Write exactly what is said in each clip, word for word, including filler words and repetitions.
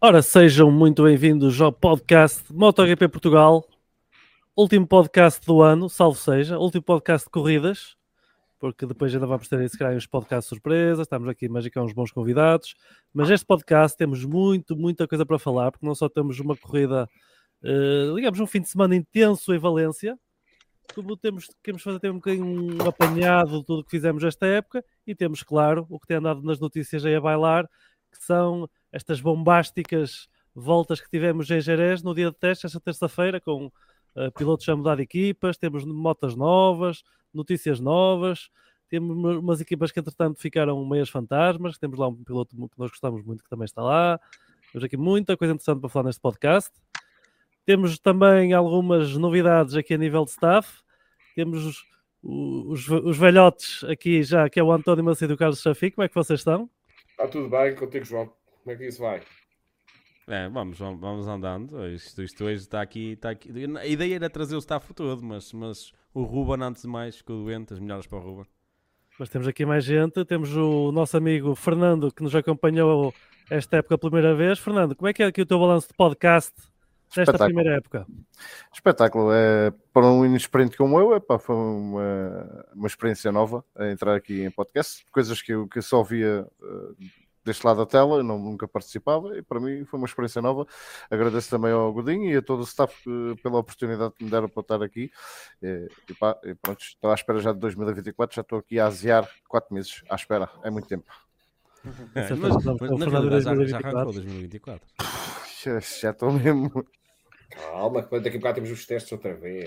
Ora, sejam muito bem-vindos ao podcast MotoGP Portugal, último podcast do ano, salvo seja, último podcast de corridas, porque depois ainda vamos ter, se calhar, uns podcasts surpresas, estamos aqui a magicar uns bons convidados, mas este podcast temos muito, muita coisa para falar, porque não só temos uma corrida, uh, digamos, um fim de semana intenso em Valência, como temos, queremos fazer ter um bocadinho um apanhado de tudo o que fizemos esta época, e temos, claro, o que tem andado nas notícias aí a bailar, que são estas bombásticas voltas que tivemos em Jerez no dia de teste, esta terça-feira, com uh, pilotos a mudar de equipas, temos motas novas, notícias novas, temos umas equipas que entretanto ficaram meias fantasmas, temos lá um piloto que nós gostamos muito que também está lá, temos aqui muita coisa interessante para falar neste podcast. Temos também algumas novidades aqui a nível de staff, temos os, os, os velhotes aqui já, que é o António Macedo e o Carlos Chafi. Como é que vocês estão? Está tudo bem contigo, João? Como é que isso vai? É, vamos, vamos andando. Isto, isto hoje está aqui, está aqui. A ideia era trazer o staff todo, mas, mas o Ruben, antes de mais, ficou doente. As melhoras para o Ruben. Mas temos aqui mais gente. Temos o nosso amigo Fernando, que nos acompanhou esta época pela primeira vez. Fernando, como é que é aqui o teu balanço de podcast desta primeira época? Espetáculo. É, para um inexperiente como eu, epá, foi uma, uma experiência nova a entrar aqui em podcast. Coisas que eu, que eu só via uh, deste lado da tela, eu não, nunca participava, e para mim foi uma experiência nova. Agradeço também ao Godinho e a todo o staff uh, pela oportunidade que me deram para estar aqui. E, e, pá, e pronto, estou à espera já de dois mil e vinte e quatro, já estou aqui a aziar quatro meses à espera, é muito tempo. É, mas, mas, mas na realidade já, já arrancou dois mil e vinte e quatro. Já, já estou mesmo... Calma, que daqui a bocado temos os testes outra vez.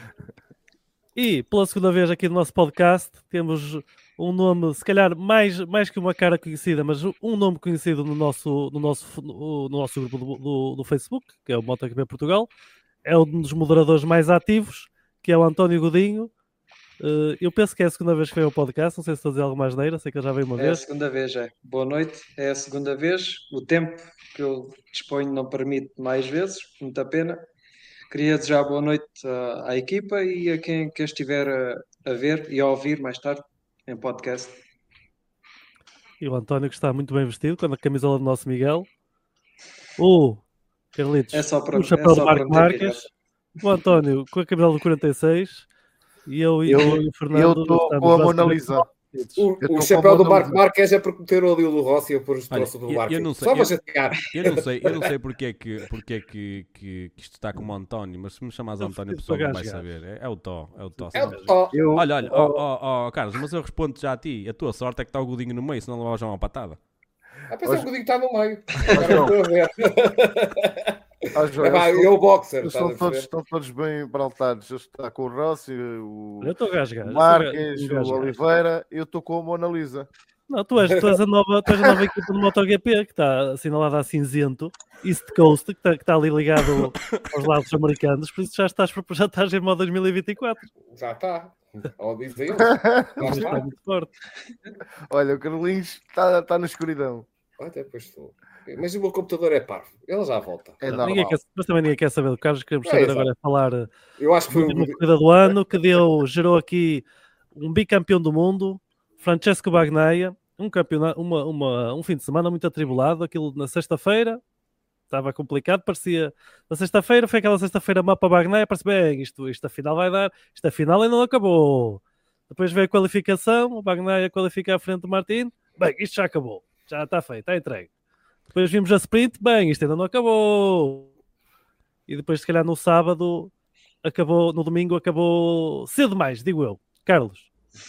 E pela segunda vez aqui no nosso podcast temos um nome, se calhar mais, mais que uma cara conhecida, mas um nome conhecido no nosso, no nosso, no nosso grupo do, do, do Facebook, que é o MotoGP Portugal. É um dos moderadores mais ativos, que é o António Godinho. Uh, eu penso que é a segunda vez que vem ao podcast, não sei se estou a dizer alguma asneira, sei que ele já veio uma é vez. É a segunda vez, é. Boa noite, é a segunda vez. O tempo que eu disponho não permite mais vezes, muita pena. Queria desejar boa noite à, à equipa e a quem, quem estiver a, a ver e a ouvir mais tarde em podcast. E o António, que está muito bem vestido, com a camisola do nosso Miguel. O Carlitos, é só para, o chapéu é do Marco Marques. O António com a camisola do quarenta e seis. E eu, eu, eu e o Fernando. Eu estou com a Mona Lisa. O, o chapéu do Marco Marques é porque meteram ali o do Rossi e eu pus o troço do Marco. Só para chatear. Eu não sei, eu não sei porque é, que, porque é que, que, que isto está como António, mas se me chamas António, a pessoa não vai saber. É, é o Tó. É o Tó. É o tó. Eu, olha, olha, ó, ó, ó, Carlos, mas eu respondo já a ti. A tua sorte é que está o Godinho no meio, senão levava já uma patada. Ah, pensei que o Godinho está no meio. Agora estou a ver. Ah, João, é, pá, eu, eu o boxer. Estão todos, estão todos bem braltados. Eu estou com o Rossi, o, o Marques, o Oliveira. Eu estou com a Mona Lisa. Não, tu és, tu és, a, nova, tu és a nova equipa do MotoGP, que está assinalada a cinzento, East Coast, que está, que está ali ligado aos lados americanos, por isso já estás, já estás em modo dois mil e vinte e quatro. Já está. Ou diz ele. Já está muito forte. Olha, o Carlinhos está, está na escuridão. Até depois estou. Mas o meu computador é parvo. Ele já volta. É não, ninguém quer, mas também ninguém quer saber do Carlos. Queremos saber é, agora é falar. Eu acho que foi uma corrida do ano que deu, gerou aqui um bicampeão do mundo, Francesco Bagnaia, um, campeonato, uma, uma, um fim de semana muito atribulado. Aquilo na sexta-feira estava complicado. Parecia na sexta-feira, foi aquela sexta-feira mapa Bagnaia. Parece bem, isto, isto afinal vai dar. Isto afinal ainda não acabou. Depois veio a qualificação. O Bagnaia qualifica à frente do Martin. Bem, isto já acabou. Já está feito, está entregue. Depois vimos a sprint, bem, isto ainda não acabou. E depois, se calhar, no sábado, acabou, no domingo, acabou cedo demais, digo eu. Carlos.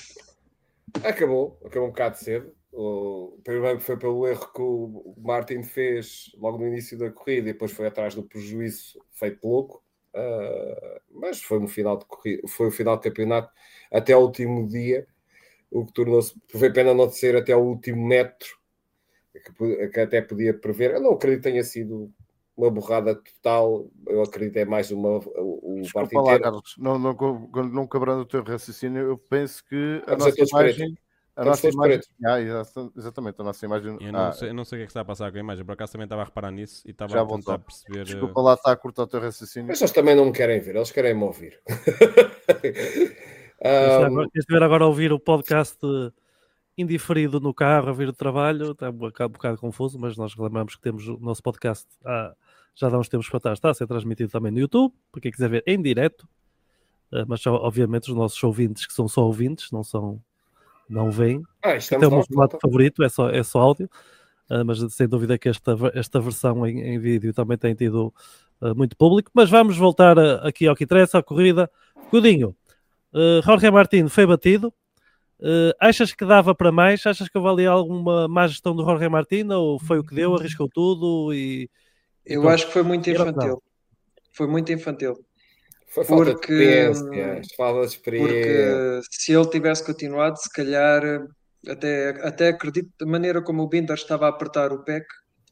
Acabou, acabou um bocado cedo. O primeiro foi pelo erro que o Martin fez logo no início da corrida e depois foi atrás do prejuízo feito louco. Uh, mas foi um final de corrida, foi o final de campeonato até o último dia, o que tornou-se, foi pena não ser até o último metro. Que, que até podia prever. Eu não acredito que tenha sido uma borrada total. Eu acredito que é mais uma... O, Desculpa lá, Carlos. Não, não, não quebrando o teu raciocínio, eu penso que a Vamos nossa imagem... A nossa imagem... Ah, exatamente, a nossa imagem... Eu não, ah, sei, eu não sei o que é que está a passar com a imagem. Por acaso também estava a reparar nisso e estava já a tentar perceber... Desculpa lá, está a cortar o teu raciocínio. Mas eles também não me querem ver. Eles querem me ouvir. um... Queres ver agora ouvir o podcast... De... indiferido no carro a vir do trabalho, está um bocado, um bocado confuso, mas nós lembramos que temos o nosso podcast há, já há uns tempos para trás, está a ser transmitido também no YouTube, para quem quiser ver em direto, uh, mas obviamente os nossos ouvintes, que são só ouvintes, não são, não veem, Ah, até o meu formato favorito, é só, é só áudio, uh, mas sem dúvida que esta, esta versão em, em vídeo também tem tido uh, muito público, mas vamos voltar uh, aqui ao que interessa, à corrida. Godinho, uh, Jorge Martin foi batido. Uh, achas que dava para mais? Achas que houve ali alguma má gestão do Jorge Martin ou foi o que deu, arriscou tudo? E, e Eu pronto. acho que foi muito Era infantil. Foi muito infantil. Foi falta Porque- de experiência. Falta de experiência. Porque se ele tivesse continuado, se calhar, até, até acredito da maneira como o Binder estava a apertar o P E C,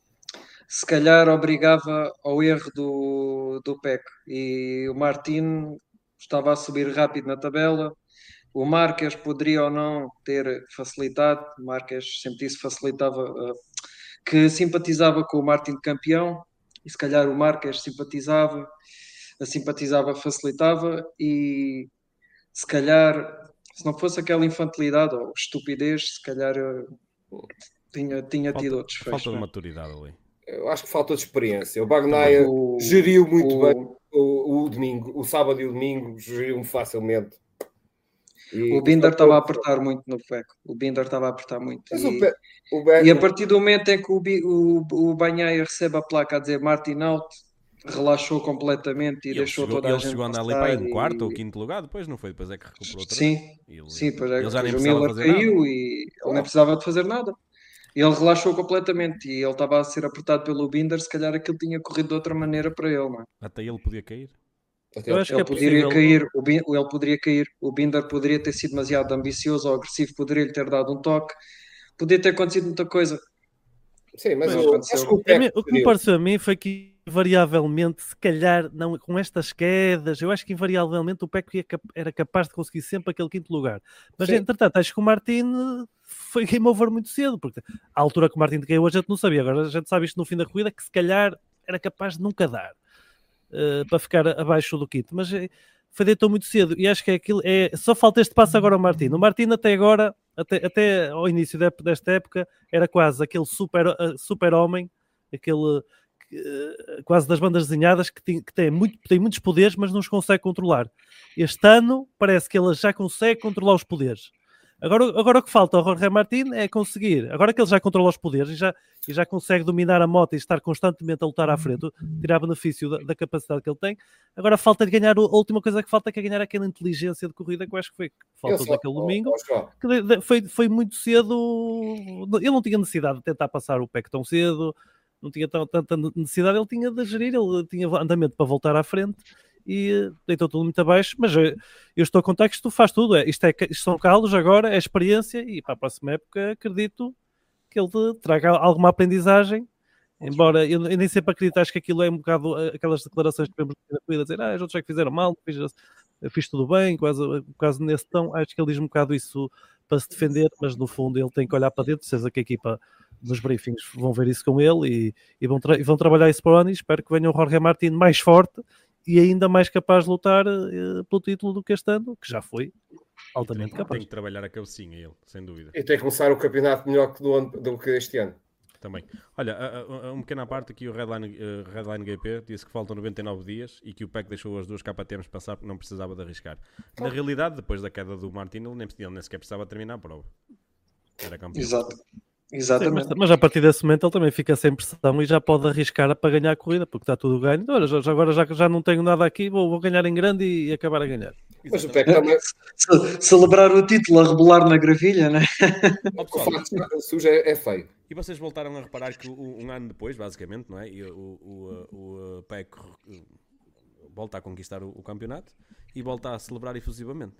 se calhar obrigava ao erro do, do P E C. E o Martin estava a subir rápido na tabela. O Marques poderia ou não ter facilitado. O Marques sempre disse facilitava, uh, que simpatizava com o Martin campeão. E se calhar o Marques simpatizava, a simpatizava, facilitava. E se calhar, se não fosse aquela infantilidade ou estupidez, se calhar uh, tinha, tinha tido outros Falta fechos. de né? maturidade ali. Eu acho que falta de experiência. O Bagnaia O- geriu muito o- bem o, o domingo, o sábado e o domingo, geriu-me facilmente. E- O Binder estava a apertar muito no P E C. O Binder estava a apertar muito. Mas E- o, Pe- o Be- E a partir do momento em que o, Bi- o, o Banhaia recebe a placa a dizer Martin out, relaxou completamente e, E ele deixou chegou, toda ele a gente chegou a andar ali passar para aí em e- quarto ou quinto lugar, depois não foi? Depois é que recuperou outra Sim, vez. E ele- sim, pois é. ele já nem Depois o precisava Miller fazer caiu nada. e ele nem precisava de fazer nada. Ele relaxou completamente e ele estava a ser apertado pelo Binder, se calhar aquilo tinha corrido de outra maneira para ele, não é? Até ele podia cair. Eu acho que Ele é poderia possível. cair, o Bin- ele poderia cair, o Binder poderia ter sido demasiado ambicioso ou agressivo, poderia-lhe ter dado um toque, podia ter acontecido muita coisa. Sim, mas Mas eu aconteceu. acho que o A mim- Peck o que me geriu. pareceu a mim foi que invariavelmente, se calhar, não, com estas quedas, eu acho que invariavelmente o P E C ia cap- era capaz de conseguir sempre aquele quinto lugar. Mas Sim. entretanto, acho que o Martin foi game over muito cedo, porque à altura que o Martin caiu a gente não sabia, agora a gente sabe isto no fim da corrida, que se calhar era capaz de nunca dar uh, para ficar abaixo do quinto, mas eh, foi deitou muito cedo e acho que é aquilo, é, só falta este passo agora ao Martin. O Martin até agora, até, até ao início de- desta época, era quase aquele super, uh, super homem, aquele uh, quase das bandas desenhadas que, tem, que tem, muito, tem muitos poderes, mas não os consegue controlar. Este ano parece que ele já consegue controlar os poderes. Agora, agora o que falta ao Jorge Martin é conseguir, agora que ele já controla os poderes e já, e já consegue dominar a moto e estar constantemente a lutar à frente, tirar benefício da, da capacidade que ele tem, agora falta de ganhar, a última coisa que falta é, que é ganhar aquela inteligência de corrida que eu acho que foi que faltou Eu só- naquele domingo, ó, ó, João, que de- de- foi, foi muito cedo, ele não tinha necessidade de tentar passar o P E C tão cedo, não tinha tão- tanta necessidade, ele tinha de gerir, ele tinha andamento para voltar à frente e eh, deitou tudo muito abaixo, mas eu, eu estou a contar que isto faz tudo, é, isto, é, isto são calos agora, é experiência e para a próxima época acredito que ele te traga alguma aprendizagem, embora eu, eu nem sempre acredito, acho que aquilo é um bocado eh, aquelas declarações que vemos na corrida, dizer, ah, os outros é que fizeram mal, fiz, eu fiz tudo bem, quase, quase nesse tom, acho que ele diz um bocado isso para se defender, mas no fundo ele tem que olhar para dentro, certeza que a equipa nos briefings vão ver isso com ele e, e, vão, tra- e vão trabalhar isso para o ano e espero que venha o Jorge Martin mais forte e ainda mais capaz de lutar eh, pelo título do que este ano, que já foi altamente Tem, capaz. tem que trabalhar a cabecinha ele, sem dúvida. E tem que começar o campeonato melhor que do, ano, do que este ano. Também. Olha, a- a- a- uma pequena parte aqui, o Redline, eh, Redline G P disse que faltam noventa e nove dias e que o P E C deixou as duas K T Ms passar porque não precisava de arriscar. Na realidade, depois da queda do Martin, ele nem, ele nem sequer precisava terminar a prova. Era campeão. Exato. Sim, mas, Exatamente. mas a partir desse momento ele também fica sem pressão e já pode arriscar para ganhar a corrida, porque está tudo ganho. Olha, já, já agora já, já não tenho nada aqui, vou, vou ganhar em grande e, e acabar a ganhar. Mas o Peck também, Ce- Celebrar o título a rebolar na gravilha, né? Ó, o pessoal, facto de sujo é, é feio. e vocês voltaram a reparar que um, um ano depois, basicamente, não é? E o, o, o, o P E C eh, volta a conquistar o, o campeonato e volta a celebrar efusivamente.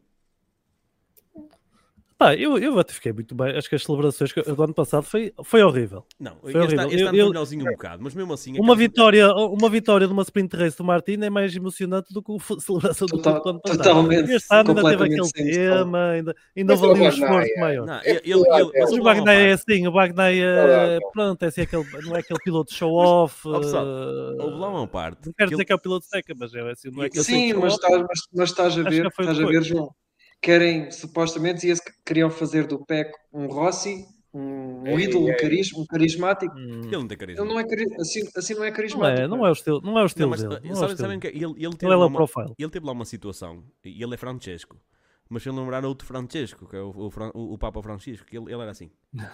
Pá, eu, eu até fiquei muito bem. Acho que as celebrações que- do ano passado foi, foi horrível. Não, Foi este, horrível. este Eu- ano eu- foi melhorzinho um bocado, mas mesmo assim... Uma aquela- vitória, uma vitória de uma sprint race do Martin é mais emocionante do que a celebração do Total- título do ano passado. totalmente, Este ano ainda teve completamente aquele sem noção. tema, ainda, ainda Mas houve ali o um esforço Bagnaia- maior. Não, É ele, ele, ele, verdade, mas Mas o houve uma Bagnaia é parte- assim, o Bagnaia, Verdade. pronto, é assim aquele, não é aquele piloto show-off. ó, pessoal, eh, houve lá uma parte Não quero que dizer ele- que é o piloto seca, mas é assim, não é aquele Sim, piloto mas show-off. estás, mas, mas estás a Acho ver, que foi estás a depois. ver, João. querem, supostamente, dizia-se que queriam fazer do Peco um Rossi, um, um Ei, ídolo, um, ei. carisma, um carismático. Hum, Ele não tem carisma. Ele não é cari- assim, assim não é Não carismático. é, não é o estilo, não é o estilo Não, mas, dele. uh, Não é o sabe- estilo. sabem que ele, ele, teve Não é lá low uma, profile. ele teve lá uma situação, e ele é Francesco, mas se ele lembrar outro Francesco, que é o, o, Fran- o- o Papa Francisco, que ele, ele era assim.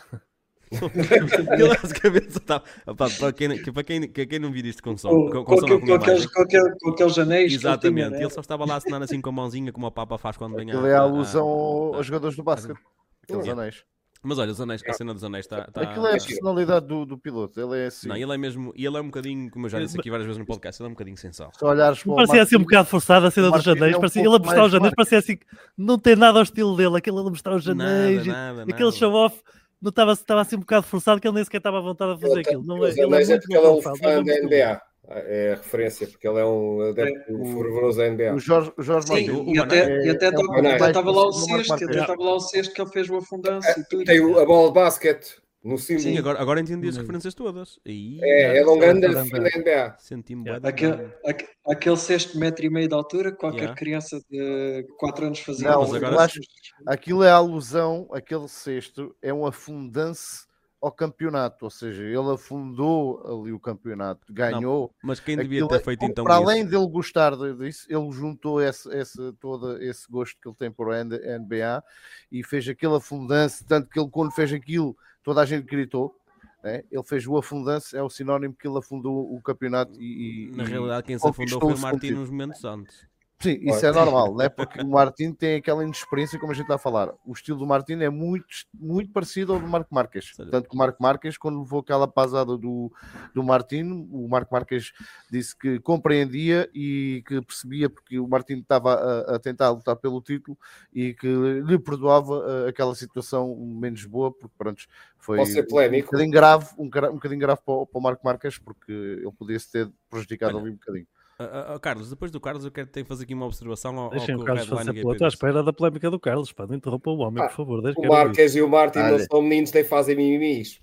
ele basicamente só estava. Opa, Para quem, que- para quem, que quem não vir isto com som, Com, com, com, com som não, aquele- com com aqueles, imagem. com, aquele- com aqueles anéis que Exatamente, ele tinha, ele né? só estava lá a assinar assim com a mãozinha, como o Papa faz quando vem a. Aquilo é a a- alusão a- ao- a- aos jogadores do basquete. Aqueles Yeah. anéis. Mas olha, os anéis, a cena dos anéis está. Tá, Aquilo é a personalidade do, do piloto. Ele é assim. Não, ele é mesmo. E ele é um bocadinho, como eu já disse aqui várias vezes no podcast, ele é um bocadinho sensal. Se olhares para o Parecia assim um Martin, bocado forçado a cena o dos Martin anéis. é um Parecia, pouco ele a mostrar os mais anéis, marca. parecia assim, não tem nada ao estilo dele. Aquele ele a mostrar os Nada, anéis, nada, aquele nada. show-off. Não estava, estava assim um bocado forçado, que ele nem sequer estava à vontade de fazer Ele aquilo. tem- Não é, os ele é anéis é muito porque ele é um low profile, fã mas da é N muito B A. É a referência, porque ele é um adepto O- fervoroso da N B A. o Jorge, o Jorge Sim, Martin o e Mané até, é- e até é estava o mais até estava lá o conhecido do Marco sexto, até Marques. estava lá o sexto que ele fez o afundance e tudo. Tem o- a bola de basquete no símbolo. Sim, agora, agora entendi as Hum. referências todas. E É, ele é um grande fã da N B A. senti-me Yeah. bué da Aquele, bem. aque- aquele sexto metro e meio de altura que qualquer Yeah. criança de quatro anos fazia. Não, mas agora- eu acho- Aquilo é a alusão, aquele sexto é um afundance ao campeonato, ou seja, ele afundou ali o campeonato, ganhou. Mas quem devia Aquilo ter é- feito então para isso? além dele gostar de- disso, ele juntou esse, esse, todo esse gosto que ele tem por N B A e fez aquele afundance, tanto que ele quando fez aquilo, toda a gente gritou, né? Ele fez o afundance, é o sinónimo que ele afundou o campeonato e, e- Na e realidade, quem se afundou conquistou foi o o Martin segundo nos momentos antes. Sim, isso é normal, né? Porque o Martin tem aquela inexperiência, como a gente está a falar. O estilo do Martin é muito, muito parecido ao do Marco Marques. Sério? Tanto que o Marco Marques, quando levou aquela pasada do, do Martin, o Marco Marques disse que compreendia e que percebia porque o Martin estava a, a tentar lutar pelo título e que lhe perdoava uh, aquela situação menos boa, porque pronto, foi Posso ser um polémico? bocadinho grave, um, cara- um bocadinho grave para o, para o Marco Marques, porque ele podia-se ter prejudicado Olha, ali um bocadinho. Ah, ah, ah, Carlos, depois do Carlos, eu quero ter fazer aqui uma observação ao, ao Deixem que o o Carlos Redline fazer G P pela. Estou à disse. espera da polémica do Carlos. Pá, não interrompa o homem, Ah, por favor. Deixa O quero ouvir. Marques e o Martin não Olha. são meninos, nem fazem mimimis.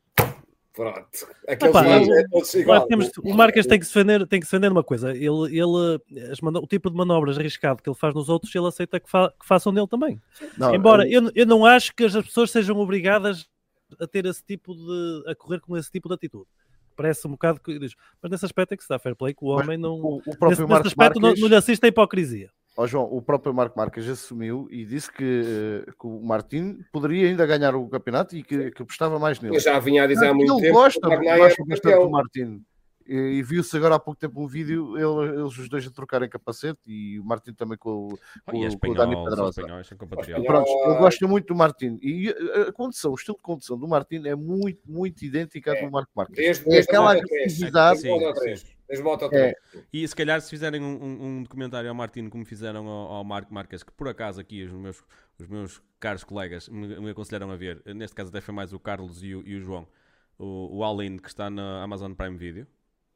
Pronto. Aqueles Epá, gajos o- é todos Nós igual. temos- o Marques tem que se defender, tem que se defender numa coisa. Ele, ele, as mano- o tipo de manobras arriscado que ele faz nos outros, ele aceita que, fa- que façam nele também. Não, Embora eu, eu não acho que as pessoas sejam obrigadas a ter esse tipo de. a correr com esse tipo de atitude. Parece um bocado que. Mas nesse aspecto é que se dá fair play que o Mas homem não. o, o Nesse, próprio nesse Marco aspecto Marques, não, não lhe assiste a hipocrisia. ó João, o próprio Marco Marques assumiu e disse que, eh, que o Martin poderia ainda ganhar o campeonato e que, que apostava mais nele. Eu já vinha a dizer há muito ele tempo gosta, que o Wagner gosta era bastante campeão. do Martin. E, e viu-se agora há pouco tempo um vídeo, ele- eles os dois a trocarem capacete e o Martin também com, o- Oh, com, e com o Dani espanhol, são Pedrosa. espanhóis, são E compatriotas. pronto, ele gosta muito do Martin. E a, a condição, o estilo de condução do Martin é muito, muito idêntica à do Marco Marques. Desde, É desde aquela a Moto três. agressividade. Desde a Moto Sim, três. Desde a Moto três. E se calhar se fizerem um, um, um documentário ao Martin como fizeram ao, ao Marco Marques, que por acaso aqui os meus, os meus caros colegas me, me aconselharam a ver, neste caso até foi mais o Carlos e o, e o João, o, o All In, que está na Amazon Prime Video,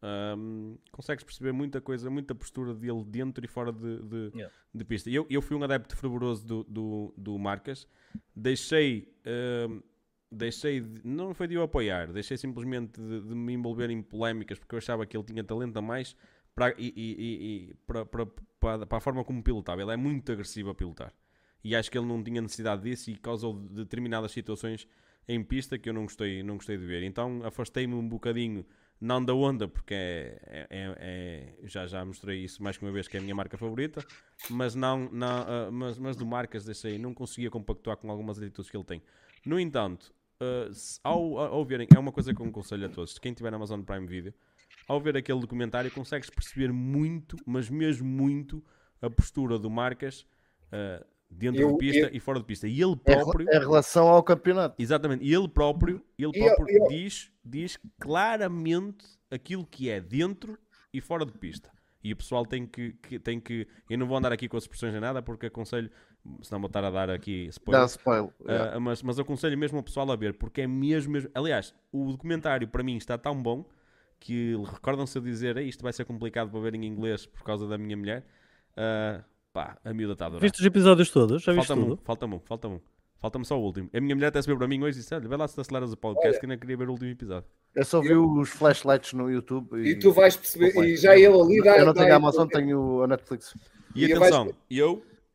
um, consegues perceber muita coisa, muita postura dele dentro e fora de, de, Yeah. de pista. Eu, eu fui um adepto fervoroso do, do, do Marques, deixei... um, Deixei, de, não foi de o apoiar, deixei simplesmente de, de me envolver em polémicas porque eu achava que ele tinha talento a mais para, e, e, e, e para, para, para, para a forma como pilotava. Ele é muito agressivo a pilotar e acho que ele não tinha necessidade disso e causou determinadas situações em pista que eu não gostei, não gostei de ver. Então afastei-me um bocadinho, não da Honda, porque é, é, é, é, já, já mostrei isso mais que uma vez, que é a minha marca favorita, mas, não, não, uh, mas, mas do Marques deixei, não conseguia compactuar com algumas atitudes que ele tem. No entanto, Uh, se, ao, ao verem, é uma coisa que eu aconselho a todos, quem tiver na Amazon Prime Video, ao ver aquele documentário consegues perceber muito, mas mesmo muito, a postura do Marques uh, dentro Eu- de pista eu- e fora de pista. E ele É, próprio, é relação ao campeonato. exatamente, e ele próprio, ele E eu- próprio eu- diz, diz claramente aquilo que é dentro e fora de pista. E o pessoal tem que, que, tem que... Eu não vou andar aqui com as expressões nem nada, porque aconselho, senão vou estar a dar aqui spoiler. Dá spoiler. Uh, mas, mas eu aconselho mesmo o pessoal a ver, porque é mesmo, mesmo... Aliás, o documentário para mim está tão bom que recordam-se a dizer: isto vai ser complicado para ver em inglês por causa da minha mulher. Uh, pá, a miúda está a adorar. Viste os episódios todos? Já viste Falta-me um, tudo? falta-me um, falta-me um. Falta-me só o último. A minha mulher até subiu para mim hoje e disse: olha, vai lá se aceleras o podcast, Olha. que eu não queria ver o último episódio. Eu só vi os flashlights no YouTube. E tu vais perceber, e já ele ali dá. Eu não tenho dá- a Amazon, tenho a Netflix. E E atenção, vais- eu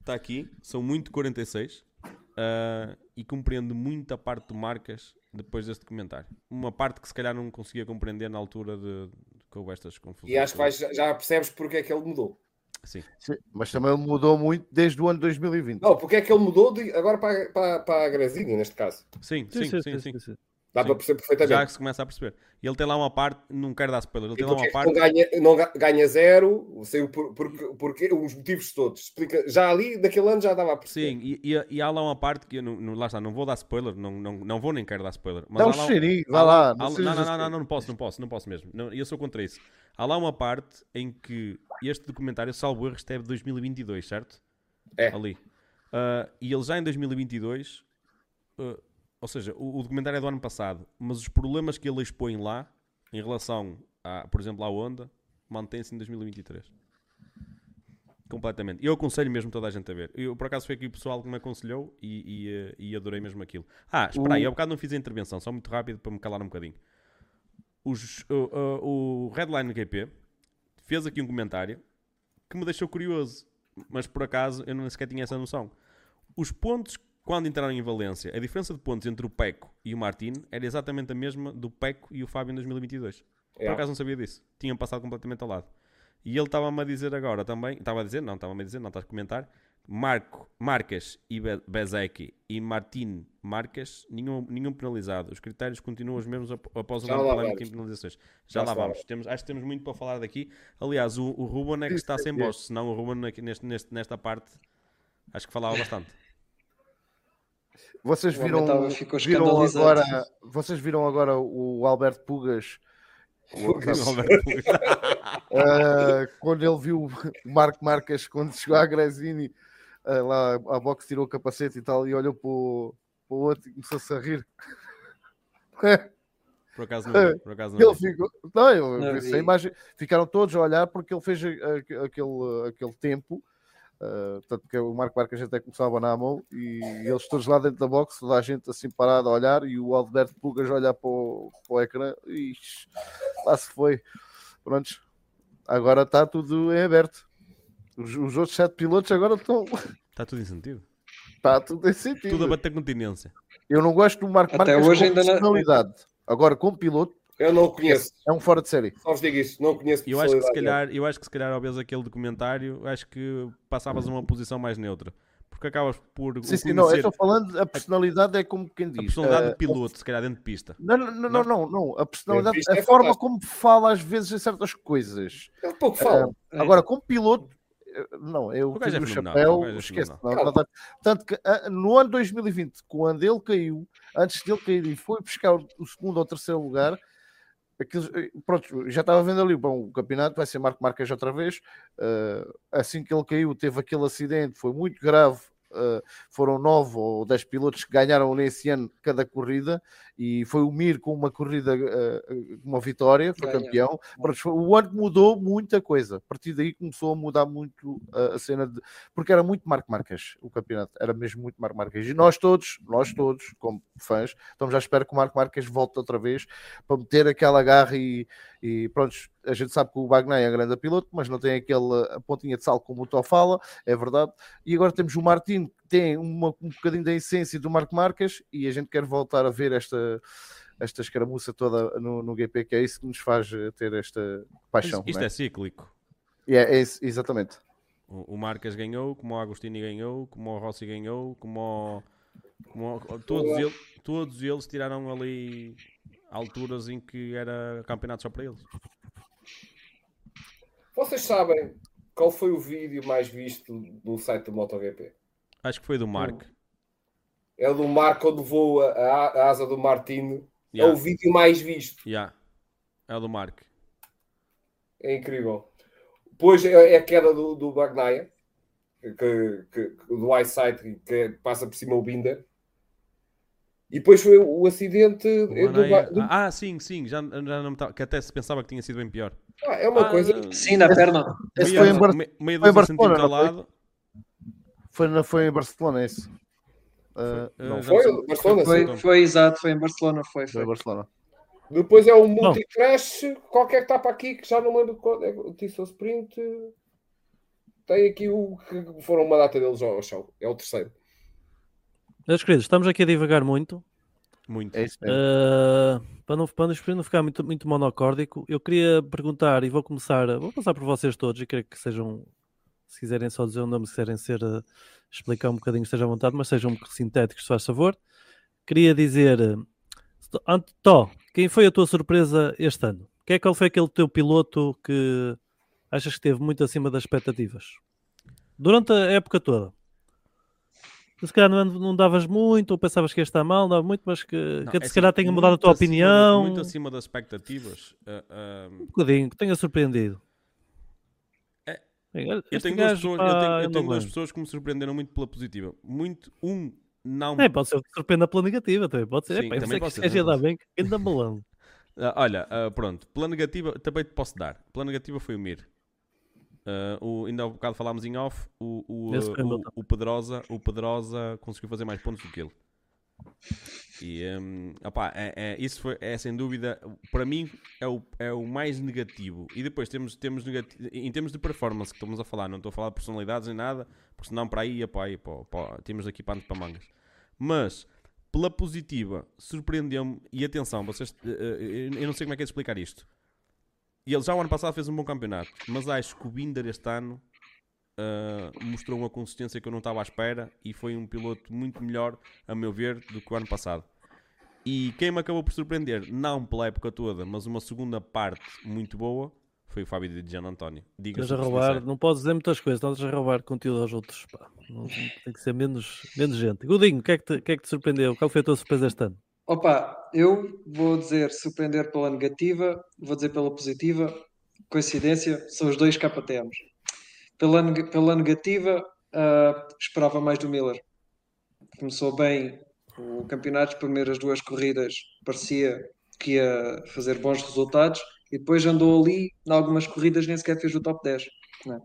está aqui, são muito quarenta e seis uh, e compreendo muita parte de marcas depois deste comentário. Uma parte que se calhar não conseguia compreender na altura de, de que houve estas confusões. E acho que vais, já percebes porque é que ele mudou. Sim. Sim, mas também ele mudou muito desde o ano dois mil e vinte. Não, porque é que ele mudou de, agora para, para, para a Grazinha, neste caso. Sim, sim, sim, sim. sim, sim. sim. Dá sim. para perceber perfeitamente. Já que se começa a perceber. E ele tem lá uma parte, não quero dar spoiler, ele e tem lá uma é parte... Não ganha, não ganha zero, sei por, por, porque os motivos todos. Explica, já ali, daquele ano, já dava a perceber. Sim, e, e, e há lá uma parte que eu não, não, lá está, não vou dar spoiler, não, não, não vou nem quero dar spoiler. Mas Dá um há lá, cheirinho, há vá lá, lá. há, não, não, não, não, não, não posso, não posso, não posso mesmo. Não, eu sou contra isso. Há lá uma parte em que este documentário, salvo erro, esteve dois mil e vinte e dois, certo? É. Ali. Uh, e ele já em dois mil e vinte e dois, uh, ou seja, o, o documentário é do ano passado, mas os problemas que ele expõe lá, em relação, a, por exemplo, à Honda, mantém-se em dois mil e vinte e três. Completamente. Eu aconselho mesmo toda a gente a ver. Eu, por acaso, foi aqui o pessoal que me aconselhou e, e, e adorei mesmo aquilo. Ah, espera aí, há um bocado não fiz a intervenção, só muito rápido para me calar um bocadinho. Os, uh, uh, o Redline G P fez aqui um comentário que me deixou curioso, mas por acaso eu não sequer tinha essa noção. Os pontos, quando entraram em Valência, a diferença de pontos entre o Pecco e o Martino era exatamente a mesma do Pecco e o Fábio em dois mil e vinte e dois. Por É. acaso não sabia disso. Tinham passado completamente ao lado. E ele estava-me a dizer agora também, estava a dizer, não, estava-me a dizer, não estás a comentar, Marco, Marques e Be- Bezecchi e Martin Marques, nenhum, nenhum penalizado. Os critérios continuam os mesmos ap- após o Já ano lá polémico vamos. em penalizações. Já, Já lá se vai. vamos. Temos, acho que temos muito para falar daqui. Aliás, o, o Ruben é que está sem voz, senão o Ruben aqui neste, neste, nesta parte acho que falava bastante. Vocês O viram, homem estava- ficou viram escandalizado. agora, vocês viram agora o Alberto Pugas, o- Pugas. Alberto Pugas. ah, quando ele viu o Marco Marques, quando chegou à Gresini, ah, lá a boxe tirou o capacete e tal, e olhou para o, para o outro e começou-se a rir. Por acaso não vi, por acaso não Ele vi. ficou, não, eu Não vi essa vi. imagem, ficaram todos a olhar porque ele fez a- a- aquele, aquele tempo, ah, tanto que o Marco Marques até começou a abanar a mão e eles todos lá dentro da boxe, toda a gente assim parada a olhar e o Alberto Pugas a olhar para o, para o ecrã e lá se foi. Prontos, agora está tudo em aberto. Os, os outros sete pilotos agora estão. Está tudo em sentido. Está tudo em sentido. Tudo a bater continência. Eu não gosto do Marco Até Marques hoje com ainda não- personalidade. Agora, como piloto, Eu não o conheço. é um fora de série. Só vos digo isso. Não conheço Eu acho que se personalidade calhar, eu acho que se calhar ao vez aquele documentário, acho que passavas a uma posição mais neutra. Porque acabas por Sim, o sim, não, eu conhecer estou falando, a personalidade é como quem diz. a personalidade eh, de piloto, se calhar dentro de pista. Não, não, não, não, não, não. A personalidade, Isto a é forma fantástico. como fala às vezes em certas coisas. dele. Ele pouco fala. É. Agora, como piloto, eh, não, eu O gajo tiro é o fenomenal, o chapéu, gajo é esquece. fenomenal. Não, não dá- Tanto que ah, no ano dois mil e vinte, quando ele caiu, antes dele cair e foi buscar o, o segundo ou terceiro lugar, aqueles, eh, pronto, já estava vendo ali, bom, o campeonato vai ser Marco Marques outra vez. eh, assim que ele caiu, teve aquele acidente, foi muito grave. eh, foram nove ou dez pilotos que ganharam nesse ano cada corrida e foi o Mir com uma corrida, eh, uma vitória, foi Ganhou. campeão. Pronto, foi- o ano mudou muita coisa. A partir daí começou a mudar muito a, a cena de. Porque era muito Marco Marques o campeonato, era mesmo muito Marco Marques. E nós todos, nós todos, como fãs, estamos à espera que o Marco Marques volte outra vez para meter aquela garra e, e pronto. A gente sabe que o Bagnaia é grande piloto, mas não tem aquela pontinha de sal como o Tó fala, é verdade. E agora temos o Martino, que tem uma, um bocadinho da essência do Marco Marques, e a gente quer voltar a ver esta, esta escaramuça toda no, no G P, que é isso que nos faz eh, ter esta paixão. Isto não é? é cíclico. E é, é isso, exatamente. O, o Marques ganhou, como o Agostini ganhou, como o Rossi ganhou, como o, como o- todos, ele, todos eles tiraram ali alturas em que era campeonato só para eles. Vocês sabem qual foi o vídeo mais visto no site do MotoGP? Acho que foi do Mark. É o do Marco quando voa a, a asa do Martino. É Yeah. o vídeo mais visto. Yeah. É o do Mark. É incrível. Depois é, é a queda do, do Bagnaia, que, que, que, do eyesight, que passa por cima o Binder. E depois foi o acidente O do, Bagnaia- do- Ah, sim, sim. Já, já não me tava- que até se pensava que tinha sido bem pior. Ah, é uma Ah, coisa. Sim, na perna. Esse meia, foi em Bar- me- meia foi em dúzia de Barcelona, centímetros ao não foi? lado. Foi, na, foi em Barcelona, é isso? Uh, Foi, não, uh, já Foi não sei. Barcelona, Foi, sim. foi exato, foi em Barcelona, foi, foi foi. em Barcelona. Depois é um multi-crash, qualquer que está para aqui, que já não lembro qual é o Tissot Sprint. tem aqui o que foram uma data deles ao show. É o terceiro. Meus queridos, estamos aqui a divagar muito. Muito. É isso mesmo. Uh, para, não, para não ficar muito, muito monocórdico, eu queria perguntar, e vou começar, vou passar por vocês todos, e queria que sejam, se quiserem só dizer o nome, se quiserem ser, uh, explicar um bocadinho, esteja à vontade, mas sejam sintéticos, se faz favor. Queria dizer, uh, Tó, quem foi a tua surpresa este ano? Quem é que foi aquele teu piloto que achas que esteve muito acima das expectativas? Durante a época toda. Se calhar não, não davas muito, ou pensavas que ia estar mal, não dava muito, mas que, Não, que é se assim, calhar tenha mudado a muito tua acima opinião. da- muito acima das expectativas. uh, Um uh, bocadinho, que tenha surpreendido. É, Bem, olha, eu este tenho, duas gajo, pessoas, pá, eu tenho, eu anda tenho duas bem. pessoas que me surpreenderam muito pela positiva. Muito, um, não. É, pode ser que surpreenda pela negativa também, pode ser. Sim, Epá, eu também sei que pode este ser, gajo ia também dar bem, que ainda balão. Ah, olha, ah, pronto, pela negativa também te posso dar. Pela negativa foi o Mir. Ah, o, ainda há um bocado falámos em off. O, o, Esse foi o meu o, o, Pedrosa, o Pedrosa conseguiu fazer mais pontos do que ele. E um, opá, é, é, isso foi, é sem dúvida, para mim, é o, é o mais negativo. E depois temos, temos negativo, em termos de performance que estamos a falar, não estou a falar de personalidades nem nada, porque senão para aí, opá, aí pá, pá, temos aqui panos para mangas. Mas pela positiva, surpreendeu-me. E atenção, vocês, eu não sei como é que é de explicar isto. E ele já o ano passado fez um bom campeonato, mas acho que o Binder este ano uh, mostrou uma consistência que eu não estava à espera e foi um piloto muito melhor, a meu ver, do que o ano passado. E quem me acabou por surpreender, não pela época toda, mas uma segunda parte muito boa, foi o Fábio de Gian António. Estás a roubar, não podes dizer muitas coisas, estás a roubar conteúdo aos outros. Pá. Não, tem que ser menos, menos gente. Godinho, o que, é que te, que é que te surpreendeu? Qual foi a tua surpresa este ano? Opa, eu vou dizer surpreender pela negativa, vou dizer pela positiva. Coincidência, são os dois K T Ms. Pela, neg- pela negativa, ah, esperava mais do Miller. Começou bem o campeonato, as primeiras duas corridas parecia que ia fazer bons resultados e depois andou ali, em algumas corridas nem sequer fez o top dez. Né?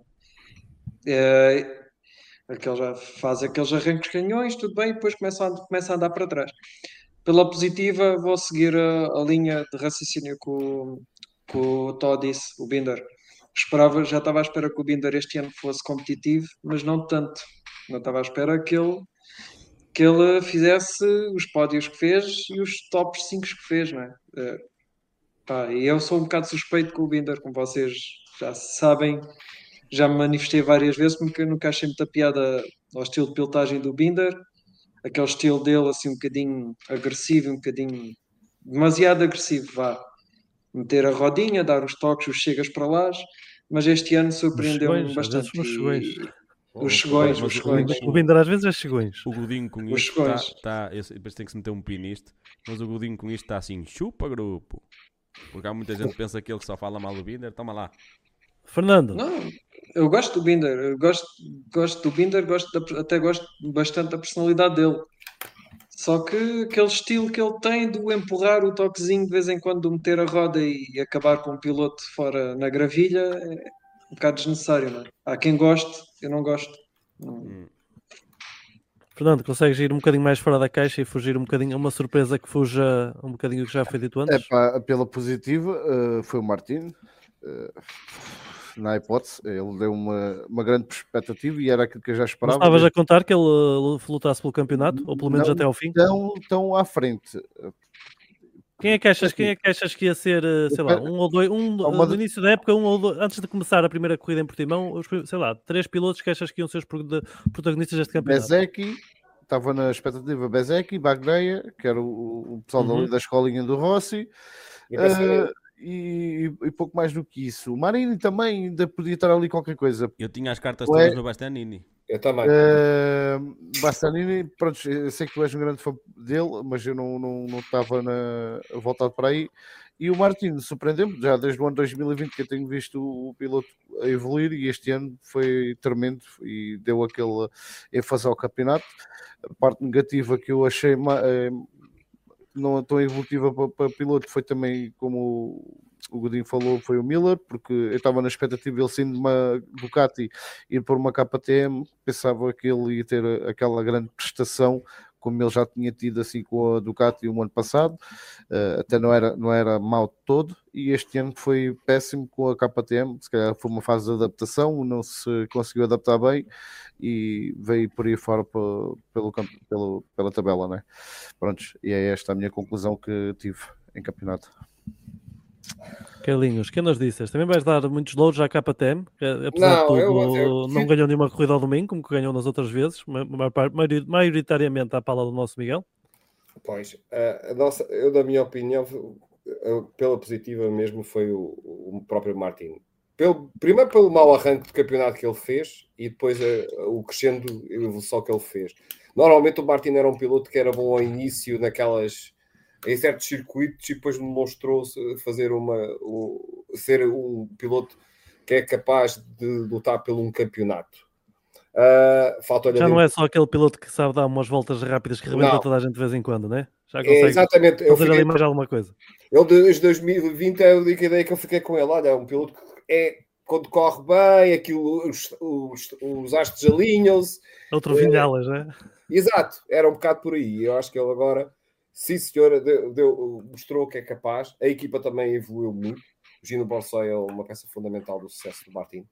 É, aquele já faz aqueles arrancos canhões, tudo bem, e depois começa a, começa a andar para trás. Pela positiva, vou seguir a, a linha de raciocínio que o, que o Todd disse, o Binder. Esperava, já estava à espera que o Binder este ano fosse competitivo, mas não tanto. Não estava à espera que ele, que ele fizesse os pódios que fez e os tops cinco que fez, não é? Eh, pá, e eu sou um bocado suspeito com o Binder, como vocês já sabem, já me manifestei várias vezes, porque eu nunca achei muita piada ao estilo de pilotagem do Binder, aquele estilo dele assim um bocadinho agressivo, um bocadinho demasiado agressivo, vá. Meter a rodinha, dar os toques, os chegas para lá, mas este ano Os surpreendeu-me chegões, às vezes bastante. os chegões. E os chegões, os Mas o, chegões. O Binder às vezes é chegões. o Godinho com Os isto está, chegões. tá, depois tem que se meter um pi nisto, mas o Godinho com isto está assim, chupa grupo. Porque há muita gente que pensa que ele só fala mal do Binder, toma lá. Fernando, Não, eu gosto do Binder, eu gosto, gosto do Binder, gosto da- até gosto bastante da personalidade dele. Só que aquele estilo que ele tem de empurrar o toquezinho de vez em quando, de meter a roda e acabar com um piloto fora na gravilha, é um bocado desnecessário, não é? Há quem goste, eu não gosto. Não- Hum. Fernando, consegues ir um bocadinho mais fora da caixa e fugir um bocadinho a uma surpresa que fuja um bocadinho do que já foi dito É antes? pá, pela positiva, uh, foi o Martin. Uh, na hipótese, ele deu uma, uma grande expectativa e era aquilo que eu já Não esperava. estavas desde- a contar que ele uh, lutasse pelo campeonato? Ou pelo menos Não até ao fim? Tão, tão à frente. Quem é que achas, quem é que, achas que ia ser, uh, sei lá, um ou dois, um, Há uma uh, no de- início da época, um ou dois, antes de começar a primeira corrida em Portimão, os, sei lá, três pilotos que achas que iam ser os pro- de- protagonistas deste campeonato? Bezecchi, estava na expectativa Bezecchi, Bagneia, que era o, o pessoal Uhum. dali da escolinha do Rossi, E Bastianini. uh, e, e pouco mais do que isso. O Marini também ainda podia estar ali qualquer coisa. Eu tinha as cartas Ué. todas no Bastianini. Eu também. Uh, Bastianini, pronto, eu sei que tu és um grande fã dele, mas eu não, não, não estava na, voltado para aí. E o Martino surpreendeu-me, já desde o ano dois mil e vinte que eu tenho visto o piloto a evoluir e este ano foi tremendo e deu aquele ênfase ao campeonato. A parte negativa que eu achei ma- eh, não tão evolutiva para, para piloto foi também, como o Godinho falou, foi o Miller, porque eu estava na expectativa de ele saindo de uma Ducati ir por uma K T M, pensava que ele ia ter aquela grande prestação como ele já tinha tido assim com a Ducati o ano passado, uh, até não era, não era mau todo, e este ano foi péssimo com a K T M, se calhar foi uma fase de adaptação, não se conseguiu adaptar bem e veio por aí fora pelo, pelo, pelo, pela tabela, né? Prontos, e é esta a minha conclusão que tive em campeonato. Carlinhos, quem nos disseste? Também vais dar muitos loads à K T M, que apesar Não, de tudo eu- eu- não ganhou nenhuma corrida ao domingo, como que ganhou nas outras vezes, ma- ma- maior- maioritariamente à pala do nosso Miguel. Pois, a nossa, eu, da minha opinião, eu, pela positiva mesmo, foi o, o próprio Martin. Pelo, primeiro pelo mau arranque de campeonato que ele fez e depois a, o crescendo e a evolução que ele fez. Normalmente o Martin era um piloto que era bom ao início, naquelas, em certos circuitos, e depois demonstrou-se fazer uma, o, ser um piloto que é capaz de lutar pelo um campeonato. Uh, falta Já não é só aquele piloto que sabe dar umas voltas rápidas que rebenta Não. toda a gente de vez em quando, né? Já É, consegue exatamente. Eu fazer fiquei, ali mais alguma coisa. ele desde dois mil e vinte é a única ideia que eu fiquei com ele. Olha, é um piloto que é, quando corre bem, aquilo, os, os, os astros alinham-se. Outro É. Vinhalas, né? Exato, era um bocado por aí. Eu acho que ele agora, sim senhora, deu, deu, mostrou que é capaz. A equipa também evoluiu muito. O Gino Borsoi é uma peça fundamental do sucesso do Martin.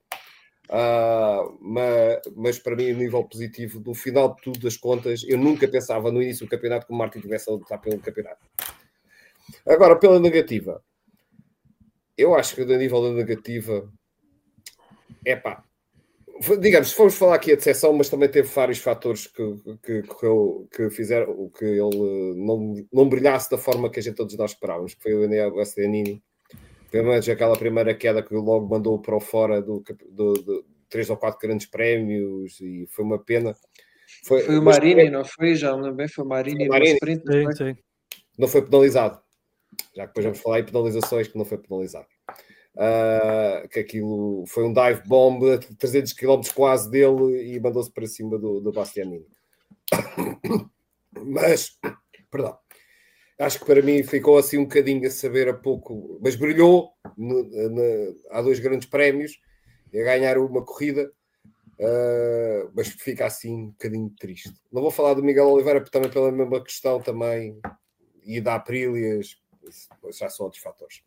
Uh, mas, mas para mim, o nível positivo, do final de tudo das contas, eu nunca pensava no início do campeonato que o Martin tivesse a lutar pelo campeonato. Agora, pela negativa, eu acho que, a nível da negativa, é pá, digamos, fomos falar aqui a decepção, mas também teve vários fatores que, que, que, que fizeram que ele não, não brilhasse da forma que a gente todos nós esperávamos, que foi o Daniel Bastianini. Pelo menos aquela primeira queda que logo mandou para o fora do, do, do três ou quatro grandes prémios, e foi uma pena. Foi, foi o Marini, mas, não foi? Já não bem, foi o Marini no sprint. Sim, não, sim. Não foi penalizado. Já que depois vamos falar em penalizações, que não foi penalizado. Uh, que aquilo foi um dive bomb a trezentos quilómetros quase dele e mandou-se para cima do, do Bastianini. Mas, perdão. Acho que para mim ficou assim um bocadinho a saber a pouco, mas brilhou no, no, há dois grandes prémios, a ganhar uma corrida, uh, mas fica assim um bocadinho triste. Não vou falar do Miguel Oliveira, porque também pela mesma questão também, e da Aprilias, isso já são outros fatores.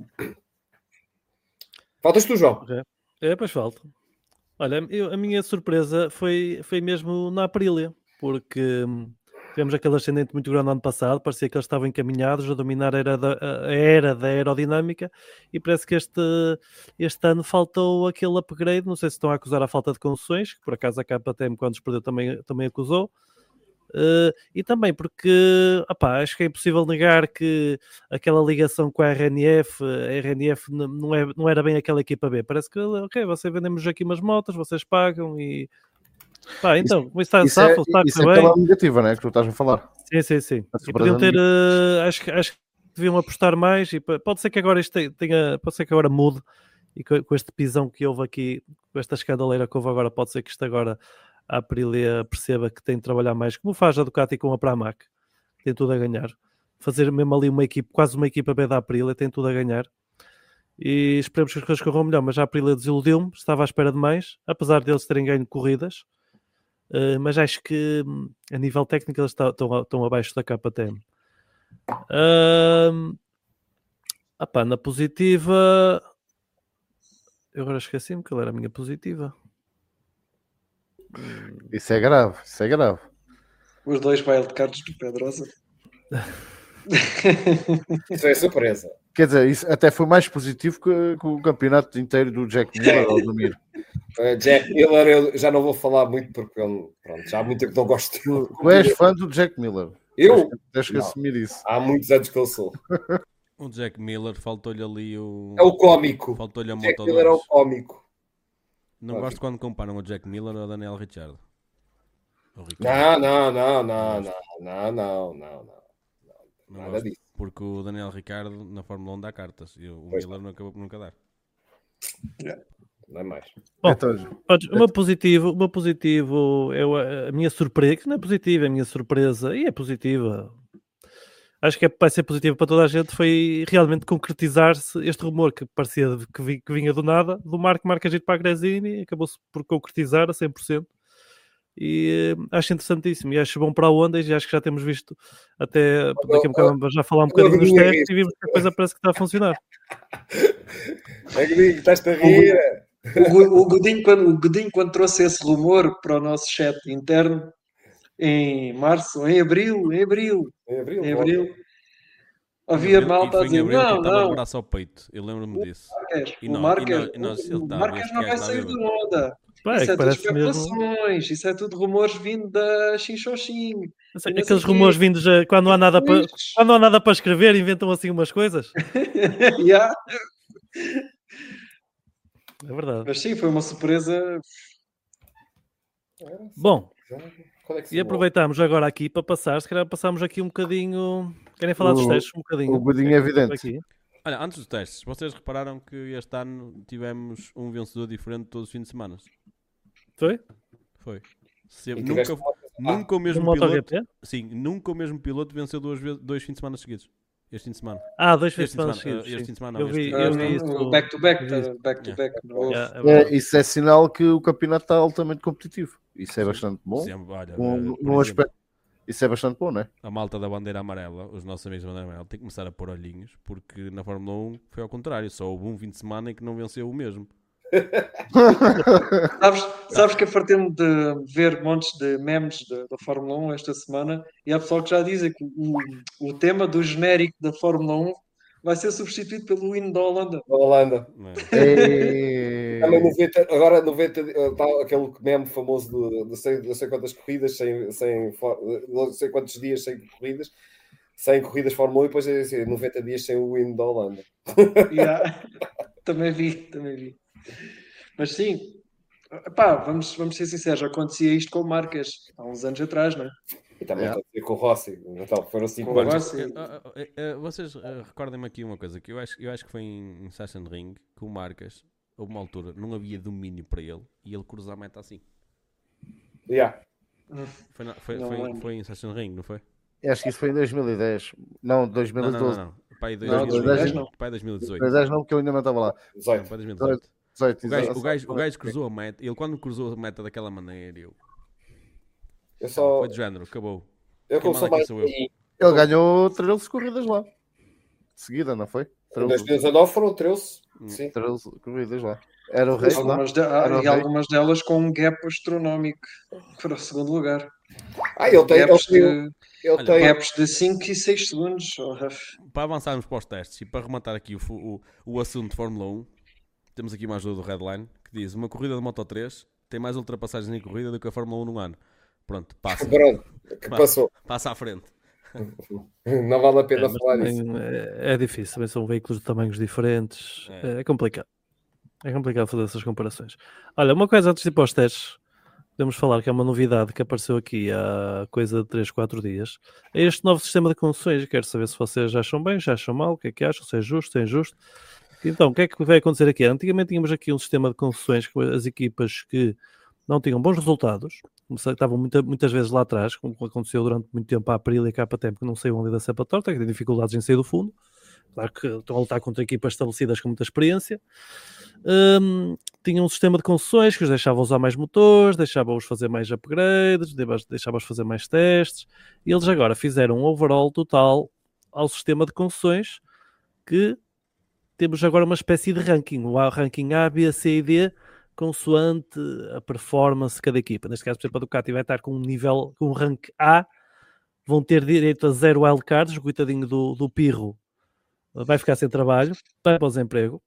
Faltas tu, João? Okay. É, pois falta. Olha, eu, a minha surpresa foi, foi mesmo na Aprilia, porque... Tivemos aquele ascendente muito grande no ano passado, parecia que eles estavam encaminhados a dominar a era da, a era da aerodinâmica, e parece que este, este ano faltou aquele upgrade. Não sei se estão a acusar a falta de concessões, que por acaso a K T M quando perdeu também, também acusou, uh, e também porque opá, acho que é impossível negar que aquela ligação com a R N F, a R N F não, é, não era bem aquela equipa B. Parece que, ok, vocês vendemos aqui umas motas, vocês pagam e... Pá, então, como está isso é, está isso é aquela negativa, né, que tu estás a falar. Sim, sim, sim. E podiam ter, uh, acho, acho que deviam apostar mais, e pode ser que agora isto tenha, pode ser que agora mude, e com, com este pisão que houve aqui, com esta escandaleira que houve agora, pode ser que isto agora a Aprilia perceba que tem de trabalhar mais, como faz a Ducati com a Pramac, tem tudo a ganhar. Fazer mesmo ali uma equipe, quase uma equipa B da Aprilia, tem tudo a ganhar. E esperemos que as coisas corram melhor, mas a Aprilia desiludiu-me, estava à espera de mais, apesar deles terem ganho corridas. Uh, mas acho que a nível técnico eles estão, estão, estão abaixo da K T M. Uh, opá, na positiva, eu agora esqueci-me que ela era a minha positiva. Isso é grave, isso é grave. Os dois wildcards do Pedrosa. Isso é surpresa. Quer dizer, isso até foi mais positivo que, que o campeonato inteiro do Jack Miller ou do Mir. Jack Miller, eu já não vou falar muito porque eu, pronto, já há muito tempo que não gosto. Tu, tu és fã do Jack Miller. Eu? Tens que assumir isso. Há muitos anos que eu sou. O Jack Miller, faltou-lhe ali o... É o cómico. Faltou-lhe a Jack Moto Miller é o dois. cómico. Não Óbvio. gosto quando comparam o Jack Miller ao Daniel Ricciardo. O Não, não, não, não, não, não, não, não, não. Não Nada gosto, disso. porque o Daniel Ricciardo na Fórmula um dá cartas e o Pois Miller não acabou por nunca dar. Não é mais. Bom, Então, o meu positivo, o meu positivo é a, a minha surpresa, que não é positiva, é a minha surpresa, e é positiva. Acho que é, vai ser positivo para toda a gente, foi realmente concretizar-se este rumor que parecia que, vi, que vinha do nada, do Marco Marques ir para a Gresini, acabou-se por concretizar a cem por cento. e uh, acho interessantíssimo e acho bom para a Ondas e acho que já temos visto até daqui a um bocado já falar um bocadinho dos testes e vimos que a coisa parece que está a funcionar. É Godinho, estás-te a rir. O, o, Godinho, quando, o Godinho quando trouxe esse rumor para o nosso chat interno em março, em abril, em abril, Em abril, em abril havia malta a dizer, não, não, o braço ao peito, eu lembro-me disso. E o Marques, e nós, o, o Marques não vai sair de onda. Pá, isso é é tudo especulações, mesmo... isso é tudo rumores vindo da Xinxoxing. Aqueles rumores vindos a, quando, não há nada para, quando não há nada para escrever, inventam assim umas coisas. yeah. É verdade. Mas sim, foi uma surpresa. Bom, é e aproveitámos agora aqui para passar, se calhar passámos aqui um bocadinho. Querem falar o, dos testes um bocadinho? O Godinho é evidente. Aqui. Olha, antes dos testes, vocês repararam que este ano tivemos um vencedor diferente todos os fins de semana? Foi? Foi. Sempre, nunca, tiveste... nunca o mesmo no piloto. MotoGP? Sim, nunca o mesmo piloto venceu duas vezes, dois fins de semana seguidos. Este fim de semana. Ah, dois fins este de semana seguidos. seguidos. Este fim de semana, Eu não, vi, este, eu este vi ano. isso. Back to back, vi back to back. Yeah, é é, isso é sinal que o campeonato está altamente competitivo. Isso é bastante bom. Sempre, olha, Um, uh, no aspecto, isso é bastante bom, não é? a malta da bandeira amarela, os nossos amigos da bandeira amarela, tem que começar a pôr olhinhos, porque na Fórmula um foi ao contrário, só houve um fim de semana em que não venceu o mesmo. sabes, sabes que eu fartei-me de ver montes de memes da, da Fórmula um esta semana e há pessoal que já dizem que o, o tema do genérico da Fórmula um vai ser substituído pelo hino da Holanda. Da Holanda. É... Também noventa, agora noventa, tal, aquele meme famoso de não sei, não sei quantas corridas, sem, sem, não sei quantos dias sem corridas, sem corridas Fórmula um, e depois é assim, noventa dias sem o hino da Holanda. Yeah. também vi, também vi. Mas sim, pá, vamos, vamos ser sinceros, acontecia isto com o Marques há uns anos atrás, não é? E também Yeah. acontecia com o Rossi, então foram cinco Com o anos. Rossi. Uh, uh, uh, uh, vocês uh, recordem-me aqui uma coisa, que eu acho, eu acho que foi em, em Sachsenring que o Marques, houve uma altura, não havia domínio para ele e ele cruza a meta assim. Yeah. Foi, na, foi, Não foi, lembro. foi em Sachsenring, não foi? Acho que isso foi em dois mil e dez. Não, dois mil e Não, doze. não, não. não. Pai, Não, dois mil e dez, não. pai dois mil e dezoito. dois mil e dez não, porque eu ainda não estava lá. Não, dezoito. pai dois mil e dezoito. dezoito, O gajo, exato. o, gajo, o gajo cruzou a meta, ele quando cruzou a meta daquela maneira, eu, Eu só. foi de género, acabou. Eu Quem como sou manda mais. aqui sou eu. Ele ganhou treze corridas lá. Seguida, não foi? Em dois mil e dezanove foram treze. Sim. treze corridas lá. Era o rei lá. Algumas, de, Era o e rei. algumas delas com um gap astronómico para o segundo lugar. Ah, ele tem. Ele Gaps tem, de, ele Olha, tem gaps de cinco e seis segundos. Oh, Para avançarmos para os testes e para rematar aqui o, o, o assunto de Fórmula um, temos aqui uma ajuda do Redline que diz: uma corrida de Moto três tem mais ultrapassagens em corrida do que a Fórmula um num ano. Pronto, passa. Pronto, que passou. Passa à frente. Não vale a pena É, mas falar também isso. é, é difícil, também são veículos de tamanhos diferentes. É. É, é complicado. É complicado fazer essas comparações. Olha, uma coisa antes de ir para os testes, podemos falar que é uma novidade que apareceu aqui há coisa de três, quatro dias. É este novo sistema de concessões. Quero saber se vocês já acham bem, já acham mal, o que é que acham, se é justo, se é injusto. Então, o que é que vai acontecer aqui? Antigamente tínhamos aqui um sistema de concessões com as equipas que não tinham bons resultados, estavam muita, muitas vezes lá atrás, como aconteceu durante muito tempo a Aprilia e a K T M, que não saíam ali da cepa torta, que têm dificuldades em sair do fundo. Claro que estão a lutar contra equipas estabelecidas com muita experiência. Um, tinham um sistema de concessões que os deixava usar mais motores, deixava-os fazer mais upgrades, deixava-os fazer mais testes, e eles agora fizeram um overall total ao sistema de concessões, que temos agora uma espécie de ranking, o ranking A, B, C e D, consoante a performance de cada equipa. Neste caso, por exemplo, a Ducati vai estar com um nível, com um rank A, vão ter direito a zero wildcards, o coitadinho do, do Pirro vai ficar sem trabalho, vai para o desemprego.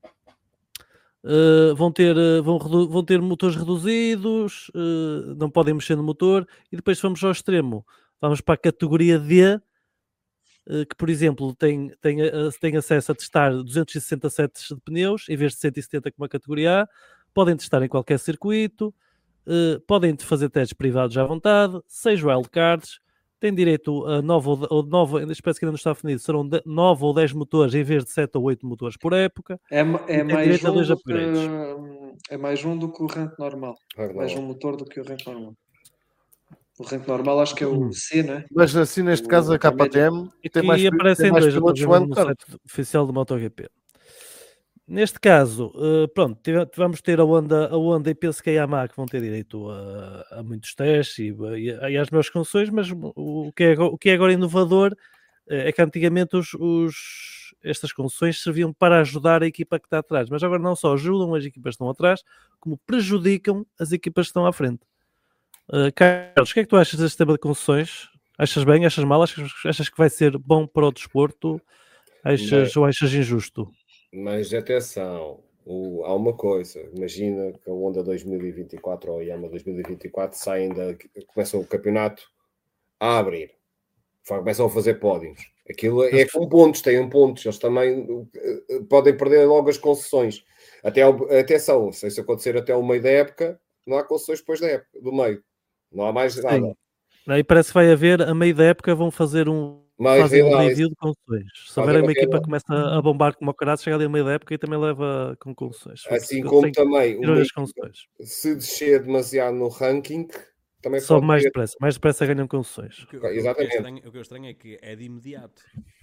Uh, vão, ter, uh, vão, vão ter motores reduzidos, uh, não podem mexer no motor, e depois vamos ao extremo, vamos para a categoria D, uh, que por exemplo tem, tem, uh, tem acesso a testar duzentos e sessenta sets de pneus em vez de cento e setenta como a categoria A, podem testar em qualquer circuito, uh, podem fazer testes privados à vontade, seis wildcards, têm direito a nove ou nove, espécie que ainda não está definido, serão nove ou dez motores em vez de sete ou oito motores por época. É, é, mais um do que, upgrades. é mais um do que o rank normal. Ah, mais um motor do que o rank normal. O rank normal acho que é o C, né? Mas assim, neste o, caso, a K T M tem mais, aparecem tem mais dois, pilotos no wildcard. site oficial do MotoGP. neste caso, uh, pronto, tive, vamos ter a Honda, a Honda e penso que a Yamaha que vão ter direito a, a muitos testes e, e, e às melhores condições, mas o, o, que é, o que é agora inovador uh, é que antigamente os, os, estas concessões serviam para ajudar a equipa que está atrás, mas agora não só ajudam as equipas que estão atrás, como prejudicam as equipas que estão à frente. Uh, Carlos, o que é que tu achas deste sistema de concessões? Achas bem? Achas mal? Achas, achas que vai ser bom para o desporto? Achas, mas, ou achas injusto? Mas atenção, o, há uma coisa. Imagina que a Honda dois mil e vinte e quatro ou a Yamaha dois mil e vinte e quatro saem da, começam o campeonato a abrir. Começam a fazer pódios. Aquilo é com pontos, têm pontos. Eles também uh, podem perder logo as concessões. Até ao, atenção, se isso acontecer até o meio da época, não há concessões depois da época, do meio. Não há mais nada. Sim. Aí parece que vai haver, a meio da época vão fazer um, fazem um review de concessões. Se houver uma equipa que começa a bombar como o caralho, chega ali a meio da época e também leva com concessões. Assim como também, uma equipa, se descer demasiado no ranking, também só mais ter... depressa, mais depressa ganham concessões. O que, Exatamente. O que, é estranho, o que é estranho é que é de imediato.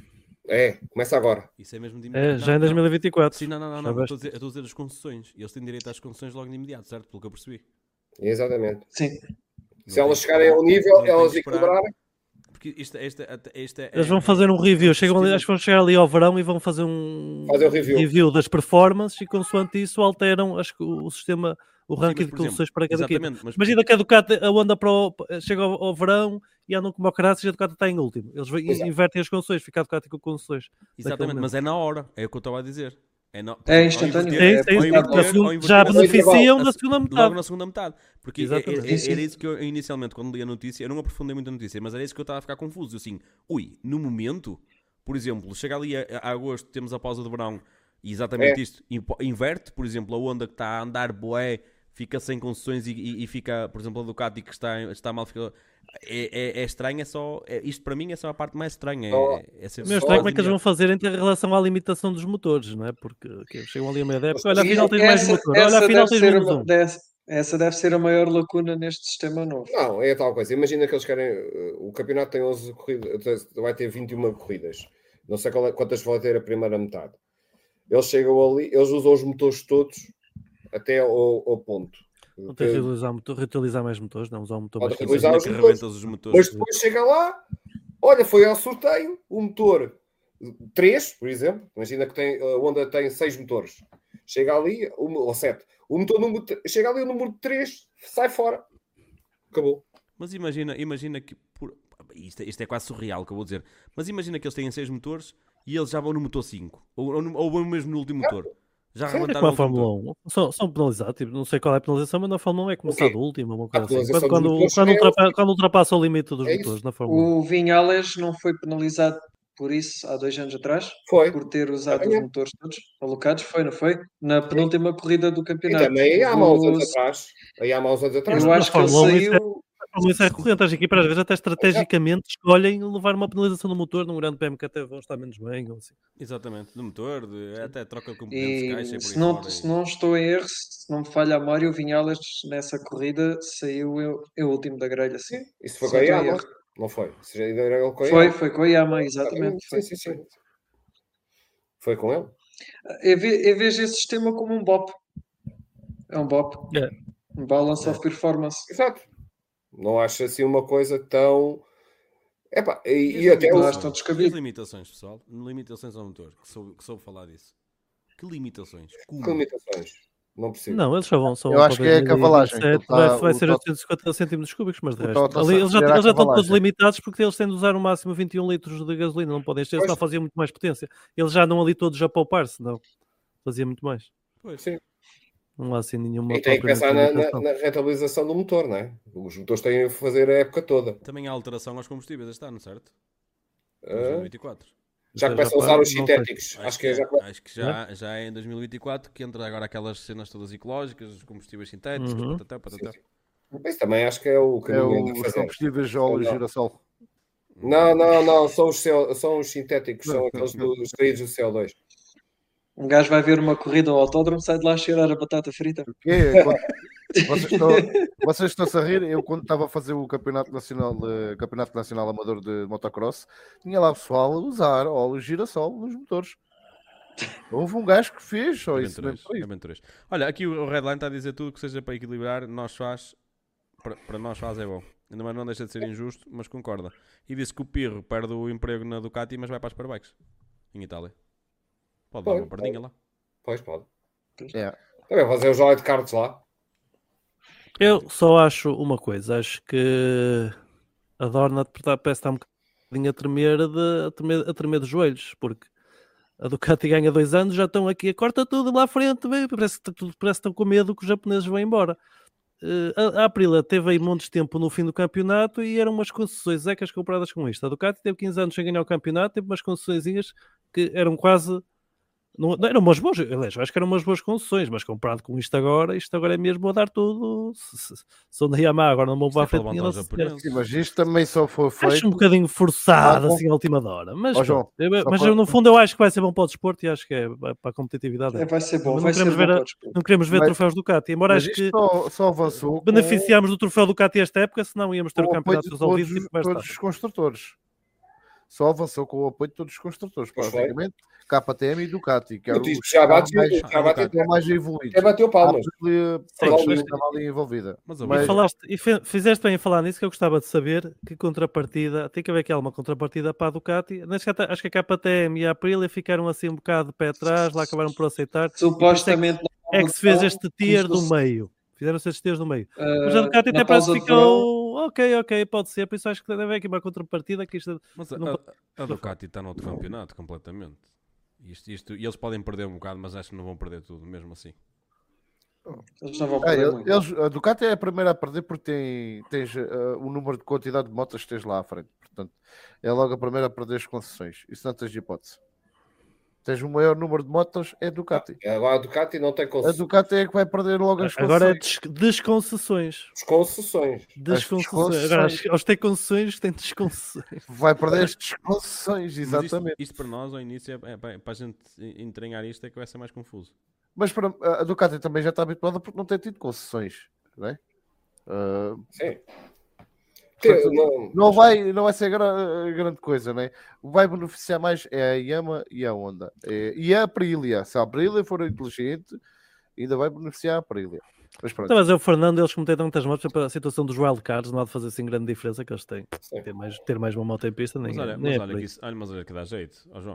É, começa agora. Isso é mesmo de imediato. É, já não, em dois mil e vinte e quatro. Sim, não, não, não. não. Eu estou a dizer, estou a dizer as concessões. Eles têm direito às concessões logo de imediato, certo? Pelo que eu percebi. Exatamente. Sim. Se elas chegarem ao nível, elas equilibrarem. Porque isto, isto, isto é, eles vão fazer um review, chegam ali, acho que vão chegar ali ao verão e vão fazer um, fazer um review. review das performances e consoante isso alteram acho que o sistema, o ranking Sim, de concessões para cada equipa. Mas... Imagina que a Ducati, a Honda Pro chega ao, ao verão e andam como o caralho e a Ducati está em último. Eles Exato. invertem as concessões, fica a Ducati com concessões. Exatamente, mas é na hora, é o que eu estava a dizer. É, no... é instantâneo. Sim, sim, inverter, já beneficiam da segunda metade. Logo na segunda metade. Porque é, é, era isso que eu inicialmente, quando li a notícia, eu não aprofundei muito a notícia, mas era isso que eu estava a ficar confuso. Eu assim, ui, no momento, por exemplo, chega ali a, a agosto, temos a pausa de verão, e exatamente é. isto, inverte, por exemplo, a Honda que está a andar bué, fica sem concessões e, e, e fica, por exemplo, a Ducati que está, está mal, fica... É, é, é estranho, é só. É, isto para mim é só a parte mais estranha. É, é ser Meu estranho como é que eles vão fazer em relação à limitação dos motores, não é? Porque okay, chegam ali a meia da época, olha, afinal tem mais motor, olha, afinal tem menos um. Essa deve ser a maior lacuna neste sistema novo. Não, é tal coisa. Imagina que eles querem. O campeonato tem onze corridas, vai ter vinte e uma corridas. Não sei quantas vai ter a primeira metade. Eles chegam ali, eles usam os motores todos até ao, ao ponto. Não tem que reutilizar, motor, reutilizar mais motores, não usar um motor Pode mais reutilizar os motores. os motores. Mas depois chega lá, olha, foi ao sorteio, o motor três, por exemplo, imagina que tem, a Honda tem seis motores, chega ali, ou sete, o motor número, chega ali o número três, sai fora, acabou. Mas imagina, imagina que, por, isto, é, isto é quase surreal que eu vou dizer, mas imagina que eles têm seis motores e eles já vão no motor cinco, ou, ou, ou vão mesmo no último motor. Já é como a Fórmula um. São, são penalizados. Tipo, não sei qual é a penalização, mas na Fórmula um é começar do último. Uma coisa assim. Quando, quando, quando, é ultrapassa, quando ultrapassa o limite dos é motores na Fórmula um. O Vinhales não foi penalizado por isso há dois anos atrás? Foi. Por ter usado os motores todos alocados? Foi, não foi? Na penúltima Sim. corrida do campeonato. E também há uns anos atrás. Aí há uns anos atrás. Eu acho que ele saiu... Isso é recorrente, as equipas às vezes até estrategicamente escolhem levar uma penalização no motor num grande P M que até vão estar menos bem ou assim. Exatamente, no motor, de, até troca componentes de caixa e por se não, se não estou em erro, se não me falha a memória, o Vinhales nessa corrida saiu eu, eu último da grelha. Sim, isso foi com a Yamaha, não foi? Se já era ele com foi, foi com a Yamaha, exatamente. Sim, sim, sim. Foi com ele? Eu, ve, eu vejo esse sistema como um B O P. É um B O P. Yeah. Um Balance yeah. of Performance. Exato. Não acho assim uma coisa tão... Epá, e, e, e até os... E as limitações, pessoal? Limitações ao motor, que soube, que soube falar disso. Que limitações? Como? Que limitações? Não percebo. Não, eles só vão... Só Eu acho que é a cavalagem. Vai, tá, vai ser oitocentos e cinquenta centímetros cúbicos, mas de resto... Ali, eles, já, eles já estão todos limitados porque eles têm de usar no máximo vinte e um litros de gasolina. Não podem ter, senão fazia muito mais potência. Eles já andam ali todos a poupar-se, não. Fazia muito mais. Pois sim. Não há assim nenhuma... E tem que pensar na, na, na rentabilização do motor, não é? Os motores têm a fazer a época toda. Também há alteração aos combustíveis este ano, certo? Uh, dois mil e vinte e quatro. Já começam a usar os sintéticos. Acho, acho que, que, já... acho que já, é? já é em dois mil e vinte e quatro que entra agora aquelas cenas todas ecológicas, os combustíveis sintéticos, uhum. patatá, patatá. Isso também acho que é o que é o, os combustíveis de óleo girassol. Não, não, não. São os, são os sintéticos, são aqueles extraídos do C O dois. Um gajo vai ver uma corrida ao autódromo, sai de lá a cheirar a batata frita. O quê? Vocês estão, vocês estão-se a rir? Eu, quando estava a fazer o Campeonato Nacional, uh, Campeonato Nacional Amador de Motocross, tinha lá o pessoal a usar óleo girassol nos motores. Houve um gajo que fez só isso. Aventureiros, aventureiros. Olha, aqui o Redline está a dizer tudo que seja para equilibrar, nós faz, para, para nós faz é bom. Ainda mais não deixa de ser injusto, mas concorda. E disse que o Pirro perde o emprego na Ducati, mas vai para as Superbikes, em Itália. Pode dar Pode, uma perdinha pode. lá. Pois pode. É. Também fazer o jogo de cartas lá. Eu só acho uma coisa, acho que a Dorna parece estar um bocadinho a tremer, de, a, tremer, a tremer dos joelhos, porque a Ducati ganha dois anos, já estão aqui, a corta tudo lá à frente, bem, parece, que, parece que estão com medo que os japoneses vão embora. Uh, a, a Aprilia teve aí montes de tempo no fim do campeonato e eram umas concessões ecas compradas com isto. A Ducati teve quinze anos sem ganhar o campeonato, teve umas concessões que eram quase... Não, não eram umas boas, aliás, acho que eram umas boas concessões, mas comparado com isto agora, isto agora é mesmo a dar tudo. Se, se, sou da Yamaha, agora não vou para a frente. Sim, mas isto também só foi feito. Acho um bocadinho forçado, ah, assim, à última hora. Mas, oh, João, eu, mas para... no fundo, eu acho que vai ser bom para o desporto e acho que é para a competitividade. É, vai ser bom, não vai queremos ser ver, bom a, não queremos ver mas, troféus Ducati, embora acho que só, só avançou beneficiámos com... do troféu Ducati esta época, senão íamos ter o, o campeonato resolvido. Todos, tipo, todos os construtores. Só avançou com o apoio de todos os construtores, praticamente. K T M e Ducati, que eram os já bateu, mais, já bateu, já mais evoluídos. Já bateu palmas. Estava ali envolvida. Mas, mas... E, falaste, e fizeste bem em falar nisso, que eu gostava de saber que contrapartida, tem que haver aqui alguma contrapartida para a Ducati. Acho que a K T M e a Aprilia ficaram assim um bocado de pé atrás, lá acabaram por aceitar. Supostamente é que, é que se fez este tier do meio. Fizeram-se estes tiers do meio. Uh, mas a Ducati até parece que ficou... Ok, ok, pode ser. Por isso acho que deve haver aqui uma contrapartida. Que isto mas não... a, a Ducati está no outro campeonato, completamente. Isto, isto, e eles podem perder um bocado, mas acho que não vão perder tudo, mesmo assim. Eles não vão perder é, muito. Eles, a Ducati é a primeira a perder porque tem, tens uh, o número de quantidade de motas que tens lá à frente. Portanto, é logo a primeira a perder as concessões. Isso não tens de hipótese. Tens o maior número de motos, é a Ducati. Ah, agora a Ducati não tem concessões. A Ducati é que vai perder logo as concessões. Agora é des desconcessões. Desconcessões. Desconcessões. Agora, aos ter concessões, tem desconcessões. Vai perder as desconcessões, exatamente. Isto, isto para nós, ao início, é, é, para, para a gente entranhar isto, é que vai ser mais confuso. Mas para, a Ducati também já está habituada porque não tem tido concessões, não é? Uh, Sim. Portanto, não, não, vai, não vai ser gra, grande coisa, né? Vai beneficiar mais é a Yamaha e a Honda. É, e a Aprilia. Se a Aprilia for inteligente, ainda vai beneficiar a Aprilia. Mas pronto. Então, mas é o Fernando, eles como têm tantas motos, para a situação dos wildcards, não há de fazer assim grande diferença que eles têm. Ter mais, ter mais uma moto em pista, nem, mas olha, nem mas é olha, que isso, olha, mas olha que dá jeito, ó oh, João.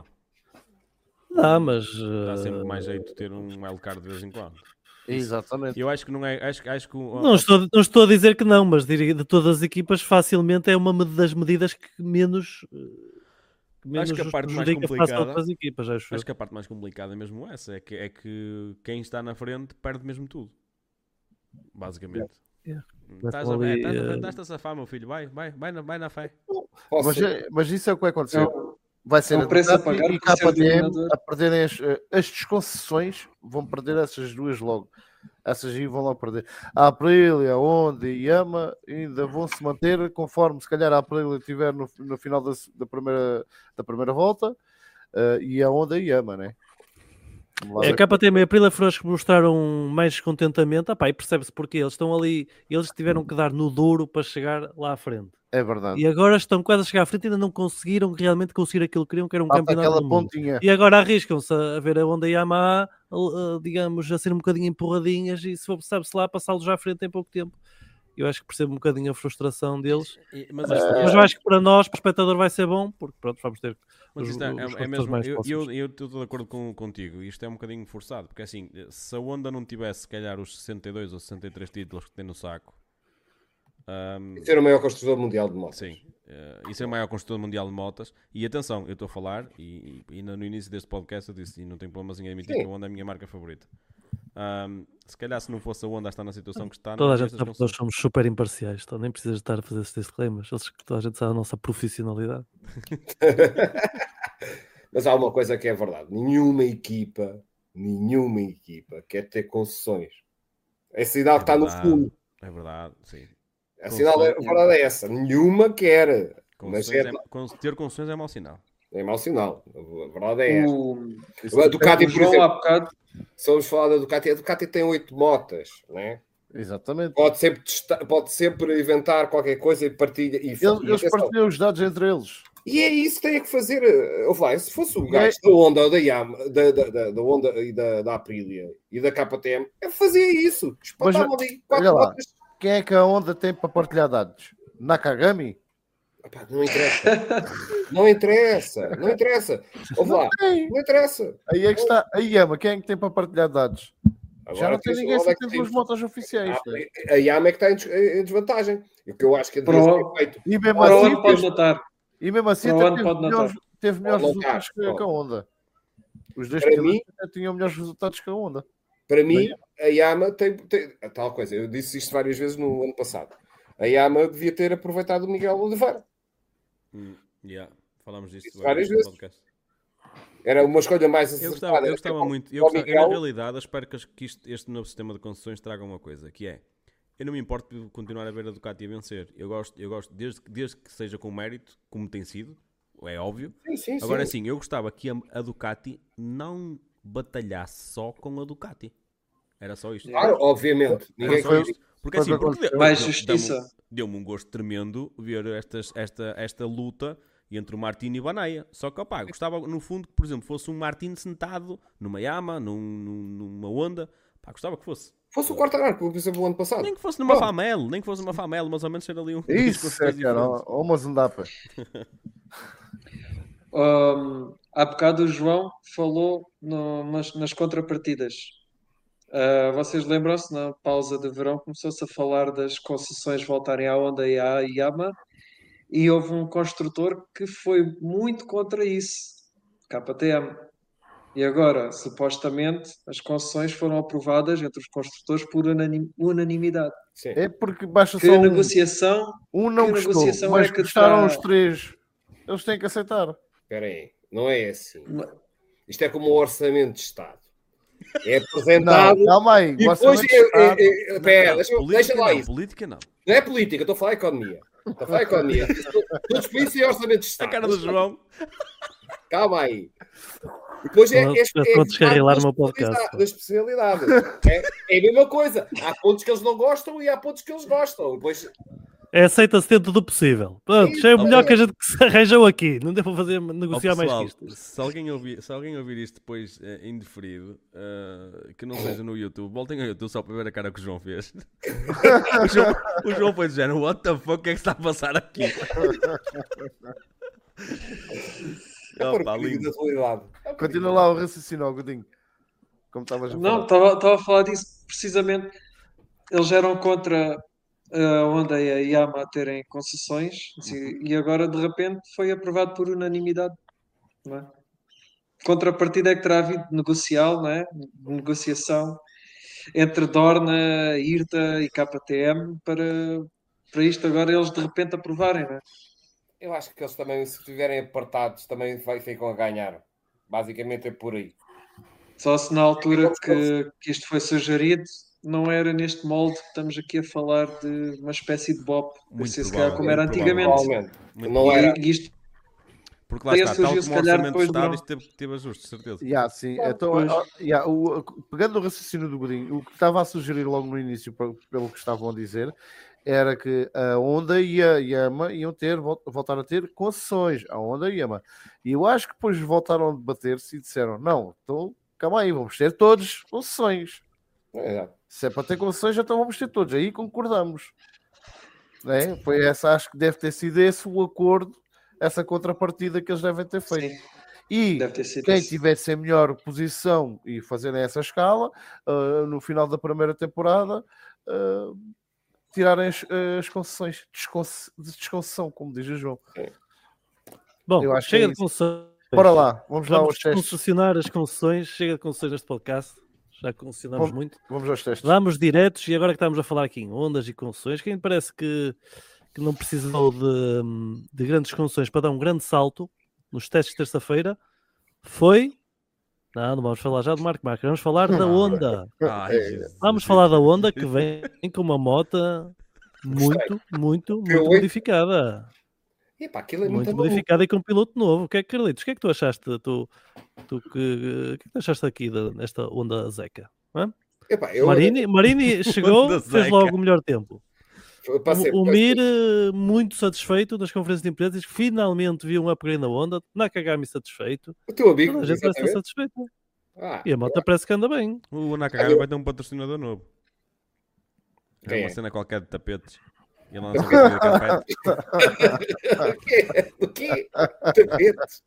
Dá, mas... Dá sempre mais jeito ter um wildcard de vez em quando. Exatamente. Eu acho que não é. Acho, acho que, não, estou, não estou a dizer que não, mas de, de todas as equipas, facilmente é uma das medidas que menos. Que menos acho que a parte mais complicada. As equipas, acho acho que a parte mais complicada é mesmo essa: é que, é que quem está na frente perde mesmo tudo. Basicamente. Yeah. Estás a, é, estás, estás a safar, meu filho. Vai, vai, vai, na, vai na fé. Mas, é, mas isso é o que vai acontecer. Não. Vai ser é um preço a pagar e K T M a perderem as, as desconcessões, vão perder essas duas logo. Essas aí vão lá perder. A Aprilia, a Honda e a Yamaha ainda vão se manter conforme se calhar a Aprilia estiver no, no final da, da, primeira, da primeira volta uh, e a Honda e a Yamaha, né? É, a K T M e a Aprilia foram os que mostraram mais descontentamento. Ah, pá, e percebe-se porque eles estão ali, eles tiveram que dar no duro para chegar lá à frente. É verdade. E agora estão quase a chegar à frente e ainda não conseguiram realmente conseguir aquilo que queriam, que era um Falta campeonato aquela do mundo. Pontinha. E agora arriscam-se a ver a Honda e a Yamaha, digamos, a ser um bocadinho empurradinhas e sabe-se lá passá-los já à frente em pouco tempo. Eu acho que percebo um bocadinho a frustração deles. E, mas, mas, é... mas eu acho que para nós, para o espectador, vai ser bom, porque pronto, vamos ter mas os, isto é, os é, é mesmo, eu estou de acordo com, contigo, isto é um bocadinho forçado, porque assim, se a Honda não tivesse, se calhar, os sessenta e dois ou sessenta e três títulos que tem no saco, um... e ser o maior construtor mundial de motas. Sim, uh, e ser o maior construtor mundial de motas. E atenção, eu estou a falar, e, e no início deste podcast eu disse, e não tenho problemas em admitir, sim, que a Honda é a minha marca favorita. Um, se calhar se não fosse a Honda a estar na situação que está, toda a gente sabe que nós somos super imparciais, então nem precisas estar a fazer esses disclaimers, toda a gente sabe a nossa profissionalidade. Mas há uma coisa que é verdade, nenhuma equipa nenhuma equipa quer ter concessões, é sinal que é está verdade, no fundo, é verdade, sim, a sinal é, a verdade é essa, nenhuma quer, mas é... É, ter concessões é mau sinal. É mau sinal, a verdade é esta. O... A Ducati, o por exemplo, há bocado... se vamos falar da Ducati, a Ducati tem oito motas, né? Exatamente. Pode sempre, testar, pode sempre inventar qualquer coisa e partilha. E, eles eles partilham os dados entre eles. E é isso que tem que fazer. Ouve lá, se fosse o gajo da Honda ou da Yama, da, da, da, da Honda e da, da Aprilia e da K T M, é fazer isso. Espatavam ali quatro motos. Quem é que a Honda tem para partilhar dados? Nakagami? Epá, não interessa. Não interessa. Não interessa. Ouve lá. Não, não interessa. Aí é que está. A Yama, quem é que tem para partilhar dados? Agora, já não tem ninguém sem ter duas motos oficiais. A, a Yama é que está em, em desvantagem. O que eu acho que devia ser feito. E mesmo assim, pode notar. E mesmo assim teve melhores, teve melhores resultados que, que a Honda. Os dois pilotos tinham melhores resultados que a Honda. Para mim, a Yama tem, tem tal coisa. Eu disse isto várias vezes no ano passado. A Yama devia ter aproveitado o Miguel Oliveira. Hum, yeah. Falámos disto várias vezes. Podcast. Era uma escolha mais acertada. Eu gostava, eu gostava muito. Eu, gostava, eu, na realidade, espero que isto, este novo sistema de concessões traga uma coisa, que é, eu não me importo de continuar a ver a Ducati a vencer. Eu gosto, eu gosto desde, desde que seja com mérito, como tem sido, é óbvio. Sim, sim, Agora sim. sim, eu gostava que a, a Ducati não batalhasse só com a Ducati. Era só isto. Claro, obviamente. Ninguém só isto. Porque assim, porque deu, mais deu, justiça. Deu-me, deu-me um gosto tremendo ver estas, esta, esta luta entre o Martini e o Banaya. Só que, opá, gostava, no fundo, que, por exemplo, fosse um Martini sentado numa Yama, num, num, numa Honda. Pá, gostava que fosse. Fosse o Quartararo, por exemplo, o ano passado. Nem que fosse numa Famelo, nem que fosse numa Famelo, mas ao menos ser ali um... Isso, é, cara. Ou uma Zundapa. um, há bocado o João falou no, nas, nas contrapartidas. Uh, vocês lembram-se, na pausa de verão, começou-se a falar das concessões voltarem à Honda e à Yamaha, e houve um construtor que foi muito contra isso, K T M. E agora, supostamente, as concessões foram aprovadas entre os construtores por unanim, unanimidade. Sim. É porque baixa que só um. negociação, Um não que gostou, negociação mas é que gostaram tá... os três. Eles têm que aceitar. Espera aí, não é assim. Isto é como o orçamento de Estado. É apresentado... Não, calma aí. E depois... É, é, é, pera, deixa, deixa lá não, isso. Política não. Não é política, estou a falar de economia. Estou a falar de economia. Todos polícia e orçamento de Estado. A cara do João. Calma aí. Depois é, é, é, é descarrilar uma podcast. Da especialidade. É, é a mesma coisa. Há pontos que eles não gostam e há pontos que eles gostam. Depois... É aceita-se dentro do possível. Pronto, é o melhor que a gente se arranjou aqui. Não devo fazer negociar oh, pessoal, mais que isto. Se alguém ouvir, se alguém ouvir isto depois uh, indeferido, uh, que não seja no YouTube, voltem ao YouTube só para ver a cara que o João fez. o, João, o João foi dizer, what the fuck, o que é que está a passar aqui? Opa, lindo. Continua lá o raciocínio, Godinho. Como estavas a Não, falar. estava a falar disso precisamente. Eles eram contra a Honda e a Yamaha terem concessões uhum. e agora de repente foi aprovado por unanimidade. Não é? Contrapartida é que terá havido negocial, não é? Negociação entre Dorna, IRTA e K T M para, para isto agora eles de repente aprovarem, não é? Eu acho que eles também, se estiverem apartados, também ficam a ganhar. Basicamente é por aí. Só se na altura que, que isto foi sugerido não era neste molde que estamos aqui a falar de uma espécie de bop. Muito se provável, como era antigamente. Muito não era. E isto porque lá está, tal como o orçamento de Estado, isto teve, teve ajuste, certeza. Yeah, sim. Então, yeah, o, pegando o raciocínio do Godinho, o que estava a sugerir logo no início, pelo que estavam a dizer, era que a Honda e a Yamaha iam ter, voltar a ter concessões, a Honda e a Yamaha. E eu acho que depois voltaram a debater-se e disseram, não, então, calma aí, vamos ter todos concessões. É. Se é para ter concessões, então vamos ter todos. Aí concordamos. É? Foi essa, acho que deve ter sido esse o acordo, essa contrapartida que eles devem ter feito. Sim. E quem esse. tivesse a melhor posição e fazerem essa escala, uh, no final da primeira temporada, uh, tirarem as, as concessões de desconcessão, como diz o João. Bom, eu acho chega que é de concessões. Bora lá, vamos, vamos lá aos testes. Concessionar as concessões, chega de concessões neste podcast. Já concessionamos vamos, muito. Vamos aos testes. Vamos diretos, e agora que estamos a falar aqui em ondas e concessões, quem parece que, que não precisou de, de grandes concessões para dar um grande salto nos testes de terça-feira foi... Não, não vamos falar já do Mark Marques, vamos falar da Honda. Ai, vamos falar da Honda que vem com uma moto muito, muito, muito modificada. Epa, aquilo é muito muito modificada e com um piloto novo. O que é que, Carlitos, o que é que tu achaste? Tu, tu, que, o que é que tu achaste aqui desta Honda Zeca? Epa, eu... Marini, Marini chegou, fez logo o melhor tempo. Passei, o, o passei. Mir, eh, muito satisfeito nas conferências de imprensa, diz que finalmente viu um upgrade na Honda. Nakagami satisfeito. O teu amigo, Toda a gente parece estar exatamente. satisfeito. Ah, E a moto parece que anda bem. O Nakagami vai ter um patrocinador novo. É Quem uma é? cena qualquer de tapetes. E ele lança uma série de carpete. O quê? O quê? Tapetes?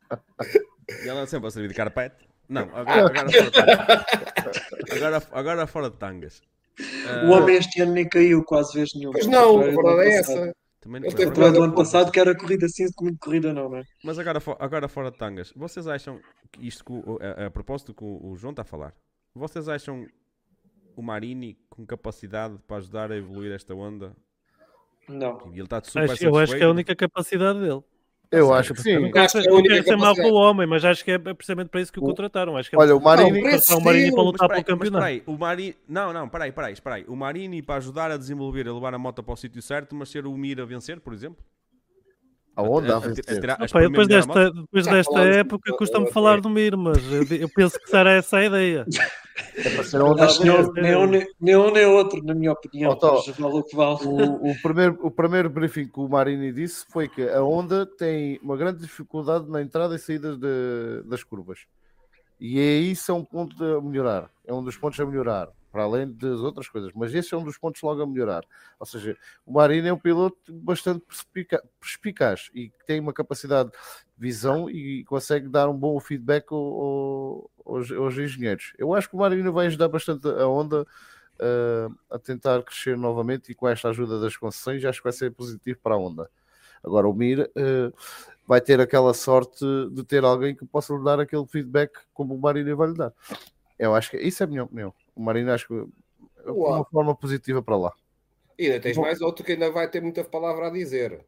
E ele anda sempre a servir de carpete. Não, agora, agora fora de tangas. Agora, agora fora de tangas. O Ah, homem este ano nem caiu quase vez nenhuma. Pois não, a Ao contrário do verdade é ano passado. essa. também Ele não, teve agora- Ao contrário do ano Porra. passado, que era corrida assim, muito corrida não, não é? Mas agora, fo- agora fora de tangas, vocês acham que isto, que o- a, a propósito que o, o João está a falar, vocês acham o Marini com capacidade para ajudar a evoluir esta onda? Não. E ele está super Acho, satisfeito. eu acho que é a única capacidade dele. Eu Sim, acho que sim. Não quero Acho que ser, é a não única quero ser mau com capacidade. o homem, mas acho que é precisamente para isso que o O- contrataram. Acho que Olha, é o Marini, Não, para contratar o Marini para Mas lutar Mas pelo espera campeonato. aí, o Marini... Não, não, peraí, peraí, peraí. O Marini para ajudar a desenvolver, a levar a moto para o sítio certo, mas ser o Mir a vencer, por exemplo? a Honda a a, a, a, vencer. tirar- a Pá, espremer depois melhor a moto? desta, depois Já desta falámos época disso, custa-me eu- falar do Mir, mas eu, eu penso que será essa a ideia. É para ser a Honda a Acho que nem, vencer. um- nem, um, nem, nem um nem outro, na minha opinião. Oh, Tó, Mas vale o que vale. O, o primeiro, o primeiro briefing que o Marini disse foi que a Honda tem uma grande dificuldade na entrada e saída de- das curvas. E é isso é um ponto a melhorar. É um dos pontos a melhorar, para além das outras coisas. Mas esse é um dos pontos logo a melhorar. Ou seja, o Marini é um piloto bastante perspica- perspicaz e que tem uma capacidade de visão e consegue dar um bom feedback ao- ao- aos, aos engenheiros. Eu acho que o Marini vai ajudar bastante a Honda uh, a tentar crescer novamente e com esta ajuda das concessões acho que vai ser positivo para a Honda. Agora o Mir uh, vai ter aquela sorte de ter alguém que possa lhe dar aquele feedback como o Marini vai lhe dar. Eu acho que isso é a minha opinião. O Marini acho que é uma Uau. forma positiva para lá. E ainda tens Bom. mais outro que ainda vai ter muita palavra a dizer.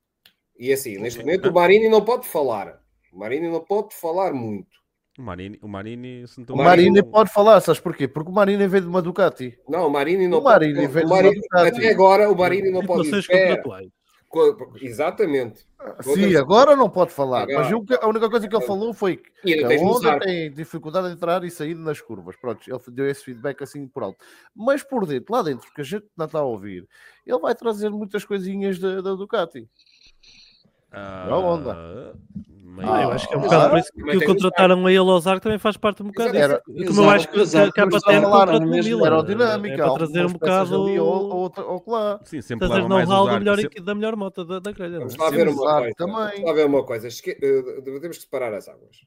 E assim, neste momento o Marini não pode falar. O Marini não pode falar muito. O Marini, o Marini se O notou Marini muito- pode falar, sabes porquê? Porque o Marini veio de uma Ducati. Não, o Marini não O Marini pode. veio O de uma Marini, Ducati. até agora o Marini não pode Situações dizer. contratuais. Co- Exatamente. Sim, agora não pode falar. Agora. Mas eu- a única coisa que ele falou foi que E ainda a tens no Honda Zarco. tem dificuldade de entrar e sair nas curvas. Pronto, ele deu esse feedback assim por alto. Mas por dentro, lá dentro, que a gente não está a ouvir, ele vai trazer muitas coisinhas da, da Ducati. Ah, Não, Honda. meio- Ah, eu acho que é um Ah, bocado por isso que mas o tem contrataram a ele ao Zarco também faz parte um bocado Exato. disso. Era- Como eu acho que exato, a K T M exato. Estava a falar contratou o mesmo Miller. Aerodinâmica, É para trazer um algumas peças bocado ali ou, ou, ou lá. Sim, sempre trazer leva mais know-how usar. da melhor, sempre- da melhor moto da, da grelha. não é? Vamos lá Sim, ver uma Zarco coisa. também. Vamos lá ver uma coisa. Esque... eh, Temos que separar as águas.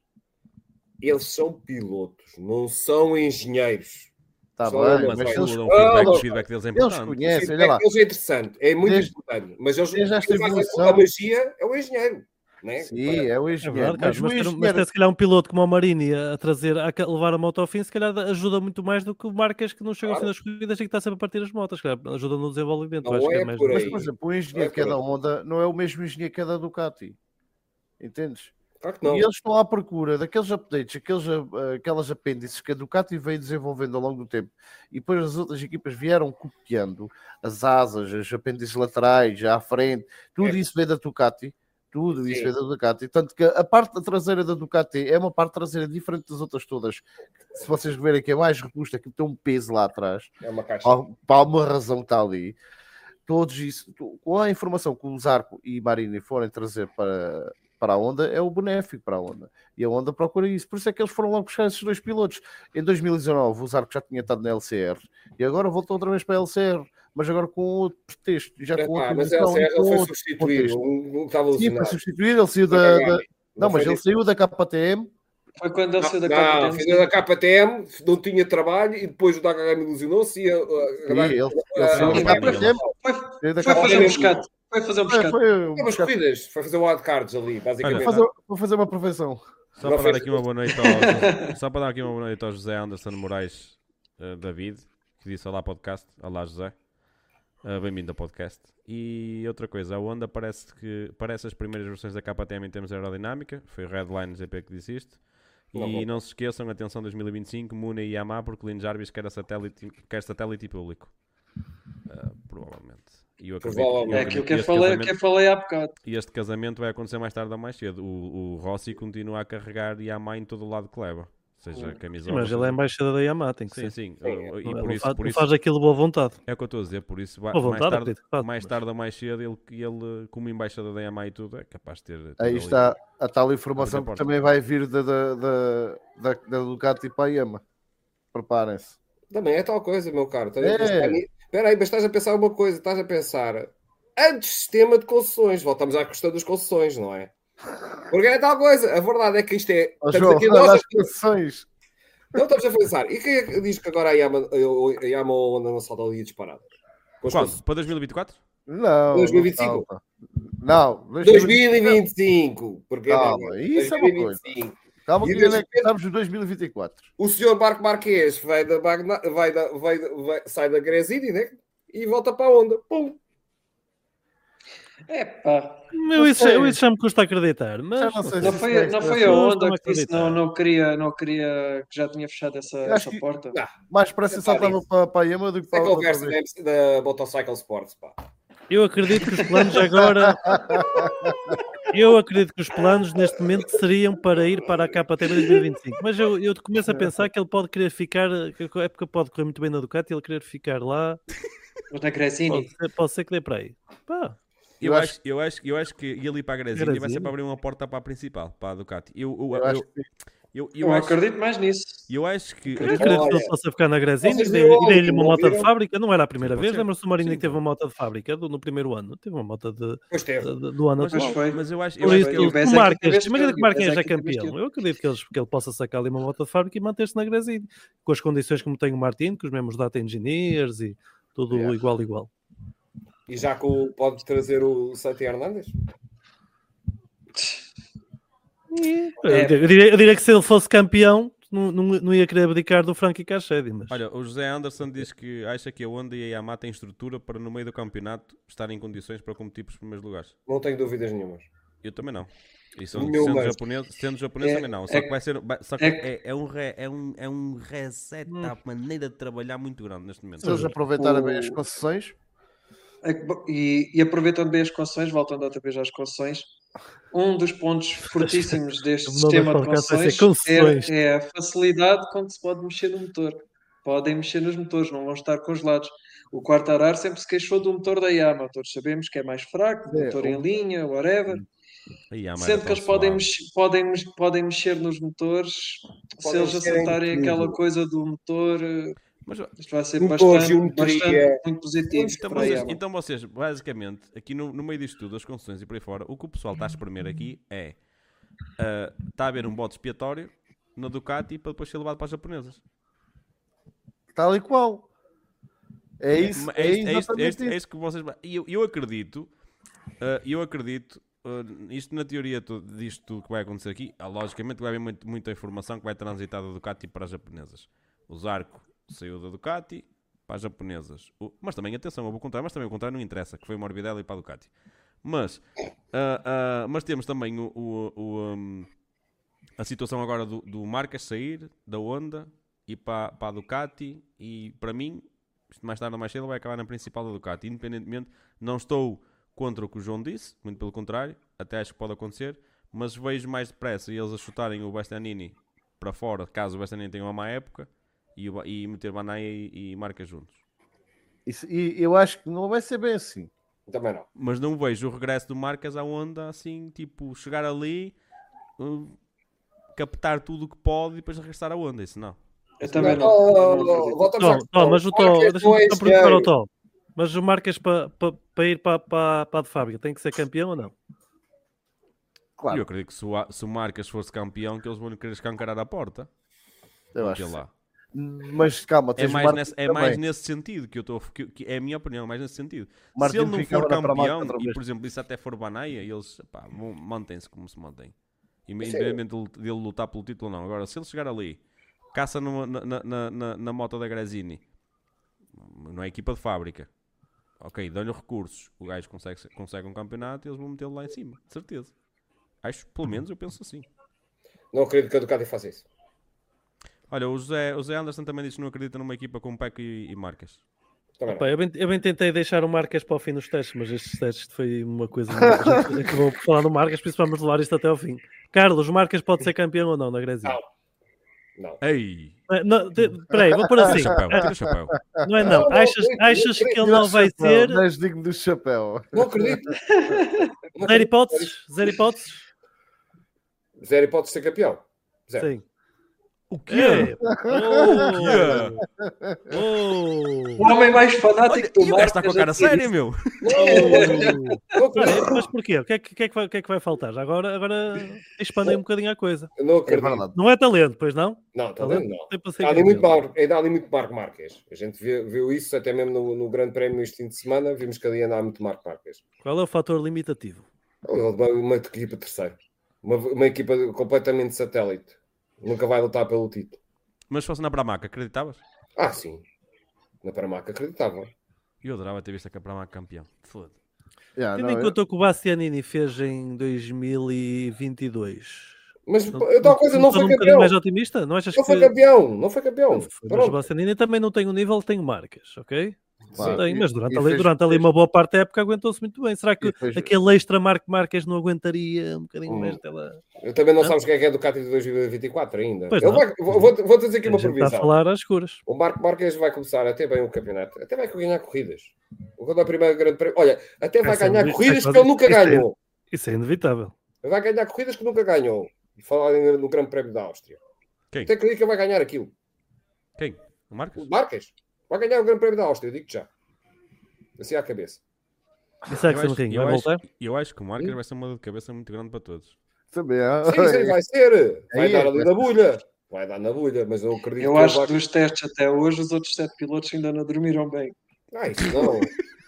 Eles são pilotos, não são engenheiros. Está Só bem, uma Mas mas coisa. eles eles, dão feedback, Ah, o feedback deles é eles importante. O conhecem, olha feedback lá. deles é interessante, é muito Desde- importante. Mas eles, desde esta quem faz a- evolução- a magia é o engenheiro. Né? Sim, é o É engenheiro. verdade, cara, mas o mas, ter, mas engenheiro ter se calhar um piloto como o Marini a a trazer, a ca- levar a moto ao fim, se calhar ajuda muito mais do que o Marques que não chega ao fim Claro. das corridas e que está sempre a partir as motos, cara, ajuda no desenvolvimento. Não eu acho que é é mais por Mas, aí. por exemplo, o engenheiro É que é por da aí. Honda não é o mesmo engenheiro que é da Ducati. Entendes? Claro que não. E eles estão à procura daqueles updates, aqueles, ah, aquelas apêndices que a Ducati veio desenvolvendo ao longo do tempo e depois as outras equipas vieram copiando as asas, os apêndices laterais, já à frente, tudo É. isso veio da Ducati. Tudo isso Sim. veio da Ducati. Tanto que a parte traseira da Ducati é uma parte traseira diferente das outras todas. Se vocês verem que é mais robusta, que tem um peso lá atrás, É uma caixa. para para uma razão que está ali. Todos isso, tu- com a informação que o Zarco e Marini forem trazer para, para a Honda, é o benéfico para a Honda. E a Honda procura isso. Por isso é que eles foram logo buscar esses dois pilotos. Em dois mil e dezanove, o Zarco já tinha estado na L C R e agora voltou outra vez para a L C R, mas agora com outro pretexto. Já com Epá, outra mas a visão e L C R com ele foi outro substituído. contexto. Um, um estava Sim, foi alucinado. substituído. Ele saiu da. da- Não, mas foi ele saiu da K T M. Foi quando ele saiu da Não, K T M. fez da K T M, não tinha trabalho e depois o Nakagami ilusionou-se e a- a- Sim, a- ele, a- ele saiu a- da Sim, K T M. Foi, Saiu da foi K T M. fazer um rescate. Foi fazer um Foi, rescate. foi um É umas buscar- corridas, foi fazer wildcards ali, basicamente. Vou fazer, vou fazer uma profissão. Só Não para fez- dar aqui uma boa noite ao, só para dar aqui uma boa noite ao José Anderson Moraes eh, David, que disse olá podcast. Olá José. Eh, bem-vindo ao podcast. E outra coisa, a Honda parece que parece as primeiras versões da K T M em termos de aerodinâmica. Foi o Redline G P que disse isto. E Não vou. não se esqueçam, atenção dois mil e vinte e cinco, Muna e Yamaha, porque Lynn Jarvis quer satélite, quer satélite e público. Eh, provavelmente. E eu acredito, Provavelmente. eu É acredito aquilo que eu este falei, casamento- que eu falei há bocado. e este casamento vai acontecer mais tarde ou mais cedo. O, o Rossi continua a carregar Yamaha em todo o lado que leva. seja Hum. camisola. Mas ele é seja- embaixada da Yamaha, tem que Sim, ser. sim. Sim, uh, E Não, por não isso, faz, por não isso faz aquilo de boa vontade. é o que eu estou a dizer. Por isso, vai- Boa mais, vontade, tarde, acredito que faz, mais mas- tarde ou mais cedo, ele, ele como embaixada da Yamaha e tudo, é capaz de ter. ter Aí ali- está a tal informação abrir a que porta. também vai vir da, da, da, da, da Ducati para a Yamaha. Preparem-se. Também é tal coisa, meu caro. Estás a É. pensar ni- Espera aí, mas estás a pensar uma coisa. Estás a pensar antes sistema de concessões. Voltamos à questão das concessões, não é? Porque é tal coisa. A verdade é que isto é... Ó, Estamos João, aqui fala nós... das concessões. Não estamos a pensar. E quem é que diz que agora a Yamaha, a Yamaha ou a Honda não salta ali disparado? Com as Quando? concessões. Para dois mil e vinte e quatro? Não. dois mil e vinte e cinco? Não. Não. dois mil e vinte e cinco. Porque Calma, não, isso é uma dois mil e vinte e cinco. Calma E que ainda de nem começamos em dois mil e vinte e quatro. O senhor Marco Marques vai da, Bagna- vai da, vai da- vai- sai da Gresini, né? E volta para a Honda. Pum! É pá, Eu isso, sei. eu isso já me custa acreditar, mas Já não sei não se foi, isso é não foi a pessoas Honda estão a que disse que não, não, queria, não queria, que já tinha fechado essa, Eu acho essa que- porta. Não, Mais pressa Epá, saltava isso. para, para a Yamaha do que isso é para a outra conversa vez. da, da Motorcycle Sports, pá. eu acredito que os planos agora. Eu acredito que os planos neste momento seriam para ir para a K T M dois mil e vinte e cinco, mas eu, eu começo a pensar que ele pode querer ficar, que a época pode correr muito bem na Ducati e ele querer ficar lá. Mas na Gresini, Pode ser, pode ser que dê para aí. Pá, Eu, Eu acho, eu, acho, eu acho que ir ali para a Gresini vai ser Gresini? para abrir uma porta para a principal, para a Ducati. Eu, eu, Eu eu, acho eu, que eu, eu, acho, acredito mais nisso. eu acho que. eu acredito que Olha, ele possa ficar na Gresini vocês e viram dei- e dei-lhe ontem, uma não moto de viram? fábrica. Não era a primeira Sim, vez, pode ser. lembra-se do Marinho Sim, que teve pode. uma moto de fábrica do- no primeiro ano? Teve uma moto de, Pois teve. de- do ano Mas, atual. foi. mas eu acho, eu Por acho isso, E que o se o Bezek ainda Marques, teve imagina este que o Marques ano, já é o Bezek ainda teve este campeão. ano. Eu acredito que, eles, que ele possa sacar ali uma moto de fábrica e manter-se na Gresini, com as condições como tem o Martin, com os mesmos data engineers e tudo Yeah. igual, igual. E já que o, pode trazer o Santi Hernandes? É. Eu, diria, eu diria que se ele fosse campeão, não, não, não ia querer abdicar do Frankie Cachedi, mas Olha, o José Anderson diz que acha que a Honda e a Yamaha têm estrutura para no meio do campeonato estarem em condições para competir pelos primeiros lugares. Não tenho dúvidas nenhumas. Eu também não. E são, Meu sendo, mas- japonês, sendo japonês É- também não. Só é- que vai ser. vai- Só que é- é, é um, re, é, um, é um reset Hum. à maneira de trabalhar muito grande neste momento. se eles aproveitarem O- bem as concessões, É que, bom, E, e aproveitando bem as concessões, voltando outra vez às concessões, um dos pontos fortíssimos deste O nome sistema do de podcast vai ser concessões concessões. é, é a facilidade com que se pode mexer no motor. Podem mexer nos motores, não vão estar congelados. O Quartararo sempre se queixou do motor da Yamaha, todos sabemos que é mais fraco, É, motor o- em linha, whatever. A Yamaha Sendo era que eles tão podem, suave. mex- podem, mex- podem mexer nos motores, se Podem eles mexer em acertarem tudo. aquela coisa do motor, eh, Mas, isto vai ser Motor, bastante, geometria. bastante muito positivo então, para a vocês, Yamaha. então vocês, basicamente, aqui no, no meio disto tudo, as concessões e por aí fora, o que o pessoal está a espremer aqui é ah, está a haver um bode expiatório na Ducati para depois ser levado para as japonesas. tal e qual. É isso, É, é, isto, é, isto, é, exatamente isto, é isso. isto que vocês. E eu, eu acredito, ah, eu acredito, ah, isto na teoria tu- disto tudo que vai acontecer aqui, ah, logicamente vai haver muito- muita informação que vai transitar da Ducati para as japonesas. O Zarco saiu da Ducati para as japonesas. O- mas também, atenção, houve o contrário, mas também o contrário não interessa, que foi o Morbidelli para a Ducati. Mas, ah, ah, mas temos também o, o- o, um, a situação agora do, do Marcas sair da Honda e para, para a Ducati, e para mim, isto mais tarde ou mais cedo vai acabar na principal da Ducati. Independentemente, não estou contra o que o João disse, muito pelo contrário, até acho que pode acontecer, mas vejo mais depressa eles a chutarem o Bastianini para fora, caso o Bastianini tenha uma má época, e, o, e meter Banaya e, e Marca juntos. Isso- E eu acho que não vai ser bem assim. Também não. Mas não vejo o regresso do Marcas à Honda assim, tipo, chegar ali, uh, captar tudo o que pode e depois regressar à Honda, isso não. Eu também não. Oh, não acredito. voltamos Tó, à Tó, mas o Tó, Marques deixa-me não é só perguntar ao engenheiro. Tó. Mas o Marques para pa, pa ir para pa, pa a de fábrica tem que ser campeão ou não? E eu Claro, acredito que se o, se o Marcas fosse campeão, que eles vão querer escancarar a porta. eu Vão acho. ter que lá. sim. Mas calma, É, tens mais, Martin nesse, é também. mais nesse sentido que eu estou. Que, que é a minha opinião, mais nesse sentido. Martin se ele não ficava for na Pramac campeão, outra e vez. por exemplo, isso até for Banaya, eles pá, vão- mantêm-se como se mantêm. Independente dele- dele lutar pelo título ou não. Agora, se ele chegar ali, caça numa- na, na, na, na, na moto da Gresini, não é equipa de fábrica. Ok, dão-lhe recursos. O gajo consegue, consegue um campeonato e eles vão metê-lo lá em cima. De certeza. Acho, pelo menos, eu penso assim. Não acredito que a Ducati faça isso. Olha, o José, o José Anderson também disse que não acredita numa equipa com Peco e, e Marcas. Também Opa, não. eu, bem, eu bem tentei deixar o Marques para o fim dos testes, mas estes testes foi uma coisa muito... a gente acabou por falar no Marques, por isso vamos levar isto até ao fim. Carlos, o Marques pode ser campeão ou não na Gresini? Não. Não. Ei! Não, de, peraí, vou pôr assim. Chapéu, tira o chapéu. Não é não. Não, não, Achas, não, achas não, que não, ele não vai ser... Não és digno do chapéu. Não acredito. Não Zero acredito. hipóteses? Zero hipóteses? Zero hipótese de ser campeão. Zero. Sim. O quê? É. quê? Oh! O homem mais fanático do E o gajo está com a cara Marcas aqui. séria, meu. Oh! Não acredito. Olha, mas porquê? O que é que, o que, é que, vai, o que é que vai faltar? Já Agora, agora expandem um bocadinho a coisa. Eu não É acredito. verdade. Não é talento, pois não? Não, está bem, não. Tem para ser Há ali muito, campeão. Mar... ainda há ali muito Marco Marques. A gente viu, viu isso até mesmo no, no Grande Prémio este fim de semana. Vimos que ali ainda há muito Marco Marques. Qual é o fator limitativo? Uma, uma equipa terceira. Uma, uma equipa completamente satélite. Nunca vai lutar pelo título. Mas se fosse na Bramaca, acreditavas? Ah, sim. Na Paramaca acreditava. Eu adorava ter visto a Bramaca campeão. Foda. Yeah, Tendo não, em conta o que o Bastianini fez em dois mil e vinte e dois. Mas Não, eu tal coisa não estás foi um bocadinho campeão. mais otimista? Não achas Não que... foi campeão. Não foi campeão. Não foi, mas o Pronto. Bastianini também não tem o nível, tem marcas, ok? Claro. Tem, E- mas durante, e ali, fez- durante ali fez- uma boa parte da época aguentou-se muito bem. Será que E fez- aquele extra Marco Marques não aguentaria um bocadinho Hum. mais dela? Eu também não Hã? sabes quem é que é Ducati de dois mil e vinte e quatro ainda. Pois Ele não. vai, vou, vou, vou dizer aqui A uma gente está a previsão. falar às escuras. O Marco Marques vai começar até bem o campeonato. Até vai ganhar corridas. Quando a primeira grande prémio. Olha, até vai Essa é ganhar muito- corridas isso é que ele nunca isso é- ganhou. Isso é inevitável. Ele vai ganhar corridas que nunca ganhou. E falar ainda no Grande Prémio da Áustria. Quem? Até acredito que ele vai ganhar aquilo. Quem? O Marcos? O Marques vai ganhar o Grande Prémio da Áustria, digo-te já. Assim à cabeça. E será que Eu acho, Ring eu vai acho- voltar? eu acho que o Marcos Hum? vai ser uma dor de cabeça muito grande para todos. Também há. Sim, sim, vai ser. Vai Aí dar é ali que na bulha. Vai dar na bulha, mas eu acredito Eu que acho ele que vai... dos testes até hoje, os outros sete pilotos ainda não dormiram bem. Ah, isso não.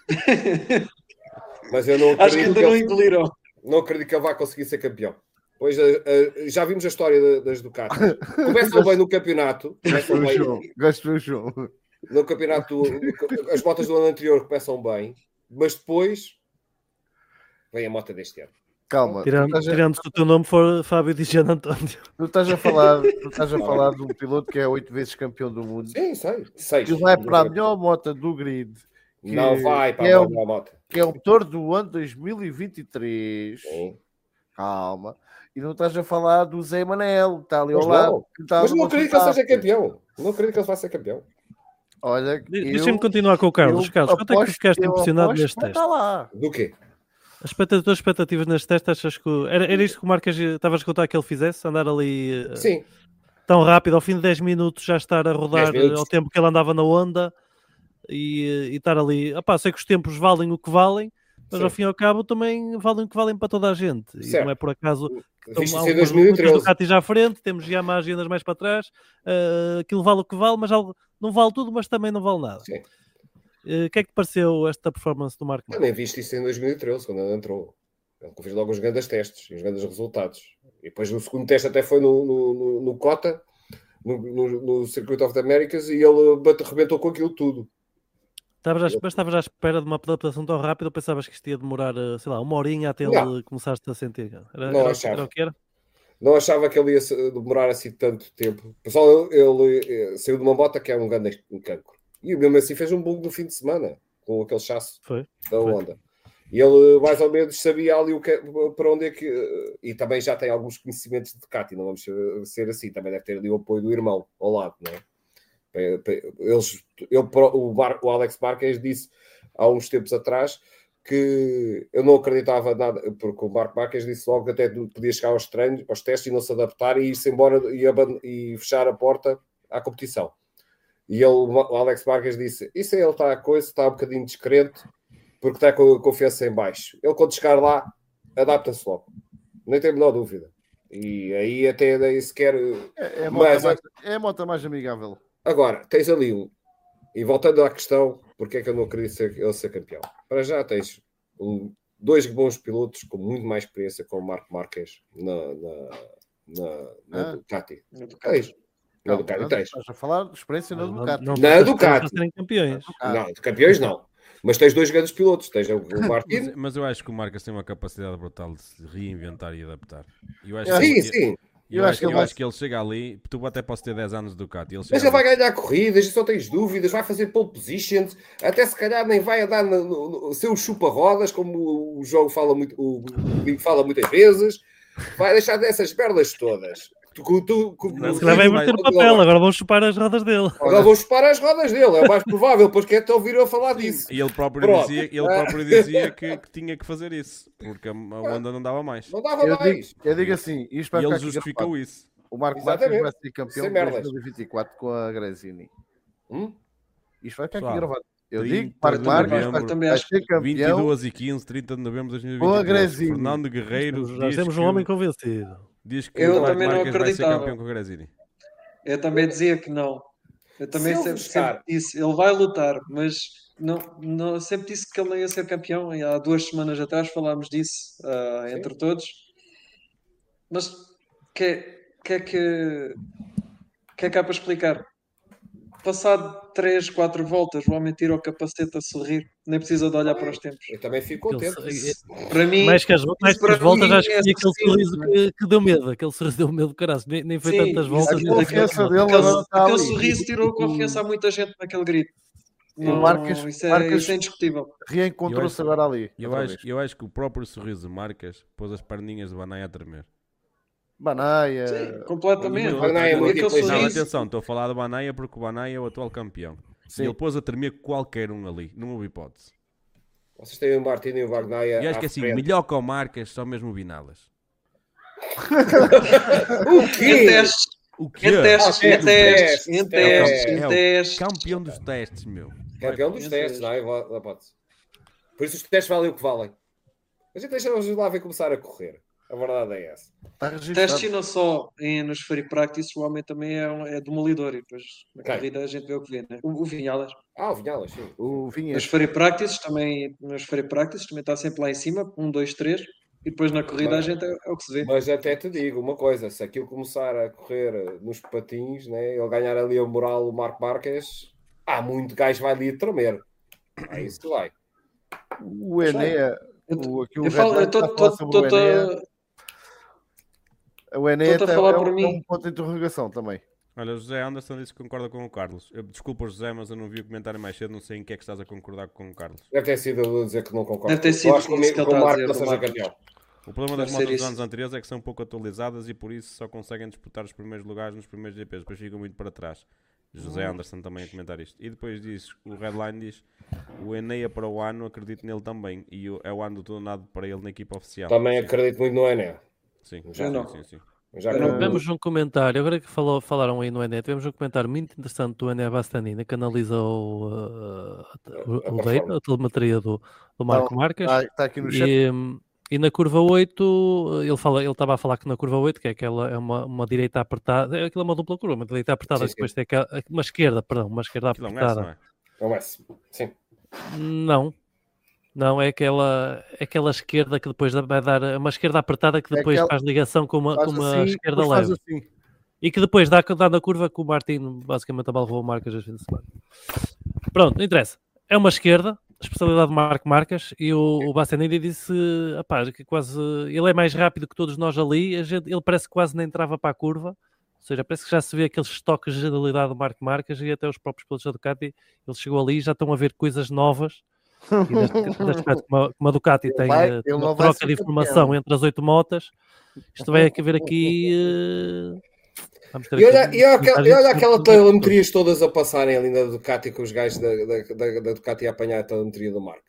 Mas eu não Acho que acredito ainda que não ele... engoliram. não acredito que ele vá conseguir ser campeão. Pois eh, eh, já vimos a história da- das Ducati. Começam bem no campeonato. Começam Gosto do bem João. Gosto do João. no campeonato. do- As motas do ano anterior começam bem, mas depois vem a moto deste ano. Calma. Tu Tirando, estás, a, tirando se o teu nome for Fábio Di Gian António. tu estás a falar, tu estás a Tá falar de um piloto que é oito vezes campeão do mundo. Sim, sei. Seis. Que vai para a melhor moto do grid. que- Não vai para que é a o- melhor moto. Que é o motor do ano dois mil e vinte e três. Sim. Calma. E não estás a falar do Zé Manel, que está ali Mas ao lado. não. que está Mas não no acredito que ele seja Verstappen. campeão. Não acredito que ele vá ser campeão. Olha, De- eu- Deixa-me continuar com o Carlos. eu Carlos, quanto é que tu aposto- ficaste eu impressionado aposto neste que vai teste? estar lá. Do quê? As expectativas, as tuas expectativas neste teste, achas que. o- Era, era isto que o Marcas estavas a contar que ele fizesse? Andar ali eh, Sim. tão rápido, ao fim de dez minutos, já estar a rodar dez minutos. eh, ao tempo que ele andava na onda e, eh, e estar ali. Opá, sei que os tempos valem o que valem, mas Sim. ao fim e ao cabo também valem o que valem para toda a gente. E Certo. não é por acaso. Visto Estão isso em algumas- dois mil e muitas treze. Ducatis à frente, temos Yamaha agendas mais para trás, eh, aquilo vale o que vale, mas algo, não vale tudo, mas também não vale nada. Sim. Eh, O que é que te pareceu esta performance do Marco Marques? Também viste isso em dois mil e treze, quando ele entrou. Ele fez logo os grandes testes e os grandes resultados. E depois o segundo teste até foi no, no, no, no Cota, no, no, no Circuit of the Americas, e ele bate, arrebentou com aquilo tudo. Estavas à, mas estavas à espera de uma adaptação tão rápida ou pensavas que isto ia demorar, eh, sei lá, uma horinha até Não. ele começaste a sentir? Era, Não era, achava. era o que era? Não achava que ele ia se- demorar assim tanto tempo. Pessoal, ele, ele, eh, saiu de uma bota que é um grande cancro. E mesmo assim fez um bug no fim de semana, com aquele chasso Foi. da Foi. Honda. E ele mais ou menos sabia ali o que, para onde é que. E também já tem alguns conhecimentos de Ducati, não vamos ser assim. Também deve ter ali o apoio do irmão ao lado, não é? Eles, ele, o, Mar, o Alex Marques disse há uns tempos atrás que eu não acreditava nada, porque o Marco Marques disse logo que até podia chegar aos treinos, aos testes e não se adaptar e ir-se embora e, e fechar a porta à competição. E ele, o Alex Marques disse, isso aí ele está a coisa, está um bocadinho descrente, porque está com a confiança em baixo. Ele quando chegar lá, adapta-se logo. Nem tem a menor dúvida. E aí até nem sequer... É, é, a moto Mas, mais, é a moto mais amigável. agora, tens ali um... E voltando à questão, porque é que eu não acredito ser, ele ser campeão? Para já tens um, dois bons pilotos com muito mais experiência, como o Marco Marques na, na, na, na Ah. Ducati. No Ducati. Tens. Na Calma, Ducati não, tens. estás a falar de experiência na Não- Ducati. não Na tens Ducati. esperança de serem campeões. Ah. Não, de campeões não. Mas tens dois grandes pilotos. Tens o, o Mas, Martin. mas eu acho que o Marcos tem uma capacidade brutal de se reinventar e adaptar. Eu acho, Eu que, Sim, ele- sim. eu Eu acho, acho que eu ele vai- acho que ele chega ali. Tu até podes ter dez anos de Ducati. Ele chega Mas ele vai ali- ganhar corridas, só tens dúvidas, vai fazer pole positions, até se calhar nem vai andar no, no, no seu chupa-rodas, como o João fala muito, o Binho fala muitas vezes, vai deixar dessas merdas todas. Tu, tu, tu, tu, Não, Se calhar vai vai- bater o papel, agora vão chupar as rodas dele. Agora vou chupar as rodas dele, é o mais provável, pois que até ouviram a falar disso. E ele próprio Pronto. dizia, ele próprio dizia que, que tinha que fazer isso, porque a, a Honda não dava mais. Não dava Eu mais. digo, eu digo assim, isto vai E ficar ele aqui justificou gravado. isso. O Marco Marques Exatamente. vai ser campeão Sem de merdas. dois mil e vinte e quatro com a Gresini. Hum? Isto vai ficar aqui Pessoal, gravado. Eu trinta digo que Marco de Marques novembro. vai, Eu também vai acho ser vinte e campeão. duas e quinze, trinta de novembro de dois mil e Com a vinte e três. Gresini. Fernando Guerreiro Já diz temos que, um homem convencido. diz que Eu o Marco também não Marques vai ser acreditava. campeão com a Gresini. Eu também dizia que não. Eu também Se ele sempre, buscar- sempre disse, ele vai lutar, mas não, não, sempre disse que ele não ia ser campeão. E há duas semanas atrás falámos disso ah, Sim. entre todos. Mas que, que é que, que é que há para explicar? Passado três, quatro voltas, o homem tira o capacete a sorrir, nem precisa de olhar para os tempos. Eu também fico Ele- contente. Para mim, Mais que as, mais que para as voltas, mim acho que é foi aquele suficiente, sorriso não que, que deu medo. Aquele sorriso deu medo, caralho. Nem, nem foi Sim, tantas isso- voltas. A nem confiança tantas- dele aquele, agora está aquele ali. sorriso tirou confiança a muita gente naquele grito. Não, Marques- isso, é, Marques- isso é indiscutível. Reencontrou-se Eu acho- agora ali. Eu outra acho, vez. eu acho que o próprio sorriso de Marcas pôs as perninhas de Banai a tremer. Banaia. Sim, completamente. E Banaya é Aquele muito inteligente. Não, sorriso. atenção, estou a falar de Banaya porque o Banaya é o atual campeão. Sim. E ele pôs a tremer qualquer um ali, não houve hipótese. Vocês têm o Martino e o Bagnaia. E acho à que assim, frente. melhor que o Marcas, só mesmo o Vinalas. O Em quê? testes, O quê? em testes, Ah, em testes, testes, em testes. testes, É em o testes. Campeão dos testes, meu. Campeão dos Meu testes, Deus. não é? Vá- vá, pode. Por isso os testes valem o que valem. A gente deixa-nos lá ver começar a correr. A verdade é essa. Está registrado. Testes e não só em, nos free practice, o homem também é, um, é demolidor. E depois na Quem? corrida a gente vê o que vê, né? O, o Vinhalas. Ah, o Vinhalas, sim. O Nos Vinhas. free practices também, nos free practices também está sempre lá em cima, um, dois, três, e depois na corrida a Mas- gente é, é o que se vê. Mas até te digo uma coisa: se aquilo começar a correr nos patins, né, ele ganhar ali a moral, o Marco Marques, há muito gajo vai ali a tremer. É isso que vai. O Enéa. O, aqui o Eu falo, Red eu Light está a estou falar sobre o Enéa. O Enéa estou a é falar por é um- mim. é um ponto de interrogação também. Olha, o José Anderson disse que concorda com o Carlos. Eu, desculpa, José, mas eu não vi o comentário mais cedo, não sei em que é que estás a concordar com o Carlos. Deve ter sido eu a dizer que não concordo. Deve ter Eu sido acho que o isso que ele o está a Marco dizer, não do seja Marcos. campeão. O problema Deve das ser motos dos isso. anos anteriores é que são pouco atualizadas e por isso só conseguem disputar os primeiros lugares nos primeiros G Ps, depois ficam muito para trás. José Anderson também a comentar isto. E depois diz, o Redline diz, o Enéa para o ano, acredito nele também. E o- é o ano todo nada para ele na equipa oficial. Também Sim, acredito muito no Ené. Sim, Já sim, não. sim, sim. Já Eu não- acredito. Tivemos um comentário, agora que falou, falaram aí no Ené, tivemos um comentário muito interessante do Ené Bastanina que analisa o, uh, o, A o data, performance. a telemetria do, do Marco Marques. Está, está aqui no chat. E, hum, e na curva oito, ele fala, ele estava a falar que na curva oito, que é aquela é uma, uma direita apertada, é aquilo é uma dupla curva, uma direita apertada, Sim, que depois tem aquela, uma esquerda, perdão, uma esquerda Aquilo é um S, apertada. não é? É o S. Sim. Não, não, é aquela, é aquela esquerda que depois vai dar, é uma esquerda apertada que É depois aquela- faz ligação com uma, Faz com uma assim, esquerda depois faz leve. assim. E que depois dá, dá na curva que o Martin basicamente abalroou Marcas este fim de semana. Pronto, não interessa. É uma esquerda, especialidade de Marco Marques, e o, o Bastianini disse, rapaz, que quase, ele é mais rápido que todos nós ali, a gente, ele parece que quase nem entrava para a curva, ou seja, parece que já se vê aqueles toques de generalidade do Marco Marques e até os próprios pilotos da Ducati, ele chegou ali e já estão a ver coisas novas, e neste, neste aspecto, como a, como a Ducati Ele tem vai- eh, ele uma não vai troca ser de informação campeão. entre as oito motas, isto vai haver aqui... eh, vamos ter E olha, aqui e olha, aquela- e olha aquela comentários- telemetrias todas a passarem ali na Ducati com os gajos da, da, da, da Ducati a apanhar a telemetria do Marco.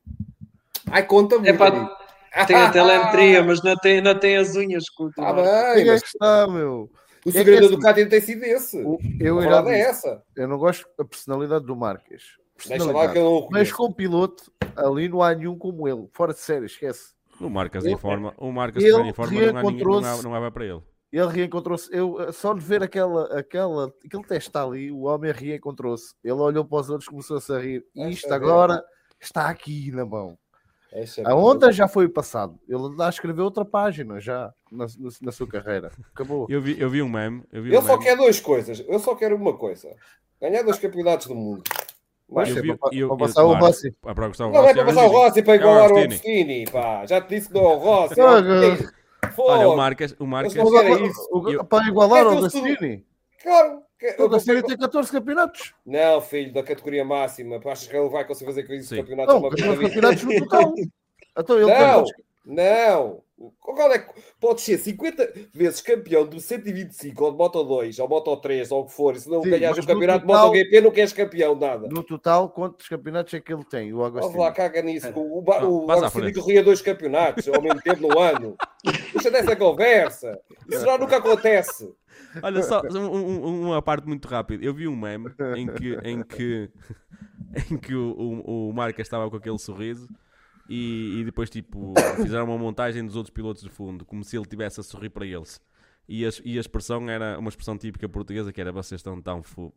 Ai, conta muito. Epá, amigo. tem a telemetria, mas não tem, não tem as unhas. Com o Ah, Marco. bem, Quem é mas que está, meu? o é que segredo é da assim? Ducati tem sido esse. O- A Eu, já verdade é disse, essa. eu não gosto da personalidade do Marques. Deixa lá Personalidade. que eu não o Mas conheço. com piloto, ali não há nenhum como ele. Fora de série, esquece. O Marcas Ele- em forma, o Marcas ele que vem em forma não, há ninguém, não, há, reencontrou-se- não há para ele. Ele reencontrou-se. Eu, só de ver aquela, aquela, aquele teste ali, o homem reencontrou-se. Ele olhou para os outros, começou-se a rir. E Deixa isto ver. agora está aqui na mão. Deixa A ver. onda já foi o passado. Ele anda a escrever outra página já na, na, na sua carreira. Acabou. Eu vi, eu vi um meme. Eu vi Ele um só meme. quer duas coisas. Eu só quero uma coisa. Ganhar dois campeonatos do mundo. Vai Eu ser vi- para, eu- para eu- passar o claro, Rossi. Para Gustavo Não é Rossi, para é passar o Agostini. Rossi para É o igualar o Agostini. Agostini, pá. Já te disse que não é o Rossi. Olha, Olha, Olha, o Marcas, o Marcas, Mas não era isso. O- Eu- para igualar É o que eu Agostini. Claro. que- O Agostini tem catorze campeonatos. Não, filho, da categoria máxima. Tu achas que ele vai conseguir fazer com isso Sim. campeonatos Não, uma vez na catorze vida? campeonatos no total. Então ele Não, tem não. Qual é que pode ser cinquenta vezes campeão do cento e vinte e cinco ou de Moto dois ou Moto três ou o que for, e se não Sim, ganhas mas o campeonato no total- de MotoGP não queres campeão, nada. No total, quantos campeonatos é que ele tem? O Vamos Agostinho? lá, caga nisso. O, ba- Não, o passa à Agostinho frente. corria dois campeonatos ao mesmo tempo no ano. Deixa dessa conversa. Isso já nunca acontece. Olha, só um- um- uma parte muito rápida. Eu vi um meme em que, em que, em que o, o, o Marca estava com aquele sorriso e, e depois tipo, fizeram uma montagem dos outros pilotos de fundo, como se ele estivesse a sorrir para eles. E a, e a expressão era uma expressão típica portuguesa que era: vocês estão tão fu...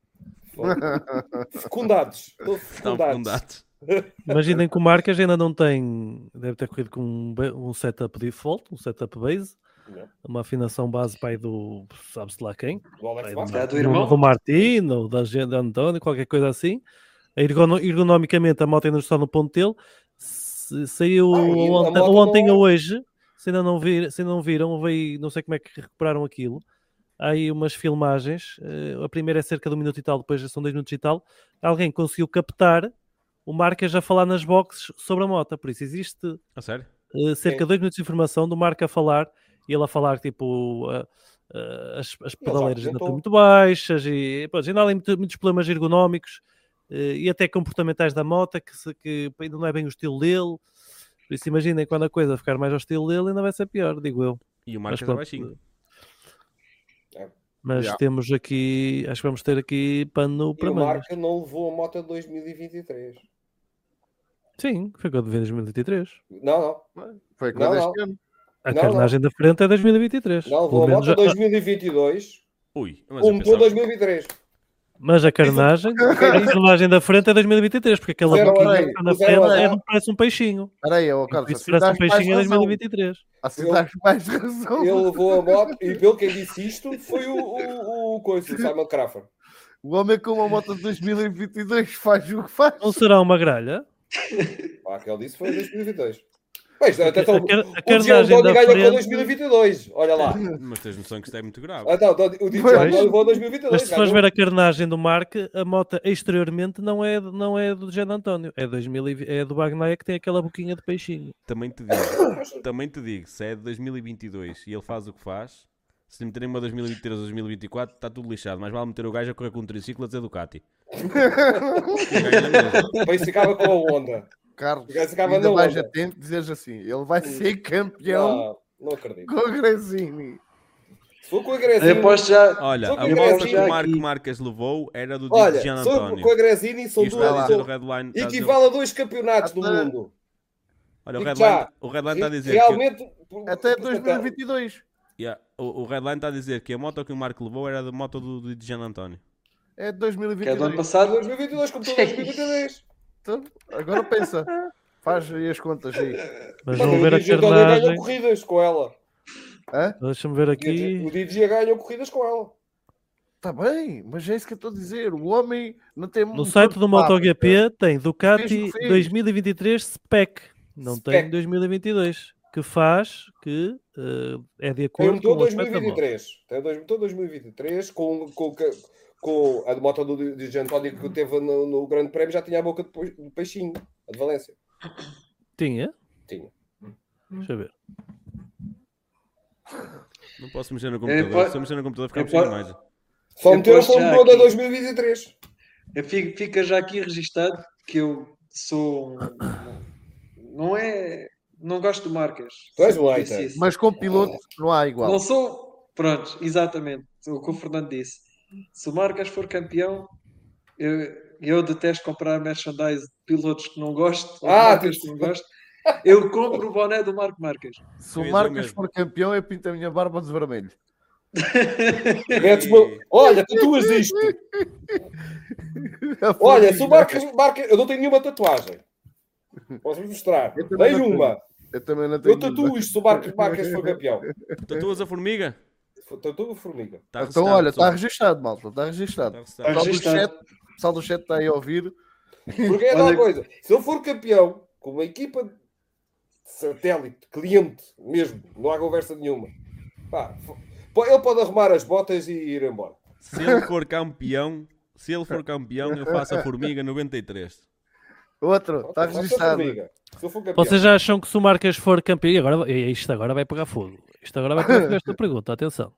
Fecundados. Estão tão fecundados. fecundados. Imaginem que o Marcas ainda não tem, deve ter corrido com um, ba- um setup default, um setup base, Não. uma afinação base pai do, sabe-se lá quem, Do Alex pai Marques. É do do, irmão? do Martino, ou da Gen- da António, qualquer coisa assim. Ergono- Ergonomicamente a moto ainda está no ponto dele. Se- Saiu Ah, e a ontem, moto ou ontem não é- ou hoje, se ainda não, vir, se ainda não viram, veio, não sei como é que recuperaram aquilo. Há aí umas filmagens, eh, a primeira é cerca de um minuto e tal, depois já são dois minutos e tal. Alguém conseguiu captar o Marcas a falar nas boxes sobre a moto, por isso existe A sério? eh, cerca Sim. de dois minutos de informação do Marca a falar e ele a falar tipo uh, uh, as, as já pedaleiras ainda apresentou. estão muito baixas e pô, ainda há ali muito- muitos problemas ergonómicos eh, e até comportamentais da moto que, se- que ainda não é bem o estilo dele. Por isso imaginem quando a coisa ficar mais ao estilo dele ainda vai ser pior, digo eu. E o Mas Marcas é pronto, baixinho. Mas Yeah. temos aqui, acho que vamos ter aqui pano E para o mangas. Marca não levou a moto de dois mil e vinte e três. Sim, foi quando veio em dois mil e vinte e três. Não, não. Foi Não, quando não. este ano. A Não, carnagem da frente é dois mil e vinte e três. Não Pelo levou a menos moto a- de dois mil e vinte e dois. Ui, mas eu O motor pensava... dois mil e vinte e três. Mas a carnagem, a carnagem da frente é dois mil e vinte e três, porque aquela Puseram boquinha aí, que está na puseram frente lá. é, parece um peixinho. Espera aí, ó, E por Carlos, isso assim parece um dás mais peixinho em razão. dois mil e vinte e três. Assim Eu- dás mais razão. Ele levou a moto e pelo que disse isto foi o, o, o coisa, o Simon Crawford. O homem com uma moto de dois mil e vinte e dois faz o que faz. Não será uma gralha? Pá, que ele disse foi em dois mil e vinte e dois. Pois, até A então, car- a o Gian carnagem António da ganhou com frente- dois mil e vinte e dois. Olha lá. Mas tens noção que isto é muito grave. Ah, então, o Gian Pois. António levou dois mil e vinte e dois. Mas se fores ganhou. ver a carnagem do Marque, a moto exteriormente não é, não é do Jean António, é, dois mil e vinte é do Bagnaia que tem aquela boquinha de peixinho. Também te digo, também te digo, se é de dois mil e vinte e dois e ele faz o que faz, se lhe meterem uma dois mil e vinte e três ou dois mil e vinte e quatro, está tudo lixado. Mas vale meter o gajo a correr com um triciclo a dizer Ducati. O gajo é mesmo. Depois ficava com a onda. Carlos, O gajo ficava ainda na mais onda. atento, dizeres assim, ele vai ser campeão Não, não acredito. com o Gresini. Se for com a Eu Gresini... aposto já. Olha, Só a que eu volta acho que já o Marco aqui- Marques levou era do Olha, Gian só António. com a Gresini são E isto está a duas... dizer o são- Redline. está a dizer- Equivale a dois campeonatos do Até- mundo. Olha, o Digo Redline, já, o Redline está a dizer que... Realmente... Até dois mil e vinte e dois. Yeah, o, o Redline está a dizer que a moto que o Marco levou era da moto do, do Gian António. É dois mil e vinte Que é e do ano dois. passado. dois mil e vinte e dois, como dois mil e vinte e dois. Então, agora pensa. Faz aí as contas aí. Mas Mas vamos o ver a D J António ganhou carnagem. corridas com ela. Hã? Deixa-me ver O aqui. D J ganhou corridas com ela. Está bem, mas é isso que eu estou a dizer. O homem não tem... No site do MotoGP tem Fez Ducati o que fez. dois mil e vinte e três Spec, não Spec. tem dois mil e vinte e dois, que faz que eh, é de Tem o acordo motor com o aspecto da moto. dois mil e vinte e três. Tem o dois- motor dois mil e vinte e três com, com, com a de moto do D J António que teve no, no Grande Prémio, já tinha a boca de pe- de peixinho, a de Valência. Tinha? Tinha. Deixa eu ver. Não posso mexer no Eu computador. po- Se eu mexer no computador, fica eu a mexer a po- imagem. Só Eu meteram posso para o já motor da aqui- dois mil e vinte e três. Eu fico, fica já aqui registado que eu sou. um- Não é. Não gosto de marcas. Tu és um Sempre hater. disse isso. Mas com piloto não há igual. Não sou. Pronto, exatamente. O que o Fernando disse. Se o Marcas for campeão, eu, eu detesto comprar merchandise de pilotos que não gosto, ou de Ah, marcas tu- que não gosto. Eu compro o boné do Marco Marques. Se Eu o ia dizer o Marcos mesmo. for campeão, eu pinto a minha barba de vermelho. Metes -me... Olha, tatuas isto. Olha, se o Marcos, Marcos... Eu não tenho nenhuma tatuagem. Posso mostrar. Eu também não Nenhuma. Eu também não tenho. Eu tatuo isto se o Marcos Marques for campeão. Tatuas a formiga? Tatuo formiga. Tá Então, registado, olha, está pessoal. registado, malta. Está registado. Tá O registado. pessoal do registado. chat, o pessoal do chat está aí a ouvir. Porque é Olha uma que- coisa. Se eu for campeão com uma equipa de satélite, cliente mesmo, não há conversa nenhuma. Pá, fo- ele pode arrumar as botas e ir embora. Se ele for campeão, se ele for campeão, eu faço a formiga noventa e três. Outro, está registado. Se eu for campeão. Vocês já acham que se o Marcas for campeão... E agora, isto agora vai pegar fogo. Isto agora vai pegar fogo esta pergunta, atenção.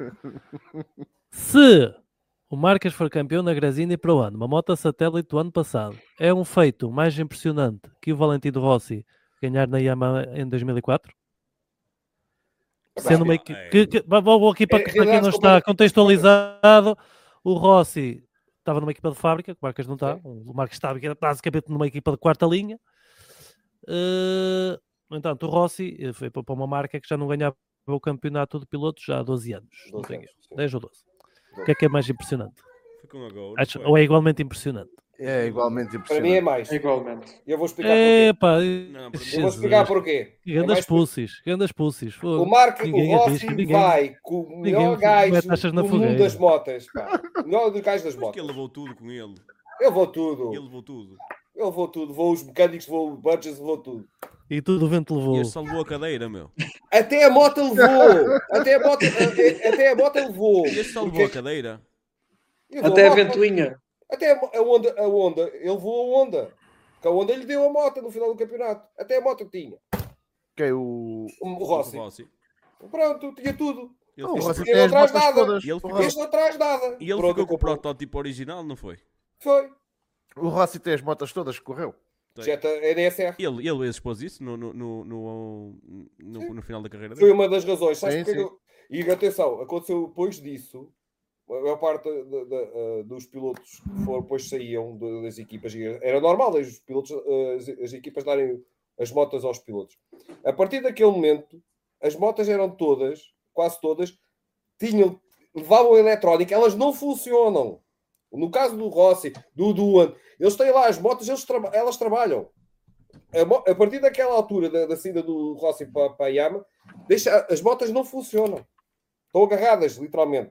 Se o Marcas for campeão na Grazini para o ano, uma moto satélite do ano passado, é um feito mais impressionante que o Valentino Rossi ganhar na Yamaha em dois mil e quatro? Sendo uma equipe... Que, que, vou aqui para, É, para quem não realidade, está contextualizado, o Rossi estava numa equipa de fábrica, o Marcas não está. O Marcas estava basicamente numa equipa de quarta linha. Uh, no entanto, o Rossi foi para uma marca que já não ganhava o campeonato de pilotos já há doze anos. Não doze tenho, anos, sim. dez ou doze. O que é que é mais impressionante? Foi com a Gol, Acho, foi. ou é igualmente impressionante? É igualmente Para impressionante. mim é mais. Igualmente. E eu vou explicar É porquê. pá, Não, para mim- Eu vou explicar porquê. É Grandes mais por- pulsis, grandes pulsis. O Marco, o Ninguém Rossi arrisca, ninguém- vai com o melhor ninguém gajo mete achas na do mundo fogueira. das motas. Pá. O melhor dos gajos das Mas que motas. ele levou tudo com ele. Eu vou tudo. Ele levou tudo. Eu vou tudo. Vou os mecânicos, vou o Burgess, vou tudo. E tudo o vento E levou. este salvou a cadeira, meu. Até a moto levou. Até a moto, a- até a moto levou. E este salvou Porque- a cadeira. Eu vou Até a moto- ventoinha. Até a Honda, a Honda, ele voou a Honda. Porque a Honda lhe deu a moto no final do campeonato. Até a moto tinha. Que é o... O Rossi. O Rossi. Pronto, tinha tudo. Ele, Não, o fez- Rossi ele tem as não traz motas nada. todas. E ele O ficou- Rossi- Este não traz nada. E ele Pronto, ficou com o comprou. protótipo original, não foi? Foi. O Rossi tem as motas todas que correu. Jetta N S R. Ele, ele expôs isso no, no, no, no, no, no final da carreira Foi dele. uma das razões. Sabes Sim, porque sim. eu- E atenção, aconteceu depois disso. A maior parte da- da- eh, dos pilotos que foram, depois saíam de- das equipas. Era normal os pilotos, eh, as, as equipas darem as motas aos pilotos. A partir daquele momento, as motas eram todas, quase todas, tinham, levavam eletrónica, elas não funcionam. No caso do Rossi, do Duan, eles têm lá as motas, eles traba- elas trabalham. A, mo- a partir daquela altura da, da saída do Rossi para, para a Yamaha, deixa, as motas não funcionam. Estão agarradas, literalmente.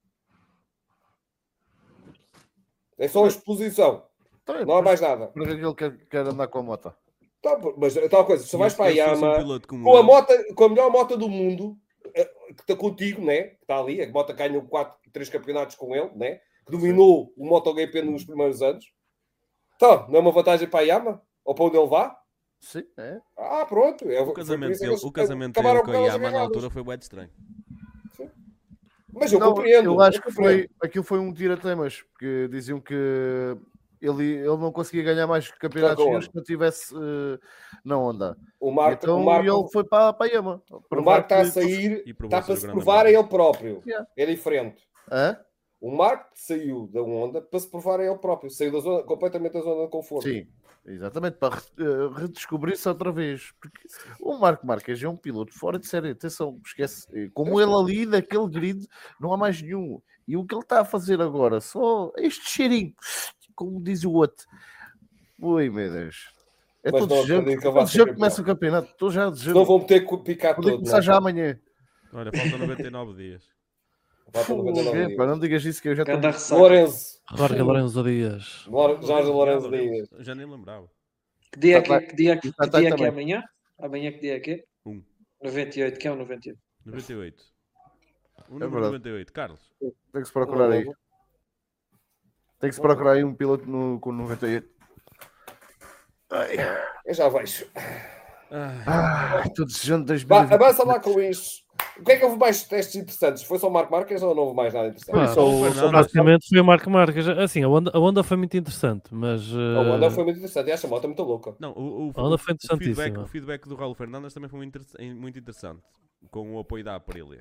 É só a exposição. Então, Não há mais nada. Para que ele quer, quer andar com a moto? Tá, mas tal coisa, se Se vais para a ele fosse um Yamaha, piloto como com a, ele, moto, com a melhor moto do mundo, eh, que está contigo, né? Que está ali, a moto ganhou quatro, três campeonatos com ele, né? Que dominou o MotoGP nos primeiros anos. Então, não é uma vantagem para a Yamaha? Ou para onde ele vá? Sim, é. Ah, pronto. É, o casamento dele, o casamento acabaram dele com a elas Yamaha na agarradas. altura foi bué de estranho. Mas eu Não, compreendo. eu acho que compreendo. foi, aquilo foi um tira-temas, porque diziam que ele, ele não conseguia ganhar mais campeonatos Claro, nenhuns que não tivesse eh, na onda. O Marco, Então o Marco, ele foi para, para a Yamaha. o Marco está a sair, E provou está ser para o se grande provar a amigo. ele próprio. Yeah. É diferente. Hã? O Marco saiu da Honda para se provar a ele próprio. Saiu da zona, completamente da zona de conforto. Sim, exatamente, para eh, redescobrir-se outra vez. Porque o Marco Marques é um piloto fora de série. Atenção, esquece. Eh, Como ele ali, daquele grid, não há mais nenhum. E o que ele está a fazer agora, só este cheirinho, como diz o outro. Ui, meu Deus. É Mas todo não desejando acredito que que ele vá ser começa o campeonato. Estou já a desejar. Não vão ter que picar Podia tudo. começar Não é? já amanhã. Olha, faltam noventa e nove dias. Falta noventa e nove Epá, dias. não digas isso que eu já estou. Ganda ressaca. Lourenço. Jorge Lourenço Dias. Lore- Jorge Lourenço Dias. Eu já nem lembrava. Que dia é Tá que, que, dia, que, Tá, que tá, dia é que é também. amanhã? Amanhã que dia é que é? Um. noventa e oito, que é o noventa e oito? noventa e oito. O É número verdade. noventa e oito. Carlos. Tem que se procurar aí. Tem que se procurar aí um piloto no, com noventa e oito. Ai, Eu já vejo. Ah, estou desejando dois Vá, mil e vinte. avança lá com isto. O que é que houve mais testes interessantes? Foi só o Marco Marques ou não houve mais nada interessante? Pá, só o Fernando. basicamente foi o Marco Marques. Assim, a onda, a onda foi muito interessante, mas A Honda eh, foi muito interessante. E essa moto é muito louca. não, o, o, A onda o- foi o interessantíssima. feedback, o feedback do Raul Fernandes também foi muito, interess- muito interessante. Com o apoio da Aprilia.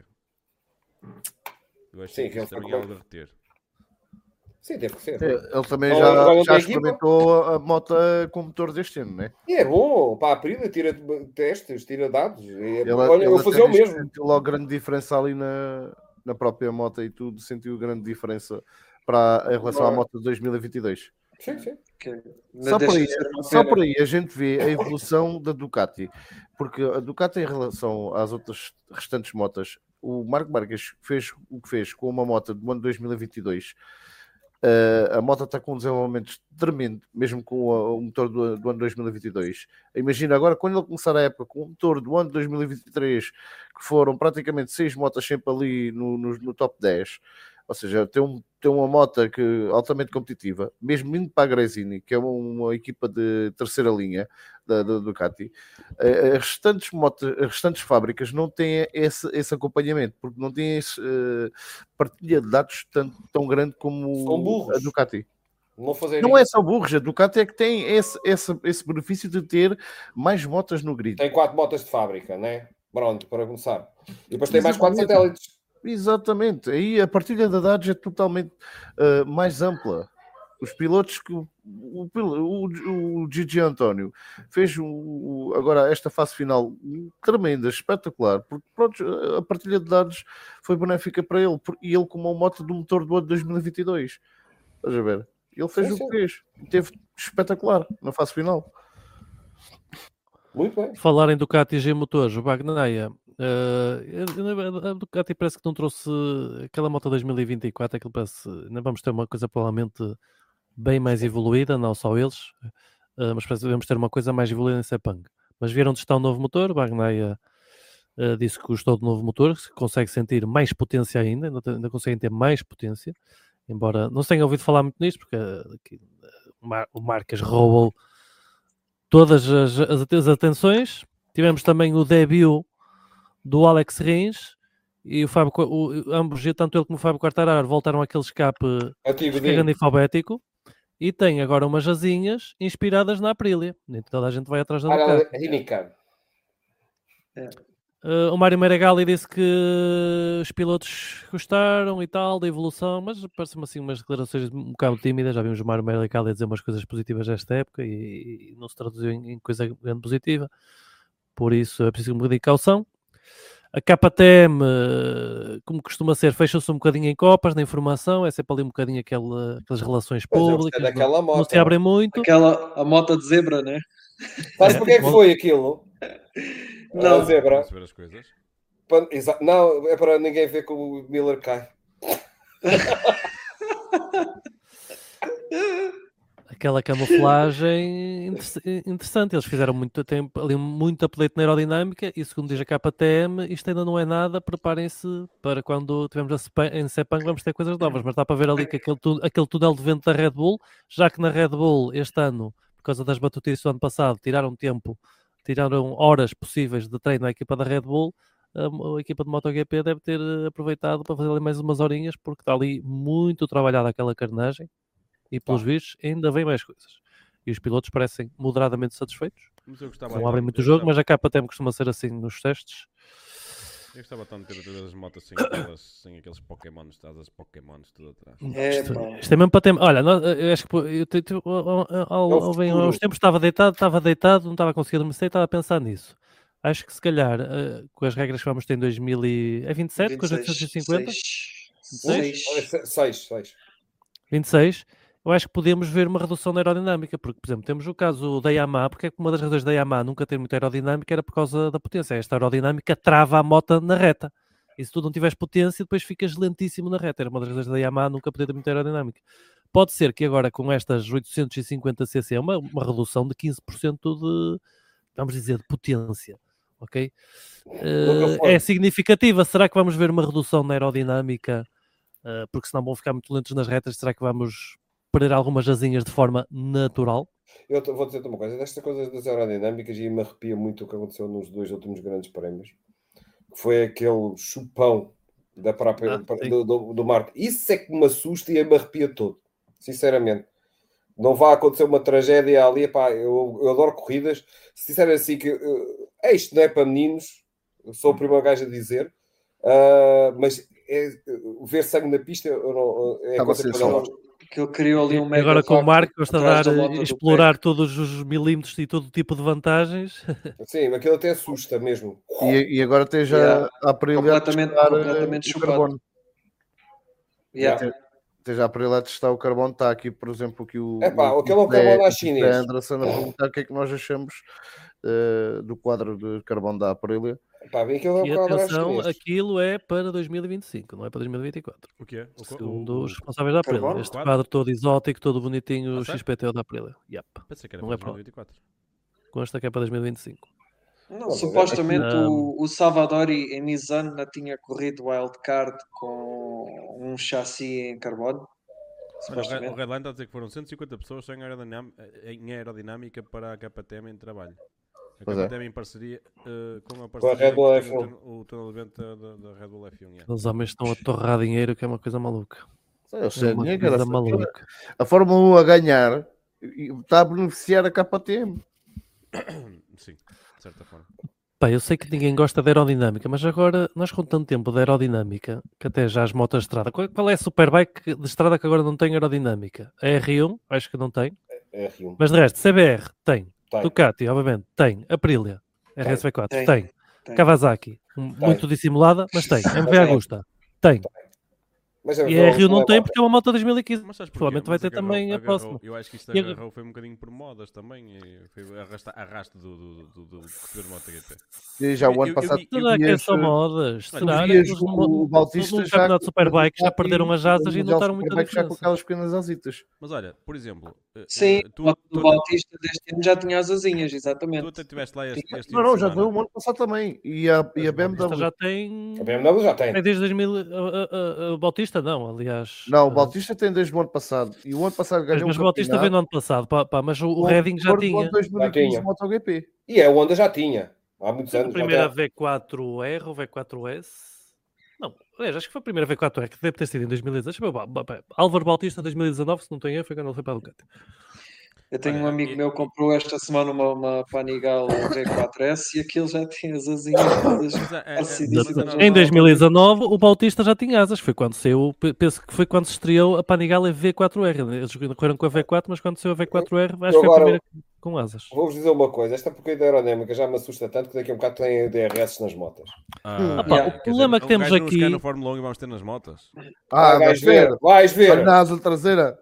Eu acho Sim, que que ele isso também foi- é algo a reter. Sim, teve que ser. É, Ele também Não, já, agora não já tem equipa? experimentou a moto com motor deste ano, né? E é bom. Para a Aprilia, tira testes, tira dados. E, Ele, olha, ele eu até fazia o diz que mesmo. sentiu logo grande diferença ali na, na própria moto e tudo, sentiu grande diferença para, em relação à Não é? moto de dois mil e vinte e dois. Sim, sim. Que Só por, deixa aí, de ser uma só pena. por aí a gente vê a evolução da Ducati, porque a Ducati em relação às outras restantes motas, o Marco Marques fez o que fez com uma moto do ano dois mil e vinte e dois. Uh, a moto está com um desenvolvimento tremendo, mesmo com a- o motor do, do ano dois mil e vinte e dois. Imagina agora, quando ele começar a época com o motor do ano dois mil e vinte e três, que foram praticamente seis motas sempre ali no, no, no top dez, Ou seja, tem, um, tem uma moto que, altamente competitiva, mesmo indo para a Gresini, que é uma, uma equipa de terceira linha da, da Ducati, as restantes, motos, as restantes fábricas não têm esse, esse acompanhamento, porque não têm esse, uh, partilha de dados tão, tão grande como a Ducati. Não, não é só burros, a Ducati é que tem esse, esse, esse benefício de ter mais motas no grid. Tem quatro motas de fábrica, né? Pronto, para começar. E depois tem mais quatro satélites. Exatamente. Aí a partilha de dados é totalmente uh, mais ampla. Os pilotos que o, o, o, o Gigi António fez o, agora esta fase final tremenda, espetacular, porque pronto, a partilha de dados foi benéfica para ele, e ele com uma moto do motor do ano de dois mil e vinte e dois. Estás a ver? Ele fez sim, o que sim. fez. Teve espetacular na fase final. Muito bem. Falar em Ducati e G motores, o Bagnaia, uh, a Ducati parece que não trouxe aquela moto dois mil e vinte e quatro, aquilo parece, não vamos ter uma coisa provavelmente bem mais evoluída, não só eles, uh, mas parece que devemos ter uma coisa mais evoluída em Sepang. Mas vieram testar um novo motor, o Bagnaia uh, disse que gostou do novo motor, que consegue sentir mais potência ainda, ainda, ainda conseguem ter mais potência, embora não se tenha ouvido falar muito nisto, porque uh, o Marques roubou todas as, as, as atenções. Tivemos também o debut do Alex Rins e o Fábio, o, ambos, tanto ele como o Fábio Quartararo, voltaram àquele escape descarregando alfabético e tem agora umas asinhas inspiradas na Aprilia. Nem toda a gente vai atrás da Ducati. É. Uh, o Mário Meregali disse que os pilotos gostaram e tal da evolução, mas parece-me assim umas declarações um bocado tímidas. Já vimos o Mário Meregali a dizer umas coisas positivas nesta época e, e não se traduziu em, em coisa grande positiva, por isso é preciso um bocadinho de caução. A K T M, como costuma ser, fecha-se um bocadinho em copas na informação, é sempre ali um bocadinho aquela, aquelas relações públicas, não, moto, não se abrem muito. Aquela, a moto de zebra, né? Sabes porque é que foi aquilo? Não, a zebra. Ver as coisas. Não, é para ninguém ver que o Miller cai. Aquela camuflagem interessante. Eles fizeram muito tempo, ali muito update na aerodinâmica e, segundo diz a K T M, isto ainda não é nada. Preparem-se para quando tivermos a Sepang, em Sepang vamos ter coisas novas, mas dá para ver ali que aquele, aquele túnel de vento da Red Bull, já que na Red Bull este ano, por causa das batutices do ano passado, tiraram tempo, tiraram horas possíveis de treino à equipa da Red Bull. A equipa de MotoGP deve ter aproveitado para fazer ali mais umas horinhas, porque está ali muito trabalhada aquela carnagem. E pelos vistos ainda vem mais coisas. E os pilotos parecem moderadamente satisfeitos. Não abrem muito o jogo, mas a K T M costuma ser assim nos testes. Eu gostava tanto de ter as motos sem, aquelas, sem aqueles Pokémons, estás as Pokémons tudo atrás. É, isto, isto é mesmo para ter. Olha, nós, eu acho que eu, te, te, ao, bem, aos tempos estava deitado, estava deitado, não estava conseguindo adormecer e estava a pensar nisso. Acho que se calhar, uh, com as regras que vamos ter em dois mil e... É vinte e sete? Com as oitocentos e cinquenta? seis, seis. vinte e seis? Eu acho que podemos ver uma redução da aerodinâmica, porque, por exemplo, temos o caso da Yamaha, porque é que uma das razões da Yamaha nunca ter muita aerodinâmica era por causa da potência. Esta aerodinâmica trava a moto na reta. E se tu não tiveres potência, depois ficas lentíssimo na reta. Era uma das razões da Yamaha nunca poder ter muita aerodinâmica. Pode ser que agora, com estas oitocentos e cinquenta cc, é uma, uma redução de quinze por cento de, vamos dizer, de potência. Ok? Uh, é significativa. Será que vamos ver uma redução na aerodinâmica? Uh, porque senão vão ficar muito lentos nas retas. Será que vamos perder algumas asinhas de forma natural? Eu vou dizer-te uma coisa, destas coisas das aerodinâmicas, e me arrepia muito o que aconteceu nos dois últimos grandes prémios, que foi aquele chupão da própria, ah, do, do, do Marco. Isso é que me assusta e me arrepia todo, sinceramente. Não vai acontecer uma tragédia ali. Epá, eu, eu adoro corridas. Se disserem assim que uh, é isto não é para meninos, eu sou o primeiro gajo a dizer, uh, mas é, uh, ver sangue na pista eu não, é coisa para não. Que ele criou ali um mega. Agora com o Marco gosta de dar, explorar todos os milímetros e todo tipo de vantagens. Sim, aquilo até assusta mesmo. E, e agora tem já yeah. a Aprilia completamente, testar, completamente o carbono. Yeah. Tem, tem já a Aprilia a testar o carbono. Está aqui, por exemplo, aqui o. É pá, aquele é o carbono à chinês. Anderson a perguntar o que é que nós achamos uh, do quadro de carbono da Aprilia. Pá, bem que e atenção, aquilo é para dois mil e vinte e cinco, não é para dois mil e vinte e quatro. O que é? O, Segundo o, os responsáveis da Aprilia. carbono? Este quadro? quadro todo exótico, todo bonitinho, ah, o X P T O da Aprilia. Yep. Pensei que era não para é dois mil e vinte e quatro. Consta que é para dois mil e vinte e cinco. Não, Não, mas é- supostamente Não. o, o Salvadori em Mizano tinha corrido wildcard com um chassi em carbono. Olha, o Red- Supostamente. o Redline está a dizer que foram cento e cinquenta pessoas só em aerodinâmica, em aerodinâmica para a K T M em trabalho. A Pois é. K T M em parceria eh, com a Com a parceria Red Bull que F tem um. o, tun- o túnel de vento da, da Red Bull F um. yeah. Os homens estão a torrar dinheiro, que é uma coisa maluca. Eu É sei, uma dinheiro, coisa cara, maluca. a Fórmula um a ganhar e está a beneficiar a K T M. Sim, de certa forma. Pá, eu sei que ninguém gosta de aerodinâmica, mas agora nós com tanto tempo de aerodinâmica, que até já as motos de estrada, qual, qual é a superbike de estrada que agora não tem aerodinâmica? A R um, acho que não tem, É R um. mas de resto, C B R tem, Tem. Ducati, obviamente, tem, Aprilia, R S V quatro, Tem. tem, Tem. Kawasaki, um- muito dissimulada, mas tem, M V tem. Agusta, tem, Mas é e a R um não é tem moto. porque é uma moto de dois mil e quinze, Mas sabes porquê? provavelmente vai Mas ter agarrou- também a agarrou- próxima. Eu acho que isto E ag- agarrou foi um bocadinho por modas também. E foi arrasta, arrasto do, do, do, do, do corredor MotoGP. E já o Eu- ano eu passado vi- Será que é vias, só modas? Olha, Será tu que vias eles o- no, o Bautista no já campeonato com- Superbike já com- perderam as asas e o notaram Mundial muita Superbike já com diferença? aquelas pequenas asitas. Mas olha, por exemplo, eh, Sim, eh, tu, o tu, Bautista deste ano já tinha as asinhas, tu exatamente. até estiveste lá este, este Não, fim não, de já semana. deu o ano passado também. E a, e a B M Bautista W. já tem. A B M W já tem. É desde dois mil. A, a, a, a Bautista não, aliás. Não, o Ah, Bautista tem desde o ano passado. E o ano passado Mas, ganhou mas o o Bautista veio campeonato. no ano passado, pá, pá, mas o, o com Redding já o tinha. dois mil e quinze Já tinha. MotoGP. E a Honda já tinha. Há muitos Foi a anos. já primeira tem. V quatro R ou V quatro S? Não, aliás, acho que foi a primeira V quatro R, que deve ter sido em dois mil e dezasseis. Deixa eu ver, pá, pá, Álvaro Bautista dois mil e dezanove, se não tem erro, foi quando ele foi para a Ducati. Eu tenho Olha, um amigo e- meu que comprou esta semana uma, uma Panigale V quatro S e aquilo já tem as asinhas todas Mas, é- é- é- parecidíssimas. mas é Em normal. dois mil e dezanove, o Bautista já tinha asas. Foi quando saiu, pe- penso que foi quando se estreou a Panigale V quatro R. Eles correram com a V quatro, mas quando saiu a V quatro R, acho que foi a agora- primeira com asas. Vou-vos dizer uma coisa. Esta porcaria da aerodinâmica já me assusta tanto que daqui a um bocado tem D R S nas motos. Ah, Ah, pá, Yeah. o problema quer que dizer, um temos gajo não aqui. quer no Fórmula um e vamos ter nas motos. Ah, Ah, vais vais ver. ver. Vais ver. Olha na asa traseira.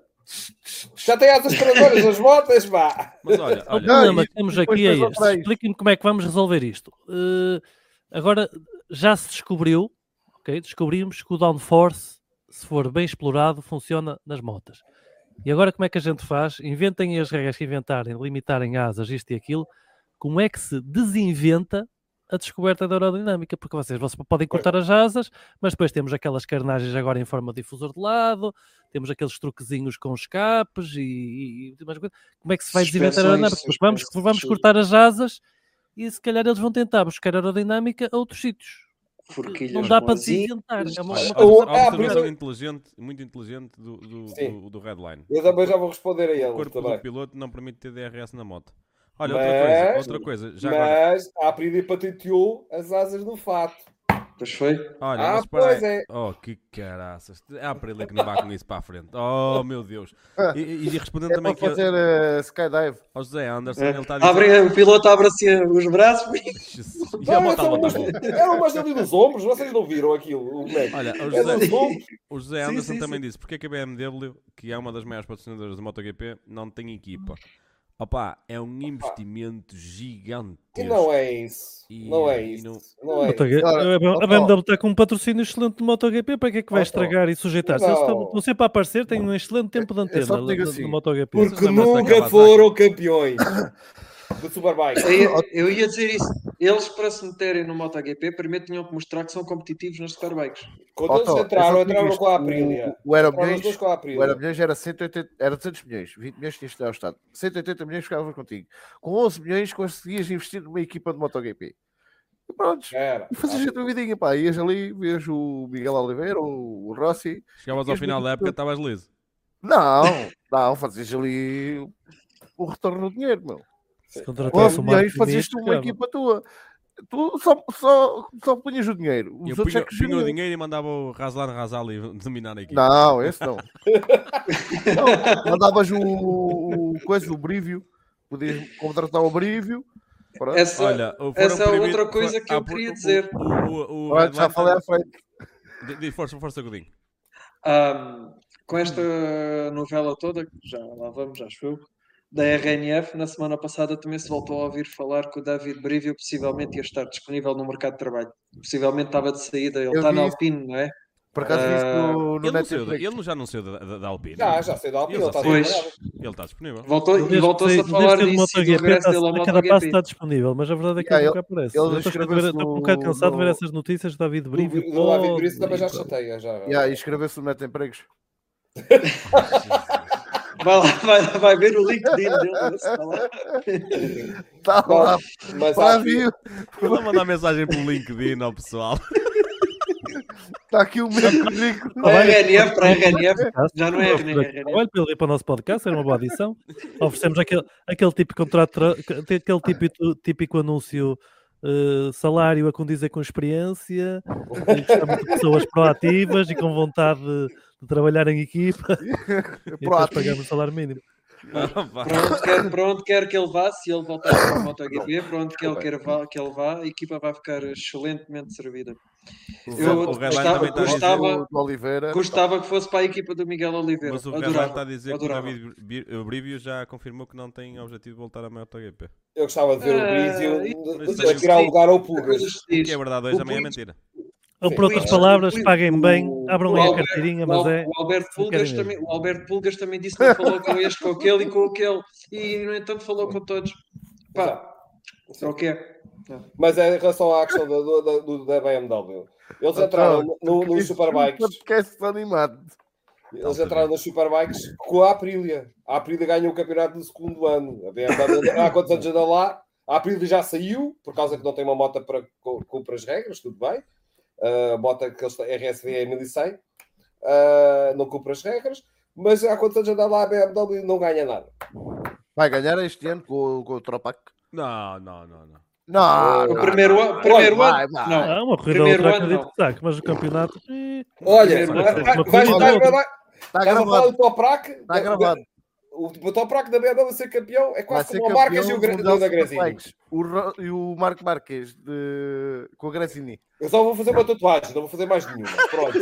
Já tem asas traseras nas motas, pá. Mas olha, O olha, problema e que temos depois aqui é tens este. outra aí. Expliquem-me como é que vamos resolver isto. Eh, agora, já se descobriu, ok? Descobrimos que o downforce, se for bem explorado, funciona nas motas. E agora como é que a gente faz? Inventem as regras que inventarem, limitarem asas, isto e aquilo. Como é que se desinventa a descoberta da aerodinâmica? Porque vocês, vocês podem cortar as asas, mas depois temos aquelas carnagens agora em forma de difusor de lado, temos aqueles truquezinhos com escapes e, e, e mais coisas. Como é que se vai desinventar a Suspensões, aerodinâmica? Porque vamos, suspensões. vamos cortar as asas e se calhar eles vão tentar buscar aerodinâmica a outros sítios. Forquilhas Não dá com para asinhas. desinventar. É uma, olha, uma Oh, coisa... a ah, observação primeiro- inteligente, muito inteligente do, do, Sim. do, do Redline. Eu também já vou responder a O ele corpo também. do piloto não permite ter D R S na moto. Olha, Mas- outra coisa, outra coisa, já agora. Mas a Aprilia patenteou as asas do fato. Pois foi. Olha, Ah, mas espera pois aí. é. Oh, que caraças. É a Aprilia que não vai com isso para a frente. Oh, meu Deus. E, e, e respondendo É também para que fazer uh, skydive. ao José Anderson, É. ele está a dizer... Abre, o piloto abre assim os braços. Jesus. E a Não, moto a eram levantar umas, a mão. eram umas ali dos ombros, vocês não viram aquilo, o moleque? Olha, o É José, dos ombros. o José Sim, Anderson sim, também sim. disse porque é que a B M W, que é uma das maiores patrocinadoras do MotoGP, não tem equipa. Opa, é um investimento gigantesco. E não é isso. E, Não eh, é e isso. não- Não é MotoGP, isso. Ora, a B ó, M W está com um patrocínio excelente de MotoGP, para que é que vai ó, estragar e sujeitar-se? Eles não. estão, estão sempre a aparecer, têm um excelente tempo de É só antena te digo no, assim, no MotoGP. Porque José Anderson nunca Kawasaki. foram campeões do Superbike. Eu ia, eu ia dizer isso. Eles, para se meterem no MotoGP, primeiro tinham que mostrar que são competitivos nas Superbikes. Quando Ó, eles Tó, entraram, eu só te digo entraram isto. com a Aprilia. O, o Euro Entraram os Milhões, dois com a o Aprilia. Euro Milhões era, cento e oitenta, era duzentos milhões, vinte milhões tinhas de dar ao Estado. cento e oitenta milhões ficava contigo. Com onze milhões conseguias investir numa equipa de MotoGP. E pronto. Era. E fazias a tua vidinha, pá. Ias ali, vias o Miguel Oliveira, o, o Rossi. Chegavas ao final da época, estavas liso. Não, não, fazias ali o retorno do dinheiro, meu. Se Com contratasse onze o milhões Martin fazias Inês, tu uma chegava. equipa tua. Tu só, só, só punhas o dinheiro. Os Eu outros punha, é que punha o geriam. dinheiro e mandava o Raslan Razali dominar a equipe. Não, esse não. Não, mandavas o, o coisa do Brívio, podias contratar o Brívio. Pronto. Essa, Olha, foram essa é proibido- outra coisa que ah, eu por- queria o- dizer. O, o, o Pronto, já Redline falei à tá- frente. Diz- Diz, força, força, Godinho. Ahm, com esta novela toda, que já lá vamos, acho eu, da R N F, na semana passada também se voltou a ouvir falar que o David Brivio possivelmente ia estar disponível no mercado de trabalho. Possivelmente estava de saída, ele Eu está vi na isso. Alpine, não é? Por acaso vi isso no, no Ele, não Net saiu, da- Emprego. ele já não saiu da, da, da Alpine. Já, já sei da Alpine, Ele ele já está saiu. Pois. Ele está disponível. Voltou, e Desde voltou-se a que- falar desde que o disso e do MotoGP regresso está- dele ao a cada passo MotoGP. está disponível, mas a verdade é que Yeah, ele ele- nunca aparece. ele Eu estou, a ver- inscreveu-se estou um bocado no- cansado de ver no- essas notícias do David Brivio. Do, do David todo Brice também já dia. chateia. Já. Yeah, e inscreveu-se no Net Empregos. Vai lá, vai, lá, vai ver o LinkedIn dele. ver se está lá. Está lá, Mas para acho que- viu. Ele a mandar mensagem pelo LinkedIn ao pessoal. Está aqui o meu currículo. Ah, vai, R N F para R N F. podcast. Já não é R N F. Olha, para ele ir para o nosso podcast, era uma boa adição. Oferecemos aquele, aquele tipo de contrato, tra- aquele típico, típico anúncio, eh, salário a condizer com experiência, eh, gostamos de pessoas proativas e com vontade de, de trabalhar em equipa, e depois Proativo. pagamos o salário mínimo. Para onde, quer, para onde quer que ele vá, se ele voltar para o MotoGP, para onde quer que ele vá, que ele vá, a equipa vai ficar excelentemente servida. Eu o Redline gostava- também está a dizer. gostava- O Oliveira. Gostava que fosse para a equipa do Miguel Oliveira. Mas o Redline Adorava, está a dizer adorava. que o David Bi- Brivio já confirmou que não tem objetivo de voltar a MotoGP. Eu gostava de ver o Ah, Brizio isso- a tirar o lugar ao Coisas Pulgas. se O diz. que é verdade hoje O também é Puig- mentira. Ou Sim. por outras Sim. palavras, O- paguem bem, o- abram o aí a Albert- carteirinha, o mas Al- é... O Alberto se querem Pulgas mesmo. também, o Alberto Pulgas também disse que não falou com este, com aquele e com aquele. E, no entanto, falou com todos. Pá, é o que é. Mas é em relação à questão do, do- do- da B M W. Eles entraram no, no, nos Superbikes. Podcast animado. Eles entraram nas Superbikes com a Aprilia. A Aprilia ganhou o campeonato no segundo ano. A B M W há quantos anos anda lá? A Aprilia já saiu, por causa que não tem uma moto para cu- cumprir as regras, tudo bem. A moto que eles têm, R S V é mil e cem, uh, não cumpre as regras. Mas há quantos anos anda lá a B M W não ganha nada. Vai ganhar este ano com, com o Tropac? Não, não, não, não. Não, O não, primeiro não, ano. não. Primeiro Vai, ano. vai. Não. Ah, uma corrida Primeiro outra ano, acredito que saque, mas o campeonato... eh, Olha, Primeiro vai, ano. vai, Uma vai, corrida vai, outra. vai, Está Estás a falar gravado. do Toprak? Está gravado. O, o Toprak da B M W ser campeão é Vai quase ser como o Marques e campeão o, Gra- do Mundial da de Gresini. Superbikes. O Ro- E o Marco Marques de... com a Gresini. Eu só vou fazer uma tatuagem, não vou fazer mais nenhuma. Pronto.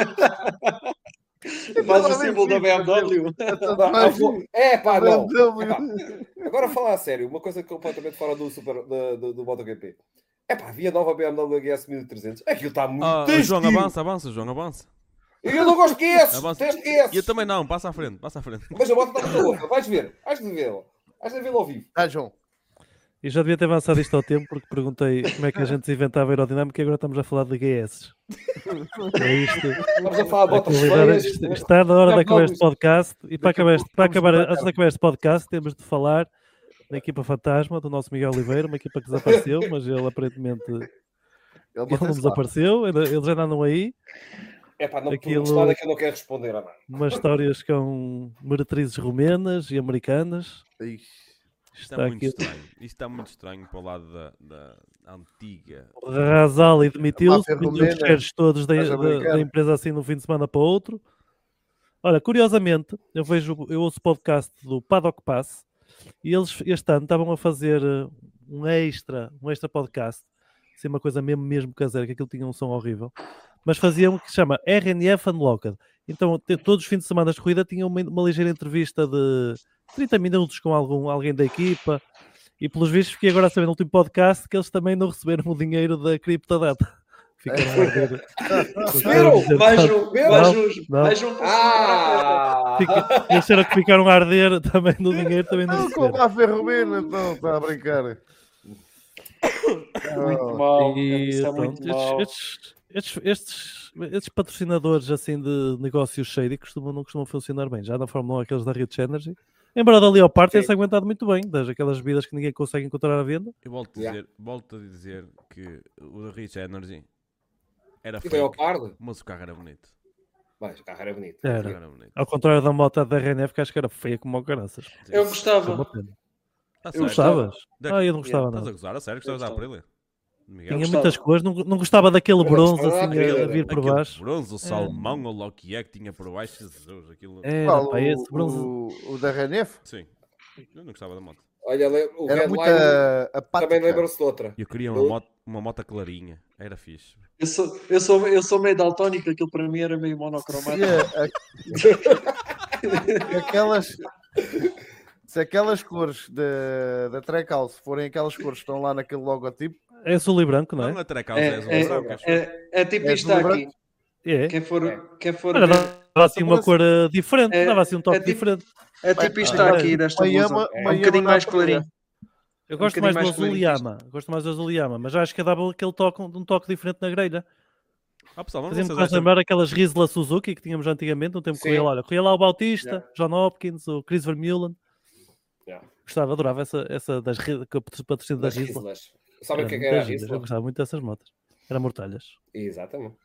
Faz o símbolo da B M W. Não, não vou- É pá, não. B M W. Epá, agora falar a sério, uma coisa completamente fora do, super, do, do, do MotoGP. É pá, havia a nova B M W G S mil e trezentos. Aquilo está muito Ah, triste. João, avança, avança, João, avança. Eu não gosto de S. Avança. Teste S. E eu também não, passa à frente, passa à frente. Mas a moto está muito louca. Vais ver. Vais de vê-la. Vais de vê-la ao vivo. Ah, João. E já devia ter avançado isto ao tempo, porque perguntei como é que a gente se inventava aerodinâmica e agora estamos a falar de G S. É isto. Estamos a falar de A botas qualidade feias. é- está na hora de Já acabar vamos. este podcast. E para Daqui a acabar, este, pouco para vamos acabar, mudar. antes de acabar este podcast, temos de falar da equipa fantasma do nosso Miguel Oliveira, uma equipa que desapareceu, mas ele aparentemente Ele ele não mantém-se lá. desapareceu, ainda- eles ainda andam aí. É pá, não me Aquilo- perguntes nada que eu não quero responder a nada. Umas histórias com meretrizes romenas e americanas. Ixi. Isto Está está muito aqui estranho. Isto está muito estranho para o lado da, da antiga. o Razali demitiu-se, Máfia vendeu os romena, shares todos da, mas da- americana. da empresa assim de um fim de semana para o outro. Olha, curiosamente, eu vejo, eu ouço o podcast do Paddock Pass e eles este ano estavam a fazer eh, um extra, um extra podcast, assim uma coisa mesmo, mesmo caseira, que aquilo tinha um som horrível, mas faziam o que se chama R N F Unlocked. Então, te- todos os fins de semana de corrida tinham uma, uma ligeira entrevista de trinta minutos com algum, alguém da equipa e pelos vistos fiquei agora a saber no último podcast que eles também não receberam o dinheiro da criptodata. Ficaram a ver. Receberam? Mais um, mais um, não. mais um. Ah! Fica- Eles disseram que ficaram a arder também no dinheiro, também não Não, com receberam. a Ferromena, então, está a brincar. Muito mal. E, Isso é pronto, muito mal. estes, estes, estes, estes patrocinadores assim de negócios shady costumam, não costumam funcionar bem. Já na Fórmula um aqueles da Rich Energy. Embora da Leopard tenha-se aguentado muito bem, das aquelas bebidas que ninguém consegue encontrar à venda. Eu volto a Yeah. dizer, volto a dizer que o da Rich Energy era E fake, Leopardo? mas o carro era bonito. Mas o carro era bonito. O carro Era. era bonito. Ao contrário da moto da R N F, que acho que era feia como o caraças. Sim. Eu Foi uma gostava. pena. A Eu sério? Gostavas? Da- Ah, eu não gostava Estás a nada. gozar? A sério? Gostavas da gostava. Aprilia? Miguel? Tinha gostava. muitas cores, não, não gostava daquele Eu bronze gostava da assim a, a Aprilia. vir por Aquele baixo. bronze, o salmão, ou lá o que é que tinha por baixo, Jesus, aquilo... Era, Qual, pá, esse bronze. o, o, o da R N F? Sim, eu não gostava da moto. Olha, le- o Era muito Redline a- apática. também lembra-se de outra. Eu queria uma Eu- moto, uma moto clarinha, era fixe. Eu sou, eu, sou, eu sou meio daltónico, aquilo para mim era meio monocromático. Se, a- aquelas, se aquelas cores da, da Trecal forem aquelas cores que estão lá naquele logotipo, É azul e branco, não Não é? a Trecal, é, É, azul é, e branco, acho eu. é, é tipo É isto azul e aqui. É. Quem for, É. quem for Olha, ver, dava assim uma cor uh, diferente, É- dava assim um toque é tipo- diferente. é tipo isto Ah, aqui desta uma blusa. Yama- É uma um bocadinho Yama mais na clarinho. Eu Um gosto bocadinho mais do mais azul clarinho que isto. Yama. Gosto mais do azul Yama, mas acho que dava aquele toque, um toque diferente na grelha. Ah, pessoal, mas Fazia-me vocês quase acham... lembrar aquelas Rizla Suzuki que tínhamos antigamente, no tempo que Sim. corria lá. Olha, corria lá o Bautista, Yeah. John Hopkins, o Chris Vermeulen. Yeah. Gostava, adorava essa, essa das Ri- que a patrocínio da Das Rizla. Rizlas. Sabem o que é que muito era a giras, Rizla? Eu gostava muito dessas motas. Era mortalhas. Exatamente.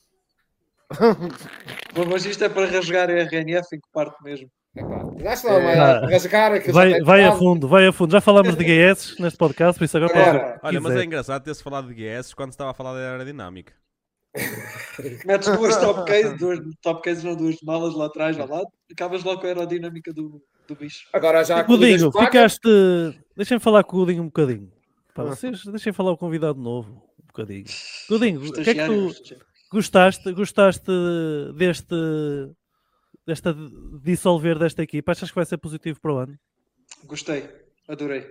Bom, mas isto é para rasgar a R N F em que parte mesmo. Epá, acho que não, É. mas rasgar aquilo já Vai, tem vai a estado. fundo, vai a fundo. Já falámos de G S neste podcast, por isso agora pode Agora, dizer o que Olha, mas quiser. é engraçado ter-se falado de G S quando se estava a falar da aerodinâmica. Metes duas top cases, duas top cases, não duas malas lá atrás, ao lado, acabas logo com a aerodinâmica do, do bicho. Agora já há corridas Godinho, pagas. ficaste. Deixem-me falar com o Godinho um bocadinho. Pá, vocês deixem falar o convidado novo um bocadinho. Godinho, o que é que tu Estagiário. gostaste, gostaste deste, desta dissolver desta equipa? Achas que vai ser positivo para o ano? Gostei, adorei.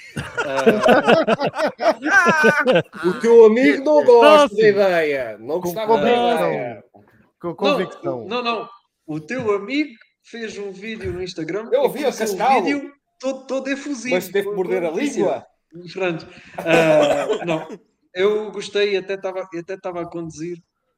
Ah, O teu amigo não gosta Próximo. da ideia. Não gostava da convicção. ideia. Com não, convicção. não, não. O teu amigo fez um vídeo no Instagram. Eu ouvi e a fez um cascá-lo. vídeo todo, todo efusivo. Mas teve que morder a língua. Pronto. Ah, não, eu gostei, até estava até estava a conduzir.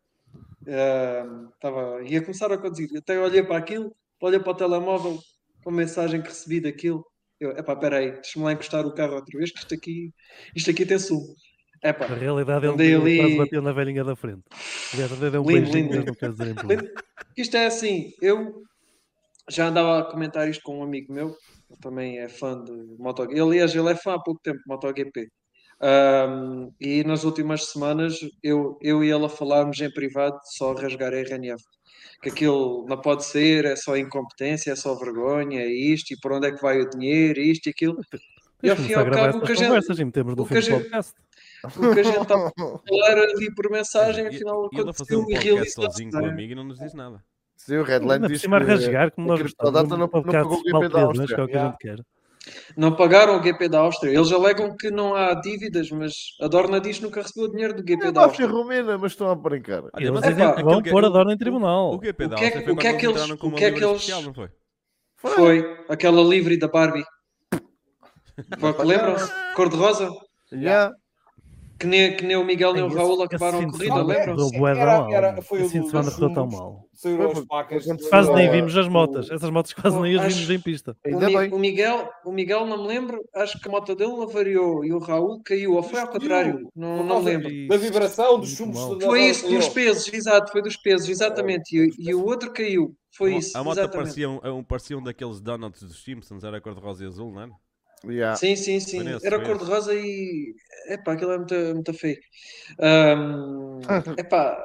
Ah, estava, ia começar a conduzir. Até olhei para aquilo, olhei para o telemóvel, com a mensagem que recebi daquilo. Eu, epá, peraí, deixa-me lá encostar o carro outra vez, que isto aqui, isto aqui tem sumo. Epá, Na realidade, andei ele ali- quase bateu na velhinha da frente. Aliás, até deu um Lindo, beijinho, lindo, mas não quer dizer em público. Isto é assim, eu já andava a comentar isto com um amigo meu, que também é fã de MotoGP. Aliás, ele é fã há pouco tempo de MotoGP. Ahm, e nas últimas semanas eu, eu e ele a falarmos em privado só a rasgar a R N F. Que aquilo não pode ser, é só incompetência, é só vergonha, é isto, e por onde é que vai o dinheiro, isto e aquilo. E Tens ao que fim e começar a ao gravar cabo, o essas que a gente, conversas e metemos no o fim que a do gente- podcast. o que a gente está a falar ali por mensagem, E- afinal e ele a fazer um aconteceu e podcast realizou-se. sozinho com o amigo e não nos diz nada. Sim, o Redline Ainda por diz cima a que rasgar, como a nós criptodata gostamos. não, Um não podcast pagou o mal G P da querido, mas que é Áustria. o que a Já. gente quer. Não pagaram o G P da Áustria. Eles alegam que não há dívidas, mas a Dorna diz que nunca recebeu o dinheiro do G P É da a máfia Áustria. romena, mas estão a brincar. E Olha, eles mas dizem epá, que vão aquele pôr a o- Dorna em o- tribunal. O G P O da que é Áustria que- foi o que é quando que eles eles- entraram com o uma que é que livre eles- especial, não foi? Foi aquela livre da Barbie. Foi o que lembram-se? Cor-de-rosa? Já. Que nem, que nem o Miguel nem o Esse- Raul esse acabaram fim a de corrida, semana lembram-se? correu bué da Era- mal, era- meu. foi Esse o fim de do- semana dos correu tão chumbos. mal. Saíram as Foi- placas. foi quando Quase do- nem vimos as do- motas. Essas motas quase Oh, nem as acho- vimos em pista. O, Ainda Mi- bem. o Miguel, o Miguel não me lembro, acho que a moto dele avariou e o Raul caiu, ou foi ao Explodiu. contrário, não, Por não causa me lembro. Da vibração dos Muito chumbos. mal. da Foi roda isso, saíram. dos pesos, exato, foi dos pesos, exatamente. E, e o outro caiu, foi isso, A moto exatamente. parecia um, um, parecia um daqueles donuts dos Simpsons, era cor-de-rosa e azul, não era? Já. Sim, sim, sim. Foi nesse, Era foi cor-de-rosa e. Epá, aquilo é muito, muito feio. Ahm, epá,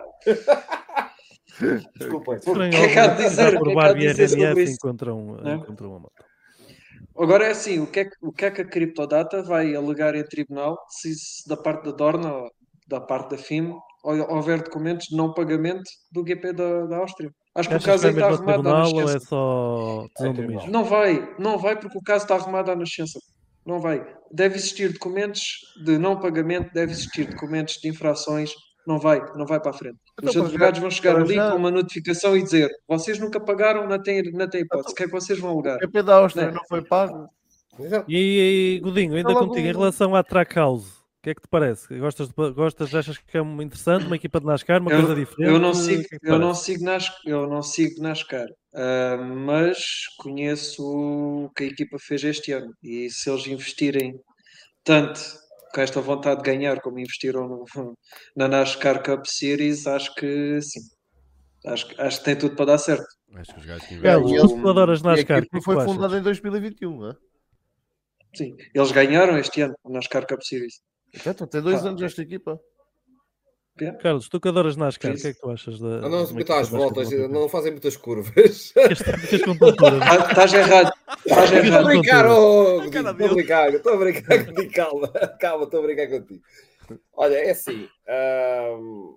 Desculpem. O que é que há de dizer? O Por que é que há Barbie de e dizer sobre R N F isso? encontram, Né? encontram uma moto. agora é assim: o que é que, o que, é que a Criptodata vai alegar em tribunal se, se da parte da Dorna ou da parte da F I M ou- houver documentos de não pagamento do G P da, da Áustria? Acho que o Achas que caso vai aí está mesmo ao arrumado à tribunal ou é nascença. só tesão É do tribunal. mijo? Não vai, não vai porque o caso está arrumado à nascença. Não vai. Deve existir documentos de não pagamento, deve existir documentos de infrações. Não vai, não vai para a frente. Então, Os para advogados já- vão chegar para ali já- com uma notificação e dizer: vocês nunca pagaram, não têm, não têm hipótese. O que é que vocês vão alegar? O G P da Áustria Né? não foi pago. Exato. E, e Godinho, ainda logo contigo, em um- relação à Track House, o que é que te parece? Gostas, de, gostas achas que é uma interessante, uma equipa de NASCAR, uma Eu, coisa diferente? eu não O sigo, que é que te eu não parece? sigo nas, eu não sigo NASCAR, ah, mas conheço o que a equipa fez este ano e se eles investirem tanto com esta vontade de ganhar como investiram no- na NASCAR Cup Series, acho que sim. Acho, que- acho que tem tudo para dar certo. Acho que os gajos que Carlos, investem. tu que adoras E a NASCAR, o que é equipa que foi tu achas? fundada em dois mil e vinte e um, não é? Sim. Eles ganharam este ano na NASCAR Cup Series. Então, tem dois Ah. anos esta equipa. Carlos, tu que adoras NASCAR, o Isso. que é que tu achas da. Não, de não uma se equipa metam às de NASCAR voltas, como a tua? não fazem muitas curvas. Ficas com tontura. Ah, Estás errado. Estás Estou a errado. brincar, oh, A cara Godinho, estou a dele. brincar, estou a brincar contigo, calma, calma, estou a brincar contigo. Olha, é assim. ahm,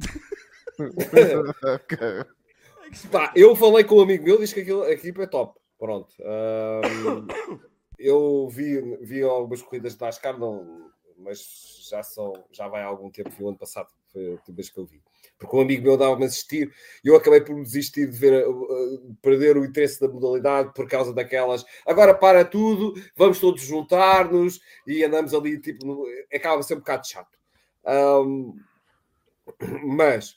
pá, eu falei com um amigo meu, diz que aquilo, a equipa é top. Pronto. ahm, eu vi, vi algumas corridas de NASCAR, não, mas já, só, já vai há algum tempo, vi o ano passado, foi a última vez que eu vi. Porque um amigo meu dava-me a assistir e eu acabei por desistir de ver, uh, perder o interesse da modalidade por causa daquelas, agora para tudo, vamos todos juntar-nos e andamos ali, tipo, no, acaba a ser um bocado chato. Um, mas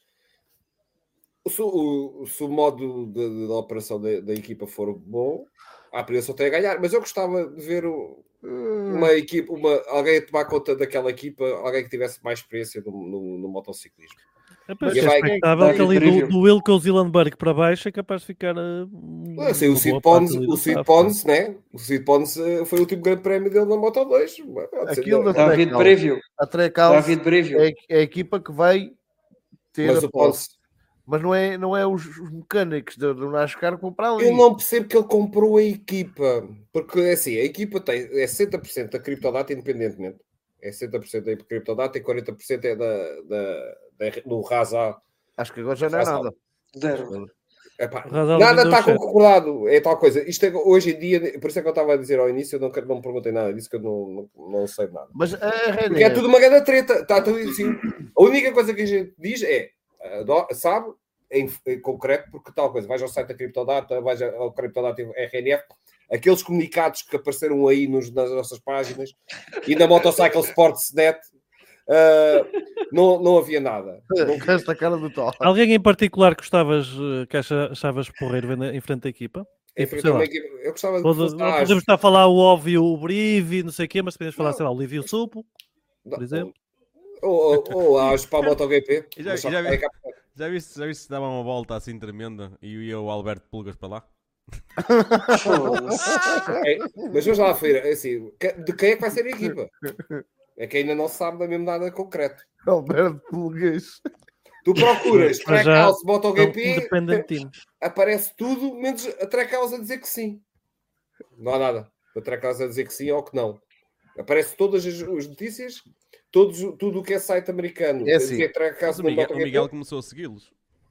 se o, se o modo de, de operação da, da equipa for bom, a priori só tem a ganhar, mas eu gostava de ver o, uma equipa, uma, alguém a tomar conta daquela equipa, alguém que tivesse mais experiência no, no, no motociclismo. É, pois, E é vai- expectável que ali do, do Wilco Zillenberg para baixo é capaz de ficar. Uh, Ah, sim, o uma Sid boa Pons, parte ali o do Sid staff. Pons, né? O Sid Pons uh, foi o último grande prémio dele na Moto dois. Aquilo da David Trackhouse. Preview. A Trackhouse David Preview. é, é a equipa que vai ter Mas a o posse. Pons, Mas não é, não é os, os mecânicos do, do NASCAR que vão para ali. eu não percebo que ele comprou a equipa, porque assim, a equipa tem é sessenta por cento da criptodata independentemente. É sessenta por cento da criptodata e quarenta por cento é da, da, da, do Raza. Acho que agora já não é Raza. nada. Zero. Epá, O Razal nada vendeu está o chefe. concordado, é tal coisa. Isto é, hoje em dia, por isso é que eu estava a dizer ao início, eu não, quero- não me perguntei nada disso, que eu não, não, não sei nada. Mas a Porque é René, tudo uma grande treta. Está tudo assim. A única coisa que a gente diz é, uh, sabe, em, em concreto, porque tal coisa, vais ao site da Criptodata, vais ao Criptodata R N F, aqueles comunicados que apareceram aí nos, nas nossas páginas e na Motorcycle Sports Net, uh, não, não havia nada. Não com esta cara do Tó. Alguém em particular que gostavas, uh, que acha- achavas porreiro ver na- em frente à equipa? Em Tipo, frente sei a uma lá, equipa- eu gostava de que pode- fosse não a podemos Age. estar a falar o óbvio, o Brive, não sei o quê, mas podemos falar, Não. sei lá, o Livio Supo, Não, por exemplo. Ou, ou, ou a Age para a MotoGP. E já- Mas só e já que vi- é cap- Já viste, já viste se dava uma volta assim tremenda e ia o Alberto Pulgas para lá? Foda-se. é, mas vamos lá, Feira, é assim, que- de quem é que vai ser a equipa? É que ainda não se sabe mesmo nada concreto. Alberto Pulguês. Tu procuras Para já, Trackhouse São MotoGP, Independent Team. aparece tudo, menos a Trackhouse a dizer que sim. Não há nada. A Trackhouse a dizer que sim ou que não. Aparece todas as, as notícias, todos, tudo o que é site americano. É a assim. dizer Mas Trackhouse o no Miguel, o MotoGP. Miguel começou a segui-los.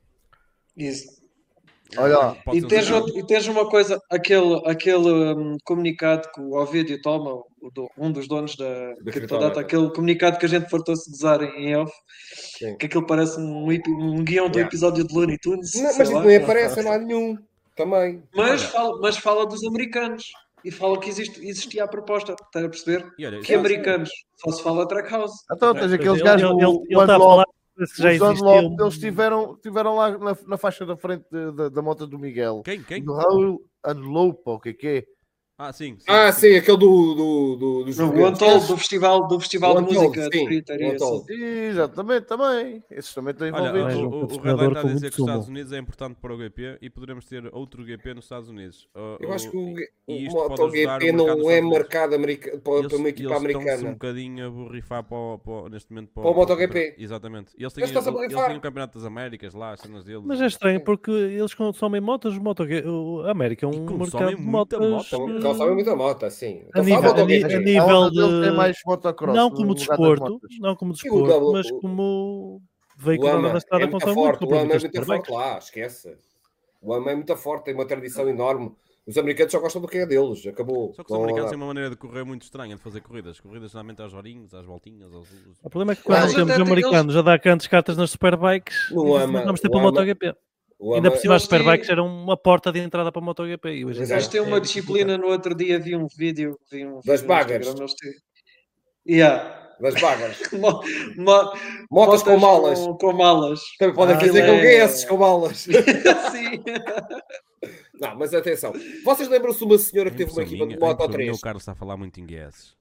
Isso. Olha lá. Pode E ser um tens, sinal. outro- e tens uma coisa, aquele, aquele hum, comunicado que o Ovidio toma, o do- um dos donos da Da Criptodata, Criptodata. aquele comunicado que a gente fartou-se de usar em em off, Sim. que aquilo parece um, epi- um guião do Yeah. episódio de Looney Tunes. Não, sei mas isso lá. nem aparece em lado nenhum. Também. Mas, Olha. fala, mas fala dos americanos e fala que existe, existia a proposta, está a perceber? E olha, Que sim, americanos? Só se fala Trackhouse. Então tens aqueles Ele- gajos, ele- o, ele- ele o está a Dunlop, falar, parece que já o existia Dunlop, um- eles estiveram, estiveram lá na, na faixa da frente de- da- da moto do Miguel. Quem? Quem? Do Raul Dunlop, ou o que é que é? Ah, sim. sim, Ah, sim, aquele do, do, do, dos No, o gigantes. Untold do festival, do festival O de Untold, música sim, de Criteria. o Untold. Exatamente, também. Esses também estão Olha, envolvidos. Mais o, um o, o Redline patrocinador está a com dizer muito que os Estados sumo. Unidos é importante para o G P e poderemos ter outro G P nos Estados Unidos. Uh, Eu acho que o, e o isto pode ajudar MotoGP o mercado não nos é Estados Unidos. marcado america, para, Eles, para uma equipa eles estão-se um americana. bocadinho a borrifar para, o- para, o- neste momento para, Para o MotoGP. campeonato. Exatamente. Eles têm, Eles estão-se a eles, borrifar. têm o Campeonato das Américas lá, as cenas deles. Mas é estranho porque eles consomem motos, moto, o a América é E um consomem mercado de muita motos. moto. eh, Então sabe muita moto, assim. A Então nível- fala a ni- MotoGP. a nível A onda deles de- tem mais motocross. não no como lugar das desporto, motas. não como E o desporto, W- mas o- como O veículo AMA na estrada é muito consome muito, forte. O compram AMA é muitas muito superbikes. forte lá, esquece. O AMA é muito forte, tem uma tradição enorme. Os americanos só gostam do que é deles. Acabou. Só que os Não- americanos têm uma maneira de correr muito estranha de fazer corridas. Corridas geralmente às horinhas, às voltinhas, aos... O problema é que quando Eles não temos até têm- americanos a dar cantos cartas nas superbikes, No não AMA, vamos ter o para o AMA- MotoGP. o Ainda AMA- por cima as Eles têm- superbikes eram uma porta de entrada para o MotoGP. E hoje em Mas dia Eles têm uma é disciplina. No outro dia vi um vídeo, vi um Das vídeo no bagas. Instagram, eles têm- Yeah. das bagas. Mo- mo- Motas com malas. Com, com malas. Também podem Ah, fazer aquilo com é- guesses com malas. Sim. Não, mas atenção. Vocês lembram-se de uma senhora que teve uma Impressão equipa minha- de Moto impressão minha, três? O Carlos está a falar muito em guesses.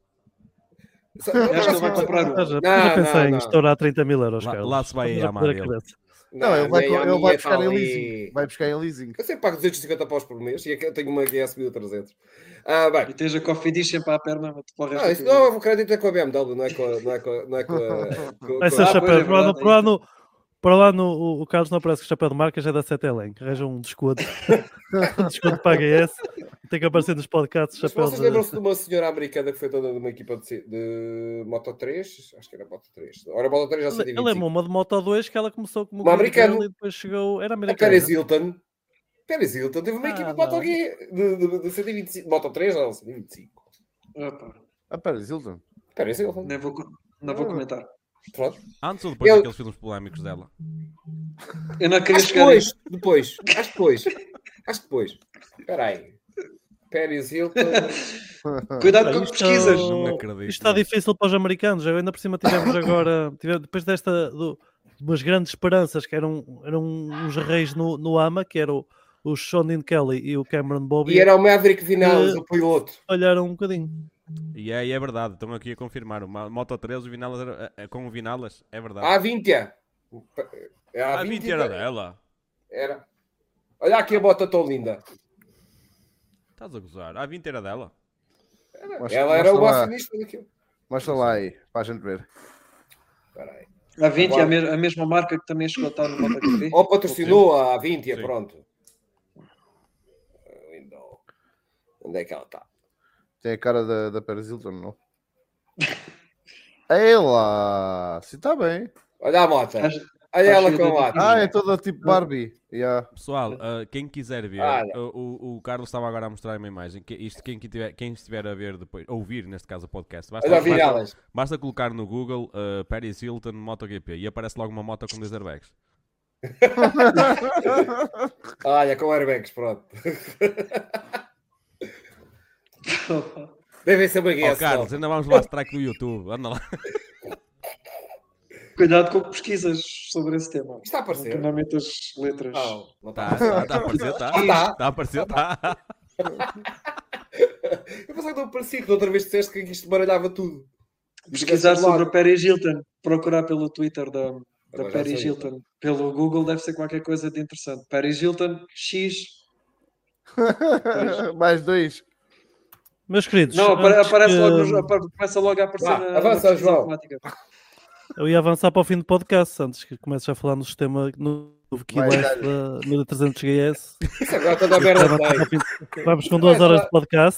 Sa- Acho que ele vai comprar um. Já, já Não, pensei não, em não. estourar trinta mil euros, Lá- Carlos. lá se vai Vamos amar perder a ele. cabeça. Não, ele vai, nem a ele minha vai está buscar em ali. leasing. Vai buscar em leasing. Eu sempre pago duzentos e cinquenta paus por mês e aqui eu tenho uma G S mil e trezentos. Ah, bem. E tens a Coffee Dish sempre à perna, mas tu para o resto Não, da isso tua não, vida. o crédito é com a B M W, não é com a. Não é com a, não é com a, com, Vai com ser a- Ah, chapéu. pois é para, lá no, verdade, para, lá no, para lá no o, o Carlos não aparece que o chapéu de marcas é da sete L. Arranja um desconto. um desconto para a H S. Tem que aparecer nos podcasts. Mas Chapéu vocês de... lembram-se de uma senhora americana que foi dona de uma equipa de, de Moto três? Acho que era Moto três. Ora, Moto três já cento e Ele vinte e é cinco. uma de Moto dois que ela começou como Uma Green americana. Girl e depois chegou. Era A americana. Paris Hilton. Paris Hilton teve uma Ah, equipa de não. Moto G de, de, de cento e vinte e cinco. Moto três, não, cento e vinte e cinco. Opa, Ah, pera, Zilton. Paris Hilton. nem, vou, Não vou comentar. Pronto. Antes ou depois Eu- daqueles filmes polémicos dela? Eu não queria Acho que chegar aí. depois, depois, acho que depois, acho que depois. Espera aí. Paris Hilton. Cuidado com Ah, o que pesquisas. Não acredito Isto está nisso. difícil para os americanos. Ainda por cima tivemos agora, tivemos, depois desta, do, de umas grandes esperanças que eram, eram uns reis no, no AMA, que eram o Sean Dean Kelly e o Cameron Bobby, E era o Maverick Vinales, Eh, o piloto. falharam um bocadinho. E é, e é verdade, estão aqui a confirmar. O Ma- Moto treze, o Vinalas era, é, com o Vinalas, é verdade. A vinte. É a a vinte vinte era dela. Era. Olha aqui a bota tão linda. Estás a gozar? A vinte era dela. Mostra- Ela era o mostra lá. acionista daquilo. Mostra lá aí, para a gente ver. Espera aí. A vinte é a, Agora- me- a mesma marca que também chegou a estar no MotoGP. Ou patrocinou a vinte, Sim. pronto. Ainda- Onde é que ela está? Tem a cara da, da Paris Hilton, não? Ei lá, se está bem. Olha a moto. Acho- Olha ela cheio com a de- moto. Ah, é toda tipo Barbie. Yeah. Pessoal, ah, quem quiser ver, Olha. o, o, o Carlos estava agora a mostrar uma imagem. Que isto, quem, tiver, quem estiver a ver depois, ouvir neste caso o podcast, basta, Olha a basta, Vinales. basta colocar no Google ah, Paris Hilton MotoGP e aparece logo uma moto com dois airbags. Olha, com airbags, pronto. Devem ser Oh, baguetes. Carlos, ainda vamos levar strike do YouTube. Anda lá. Cuidado com o que pesquisas sobre esse tema. Está a aparecer. Não metas letras. Não, não Está está. tá, tá a aparecer, está. Ah, tá. Está a aparecer, está. Eu pensava que não parecia que da outra vez disseste que isto baralhava tudo. Pesquisar Estivesse sobre lá. a Paris Hilton. Procurar pelo Twitter da, da Agora já Paris sei. Hilton. Pelo Google deve ser qualquer coisa de interessante. Paris Hilton X. Mais dois. Meus queridos, Não, apare- antes aparece que- logo, no- apa- começa logo a aparecer Vá, na, avança, na pesquisa João. automática. eu ia avançar para o fim do podcast, antes que comece a falar no sistema no Key Vai, West calha. da mil e trezentos G S. Isso agora toda a merda Vamos tem. ao fim- Vamos com duas horas de podcast.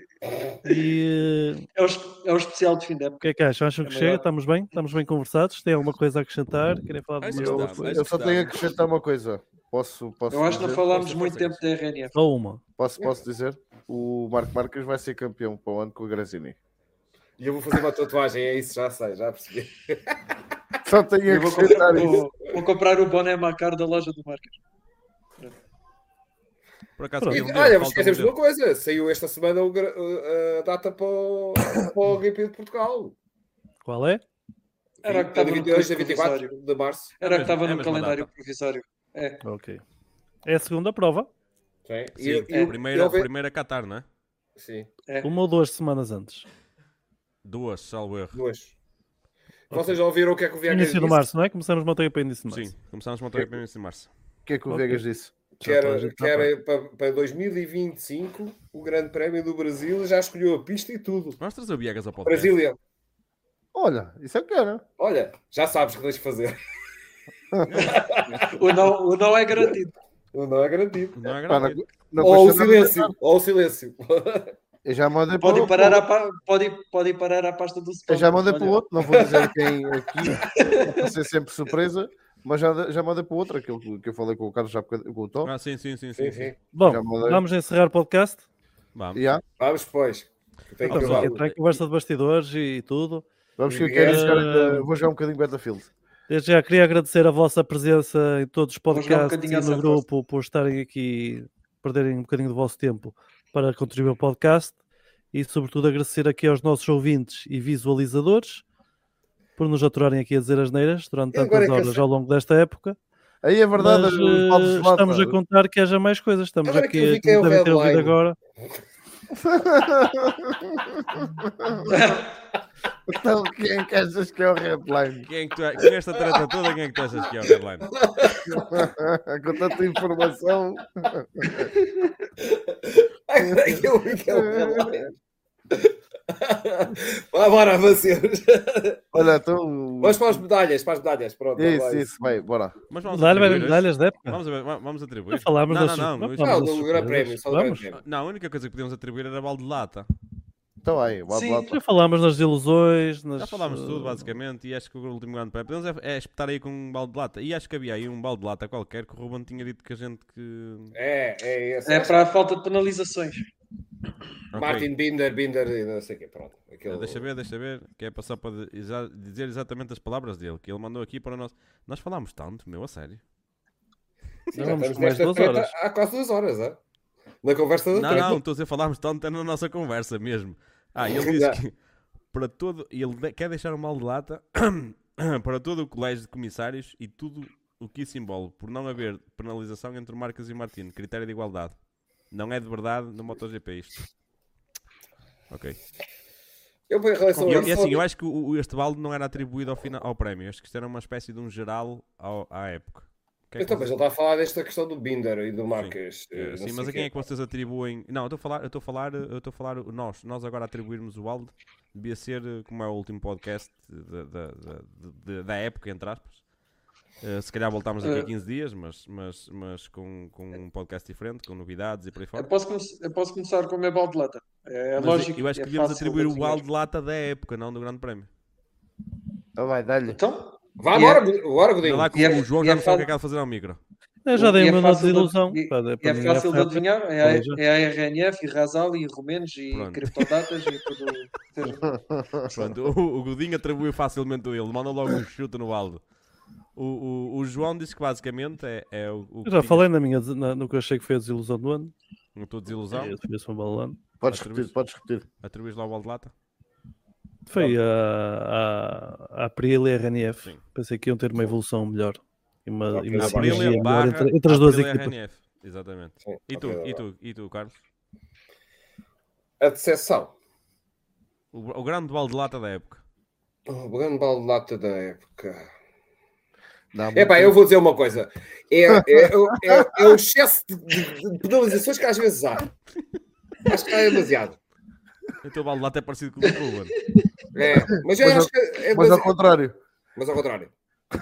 E eh, É o, es- é o especial de fim de o época. que é que acham? Acham que É chega? melhor. Estamos bem? Estamos bem conversados? Tem alguma coisa a acrescentar? Querem falar de Acho uma que Eu, está, mas eu só está. tenho a acrescentar uma coisa. Posso, posso Eu acho que não dizer? falámos força, muito força, tempo da R N F. ou uma? Posso, posso dizer? O Marco Marques vai ser campeão para o ano com o Grazini. E eu vou fazer uma tatuagem, é isso, já sei, já percebi. Só tenho a Eu vou acrescentar comprar, isso. vou, vou comprar o boné Macar da loja do Marcas. Por acaso, Pronto. E, havia um olha, deles, mas falta um esquecemos de uma deles. coisa: saiu esta semana o gra- uh, a data para o, para o G P de Portugal. Qual é? Era o que É estava de no vinte e dois a curso vinte e quatro provisório. de março. Era o que É estava a no mesma calendário data. provisório. É. Ok. É a segunda prova. Sim, Sim, E- e a o- primeira, e houve- primeira Qatar, não é? Sim, É. Uma ou duas semanas antes. Duas, salvo erro. duas. Vocês já ouviram o que é que o Viegas Início disse? de março, não é? Começamos MotoGP início de março. Sim, começámos a montar o início de março. O que é que o Ok. Vegas disse? Que Já está, era, já que está, era para, para dois mil e vinte e cinco o Grande Prémio do Brasil já escolheu a pista e tudo. Vamos trazer o Viegas ao podcast. Brasília, Olha, isso é que era. olha, já sabes o que tens de fazer. O não, o não é garantido. Não é garantido. Não é Pá, não, garantido. não Ou o custa nada silêncio, tentar. ou o silêncio. Eu já mandei para Pode o ir parar, à, pa- pode, ir- pode ir parar à pasta do Eu Sport. já mandei para o Olha, outro, não vou dizer quem aqui, para ser sempre surpresa, mas já, já mandei para o outro, aquele que- que eu falei com o Carlos já bocad- com o Tom. Ah, sim, sim, sim, sim. Sim, sim. sim. Bom, Já mandei. vamos encerrar o podcast. Vamos. Yeah. Vamos depois. Tem que Vamos acabar. aqui entrar em conversa de bastidores e tudo. Vamos que eu E quero é- jogar, eh, vou jogar um bocadinho Battlefield. Desde já queria agradecer a vossa presença em todos os jogar um podcasts bocadinho e à no Santa grupo, por estarem aqui, perderem um bocadinho do vosso tempo para contribuir ao podcast e, sobretudo, agradecer aqui aos nossos ouvintes e visualizadores por nos aturarem aqui a dizer asneiras durante E agora tantas é que horas eu ao longo desta época. Aí é verdade, Mas, os baldes de eh, lata. estamos a contar que haja mais coisas. Estamos Agora que eu aqui, vi que é como o devem ter ouvido headline. agora. Então, quem é que achas que é o headline? Quem é que tu é? Com esta treta toda, quem é que tu achas que é o headline? Com tanta informação. Eu vi que é o headline. Vá, bora, avancemos. Olha, então. Vamos para as medalhas, para as medalhas. Pronto, Isso, vai. isso, vai, bora. Mas vamos Medalha, atribuir medalhas da época. Vamos, a ver, va- vamos atribuir. Já falámos não, das não, não, sur- não, vamos Não, às do Grande surpresas. Prémio, só do Grande Vamos. Prémio. não, a única coisa que podíamos atribuir era balde de lata. Então aí, balde de Sim. lata. Já falámos nas ilusões. Nas, Já falámos de tudo, eh, basicamente, e acho que o último grande prémio podemos é, é espetar aí com um balde de lata. E acho que havia aí um balde de lata qualquer que o Ruben tinha dito que a gente que. É, é esse. É para a falta de penalizações. Ok. Martin Binder, Binder e não sei o quê. Pronto. Aquele... Deixa ver, deixa ver, que é só para dizer exatamente as palavras dele, que ele mandou aqui para nós. Nós falámos tanto, meu, a sério. Sim, Não, já vamos estamos com mais nesta duas treta horas. há quase duas horas, é? Na conversa da Não, treta. não, estou a dizer, falámos tanto, é na nossa conversa mesmo. Ah, ele disse Já. que para todo, ele de- quer deixar um mal de lata para todo o colégio de comissários e tudo o que isso envolve, por não haver penalização entre Marcos e Martino, critério de igualdade. Não é de verdade no MotoGP isto. Ok. Eu, em relação E a eu- e isso, assim, eu acho que o, o- este balde não era atribuído ao, final, ao prémio. Acho que isto era uma espécie de um geral ao- à época. O que é que Então, mas vocês- ele está a falar desta questão do Binder e do Marques. Eh, eh, não sim, sei mas a quê. quem é que vocês atribuem? Não, eu estou a falar, eu estou a falar, eu estou a falar nós. Nós agora atribuirmos o balde devia ser, eh, como é o último podcast da, da, da, da- da época, entre aspas. Eh, se calhar voltámos daqui a Eh. quinze dias, mas, mas, mas com, com um podcast diferente, com novidades e por aí Eu fora. posso, come- eu posso começar com o meu balde de lata. É Mas lógico. eu acho que é devíamos fácil atribuir de o adivinhar. balde de lata da época, não do Grande Prémio. Então vai, dá-lhe. Então, Vá, E bora, é- Gu- bora, Olha Godinho. lá que E é- o João e já é não sabe o que é fa- que há de fazer ao micro. Eu já dei E o é meu nome de fácil de- ilusão. e- Para, e para é mim fácil de ferro. adivinhar. É a, Veja. é a R N F e Razal e Rumenos e Pronto. criptodatas e tudo. Pronto, o, o Godinho atribuiu facilmente a ele, manda logo um chute no balde. O, o, o João disse que basicamente é, é o, o que Eu já tinha- falei na minha, na- no que eu achei que foi a desilusão do ano. na tua desilusão. É, foi esse um belo ano. Podes Atribuis- repetir, podes repetir. Atribuis lá o balde de lata? Foi a, a, a Aprilia e a R N F. Sim. Pensei que iam ter uma evolução melhor e uma, Ok, e uma a sinergia Aprilia melhor barra entre, entre as duas Aprilia equipas. R N F. Exatamente. Sim, E tu, ok, e tu, e tu, Carlos? A decepção. O, o grande balde de lata da época. O grande balde de lata da época. Dá É pá, muito- eu vou dizer uma coisa. É, é, é, é o excesso de, de- de penalizações que às vezes há. Acho que é demasiado. O teu balde de lata é parecido com o do Ruben. É, mas eu Mas acho que é Mas ao demasiado. contrário. Mas ao contrário.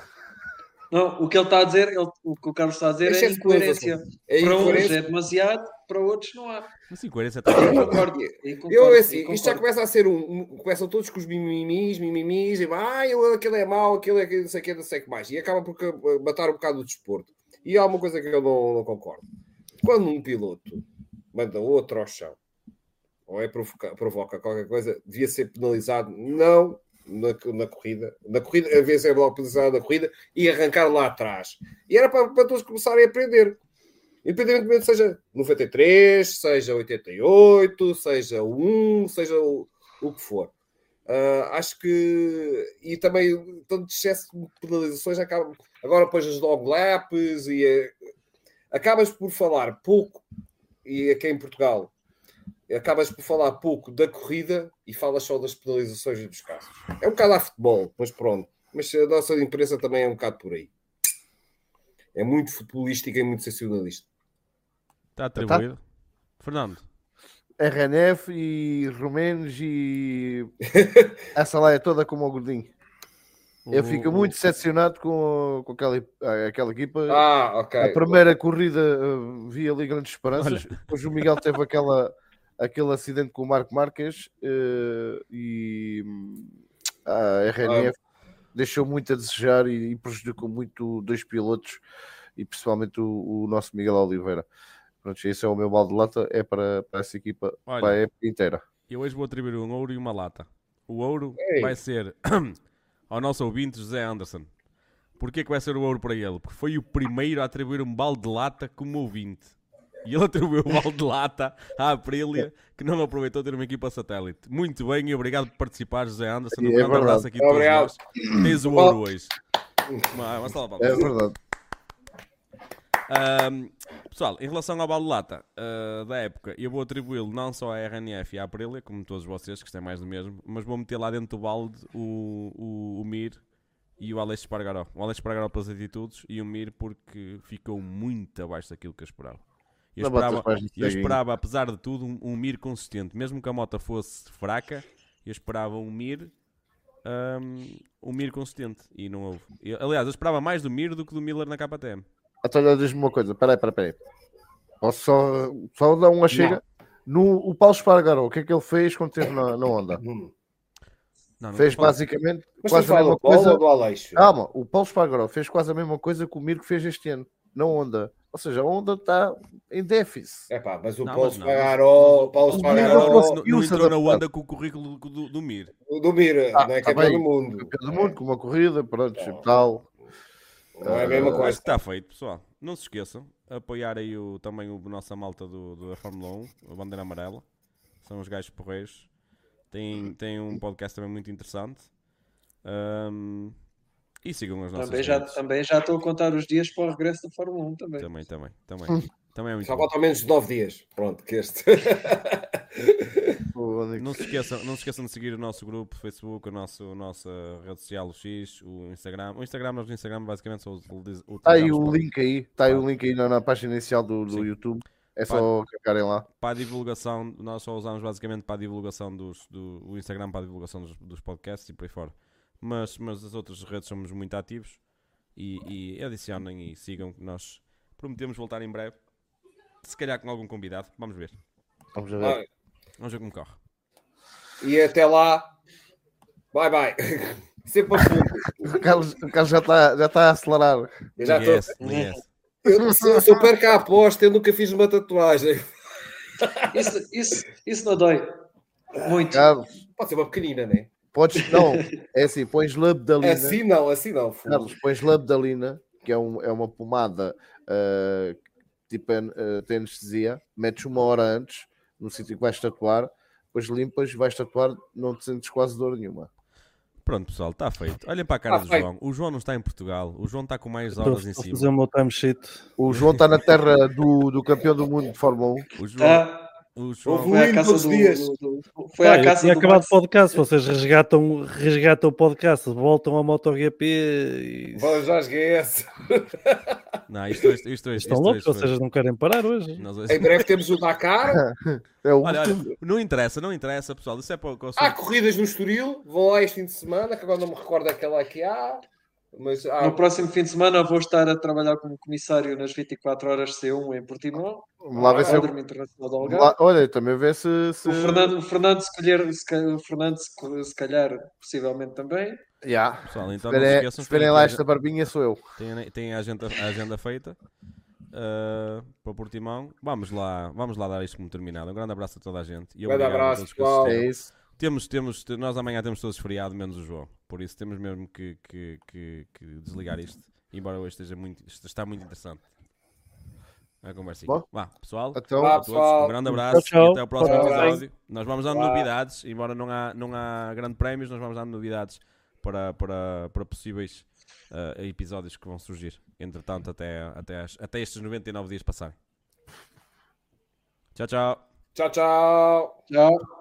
Não, o que ele está a dizer, ele- o que o Carlos está a dizer é Excesso de incoerência. É Para uns incoerência. é demasiado, para outros não há. Mas sim, coerência está Eu bem. concordo. Eu concordo, Eu, eu assim, isto já concordo. começa a ser um, um- Começam todos com os mimimis, mimimis, e ah, eu, aquele é mau, aquele é que não sei o que, não sei o que mais. E acaba por ca- matar um bocado o desporto. E há uma coisa que eu não, não concordo. Quando um piloto manda outro ao chão, ou é provoca, provoca qualquer coisa, devia ser penalizado, não na, na corrida. Na corrida, devia ser logo penalizado na corrida e arrancar lá atrás. E era para, para todos começarem a aprender. Independentemente seja noventa e três, seja oitenta e oito, seja o um, seja o, o que for. Ah, acho que... E também, tanto excesso de penalizações, acaba, agora depois as dog laps e... eh, acabas por falar pouco, e aqui em Portugal, acabas por falar pouco da corrida e falas só das penalizações e dos casos. É um bocado a futebol, mas pronto. Mas a nossa imprensa também é um bocado por aí. É muito futebolística e muito sensacionalista. Está atribuído. Fernando, R N F e Rumenos e essa lá é toda como o Gordinho. Eu o- fico o- muito decepcionado com, com aquela, aquela equipa. Ah, ok. A primeira corrida uh, vi ali grandes esperanças. Olha. Depois o Miguel teve aquela, aquele acidente com o Marco Marques uh, e hum, a R N F deixou muito a desejar e, e prejudicou muito dois pilotos e principalmente o, o nosso Miguel Oliveira. Pronto, esse é o meu balde de lata, é para, para essa equipa Olha. para a época inteira. Eu hoje vou atribuir um ouro e uma lata. O ouro Ei. vai ser ao nosso ouvinte José Anderson. Porquê que vai ser o ouro para ele? Porque foi o primeiro a atribuir um balde de lata como ouvinte. E ele atribuiu o balde de lata à Aprilia, que não aproveitou ter uma equipa satélite. Muito bem e obrigado por participar, José Anderson. Um É grande verdade. abraço aqui a todos Obrigado. nós. Tens o ouro hoje. Uma, uma salva de É palmas. verdade. Ahm, pessoal, em relação ao balde de lata ah, da época, eu vou atribuí-lo não só à R N F e à Aprilia, como todos vocês, que isto é mais do mesmo, mas vou meter lá dentro do balde o, o, o Mir e o Alex Espargaró. O Alex Espargaró pelas atitudes e o Mir porque ficou muito abaixo daquilo que eu esperava. Eu Não botas esperava, mais no eu ceguinho. esperava, apesar de tudo, um, um Mir consistente. Mesmo que a moto fosse fraca, eu esperava um Mir, um, um Mir consistente. E não houve. Eu, aliás, eu esperava mais do Mir do que do Miller na K T M. Então, olha, diz-me uma coisa, peraí, peraí, peraí. Posso só, só dar uma chega? No, o Paulo Espargaró, o que é que ele fez quando esteve na, na onda? Hum. Não, não Fez estou a falar- basicamente Mas quase tu a fala mesma do Paulo coisa. ou do Aleixo? Calma, o Paulo Espargaró fez quase a mesma coisa que o Mirko fez este ano. na Honda. Ou seja, a Honda está em déficit. É pá, mas o Não, Paulo mas não, Espargaró, o Paulo O Espargaró Mir não, Espargaró- não, E o não entrou na adaptar. onda com o currículo do, do, do Mir. do Mir, Ah, não é tá campeão bem, do mundo. Campeão do mundo, com uma corrida, pronto, Não. e tal. Não é a mesma Acho coisa. que está feito, pessoal. Não se esqueçam, apoiar aí o, também o nossa malta do, do- da Fórmula um, a bandeira amarela. São os gajos porreiros. Tem, tem um podcast também muito interessante. Ahm, e sigam as nossas Também já, redes. também já estou a contar os dias para o regresso da Fórmula um também. Também, também, também. Também é muito Só bom. falta ao menos nove dias. Pronto, que este. O único- Não se, esqueçam, não se esqueçam de seguir o nosso grupo, o Facebook, a nossa, a nossa rede social, o X, o Instagram. O Instagram, nós no Instagram basicamente só utilizamos Está aí o para- link aí, está aí o link aí na, na página inicial do, do Sim. YouTube. É só clicarem lá. para a divulgação, nós só usamos basicamente para a divulgação dos, do o Instagram, para a divulgação dos, dos podcasts e por aí fora. Mas, mas as outras redes somos muito ativos e, e adicionem e sigam, que nós prometemos voltar em breve. Se calhar com algum convidado, vamos ver. Vamos a ver. Ah, Vamos ver como corre. e até lá. Bye bye. Sempre a fundo. O Carlos, o Carlos já está já tá a acelerar. Eu já estou. Yes, yes. Eu, se, se eu perco a aposta, eu nunca fiz uma tatuagem. Isso, isso, isso não dói. Muito. Carlos, Pode ser uma pequenina, né? podes. Não, é assim, pões labdalina. Assim não, assim não. fogo. Carlos, pões labdalina, que é, um, é uma pomada ah, tipo uh, tem anestesia, metes uma hora antes no sítio que vais tatuar, depois limpas, vais tatuar, não te sentes quase dor nenhuma. Pronto, pessoal, está feito. Olhem para a cara Tá do feito. João. O João não está em Portugal. O João está com mais Estou horas em a fazer cima. o meu timesheet. O João está na terra do, do campeão do mundo de Fórmula um. O João, Ah, o João, Houve foi à Ruim casa todos do, os dias. do- do- foi Pá, à eu casa tinha do acabado o Max. podcast, vocês resgatam, resgatam o podcast, voltam ao MotoGP e Vamos às G S. não, isto hoje, isto hoje, estão isto loucos, hoje foi- vocês não querem parar hoje. nós hoje- Em breve temos o Dakar. É o Olha, olha, último. não interessa, não interessa, pessoal. Isso é para o que eu sou- Há corridas no Estoril. Vão lá este fim de semana, que agora não me recordo aquela que há. Mas há. No próximo fim de semana vou estar a trabalhar como comissário nas vinte e quatro horas C um em Portimão, Vamos lá ver se eu- Autódromo Internacional de vamos Algarve. lá- Olha, também ver se. se... O Fernando, o Fernando, se calhar, se calhar- o Fernando se, se calhar, possivelmente também. Yeah. Pessoal, então Se não se verem- esqueçam se que tem verem lá aqui a esta barbinha, sou eu. Tem, tem a, agenda, a agenda feita uh, para Portimão. Vamos lá, vamos lá dar isto como terminado. Um grande abraço a toda a gente. E Grande obrigado a abraço, todos que pessoal. assistiram. É isso. Temos, temos, nós amanhã temos todos feriado, menos o João. Por isso temos mesmo que, que, que, que desligar isto. Embora hoje esteja muito, isto está muito interessante. A conversinha. Bom. Vá, pessoal. Então, Vá, A todos, pessoal. um grande abraço Tchau, tchau. e até o próximo Tchau. episódio. Nós vamos dando Vá. novidades, embora não há, não há grande prémios, nós vamos dando novidades para, para, para possíveis uh, episódios que vão surgir. Entretanto, até, até, as- até estes noventa e nove dias passarem. Tchau, tchau. Tchau, tchau. Tchau.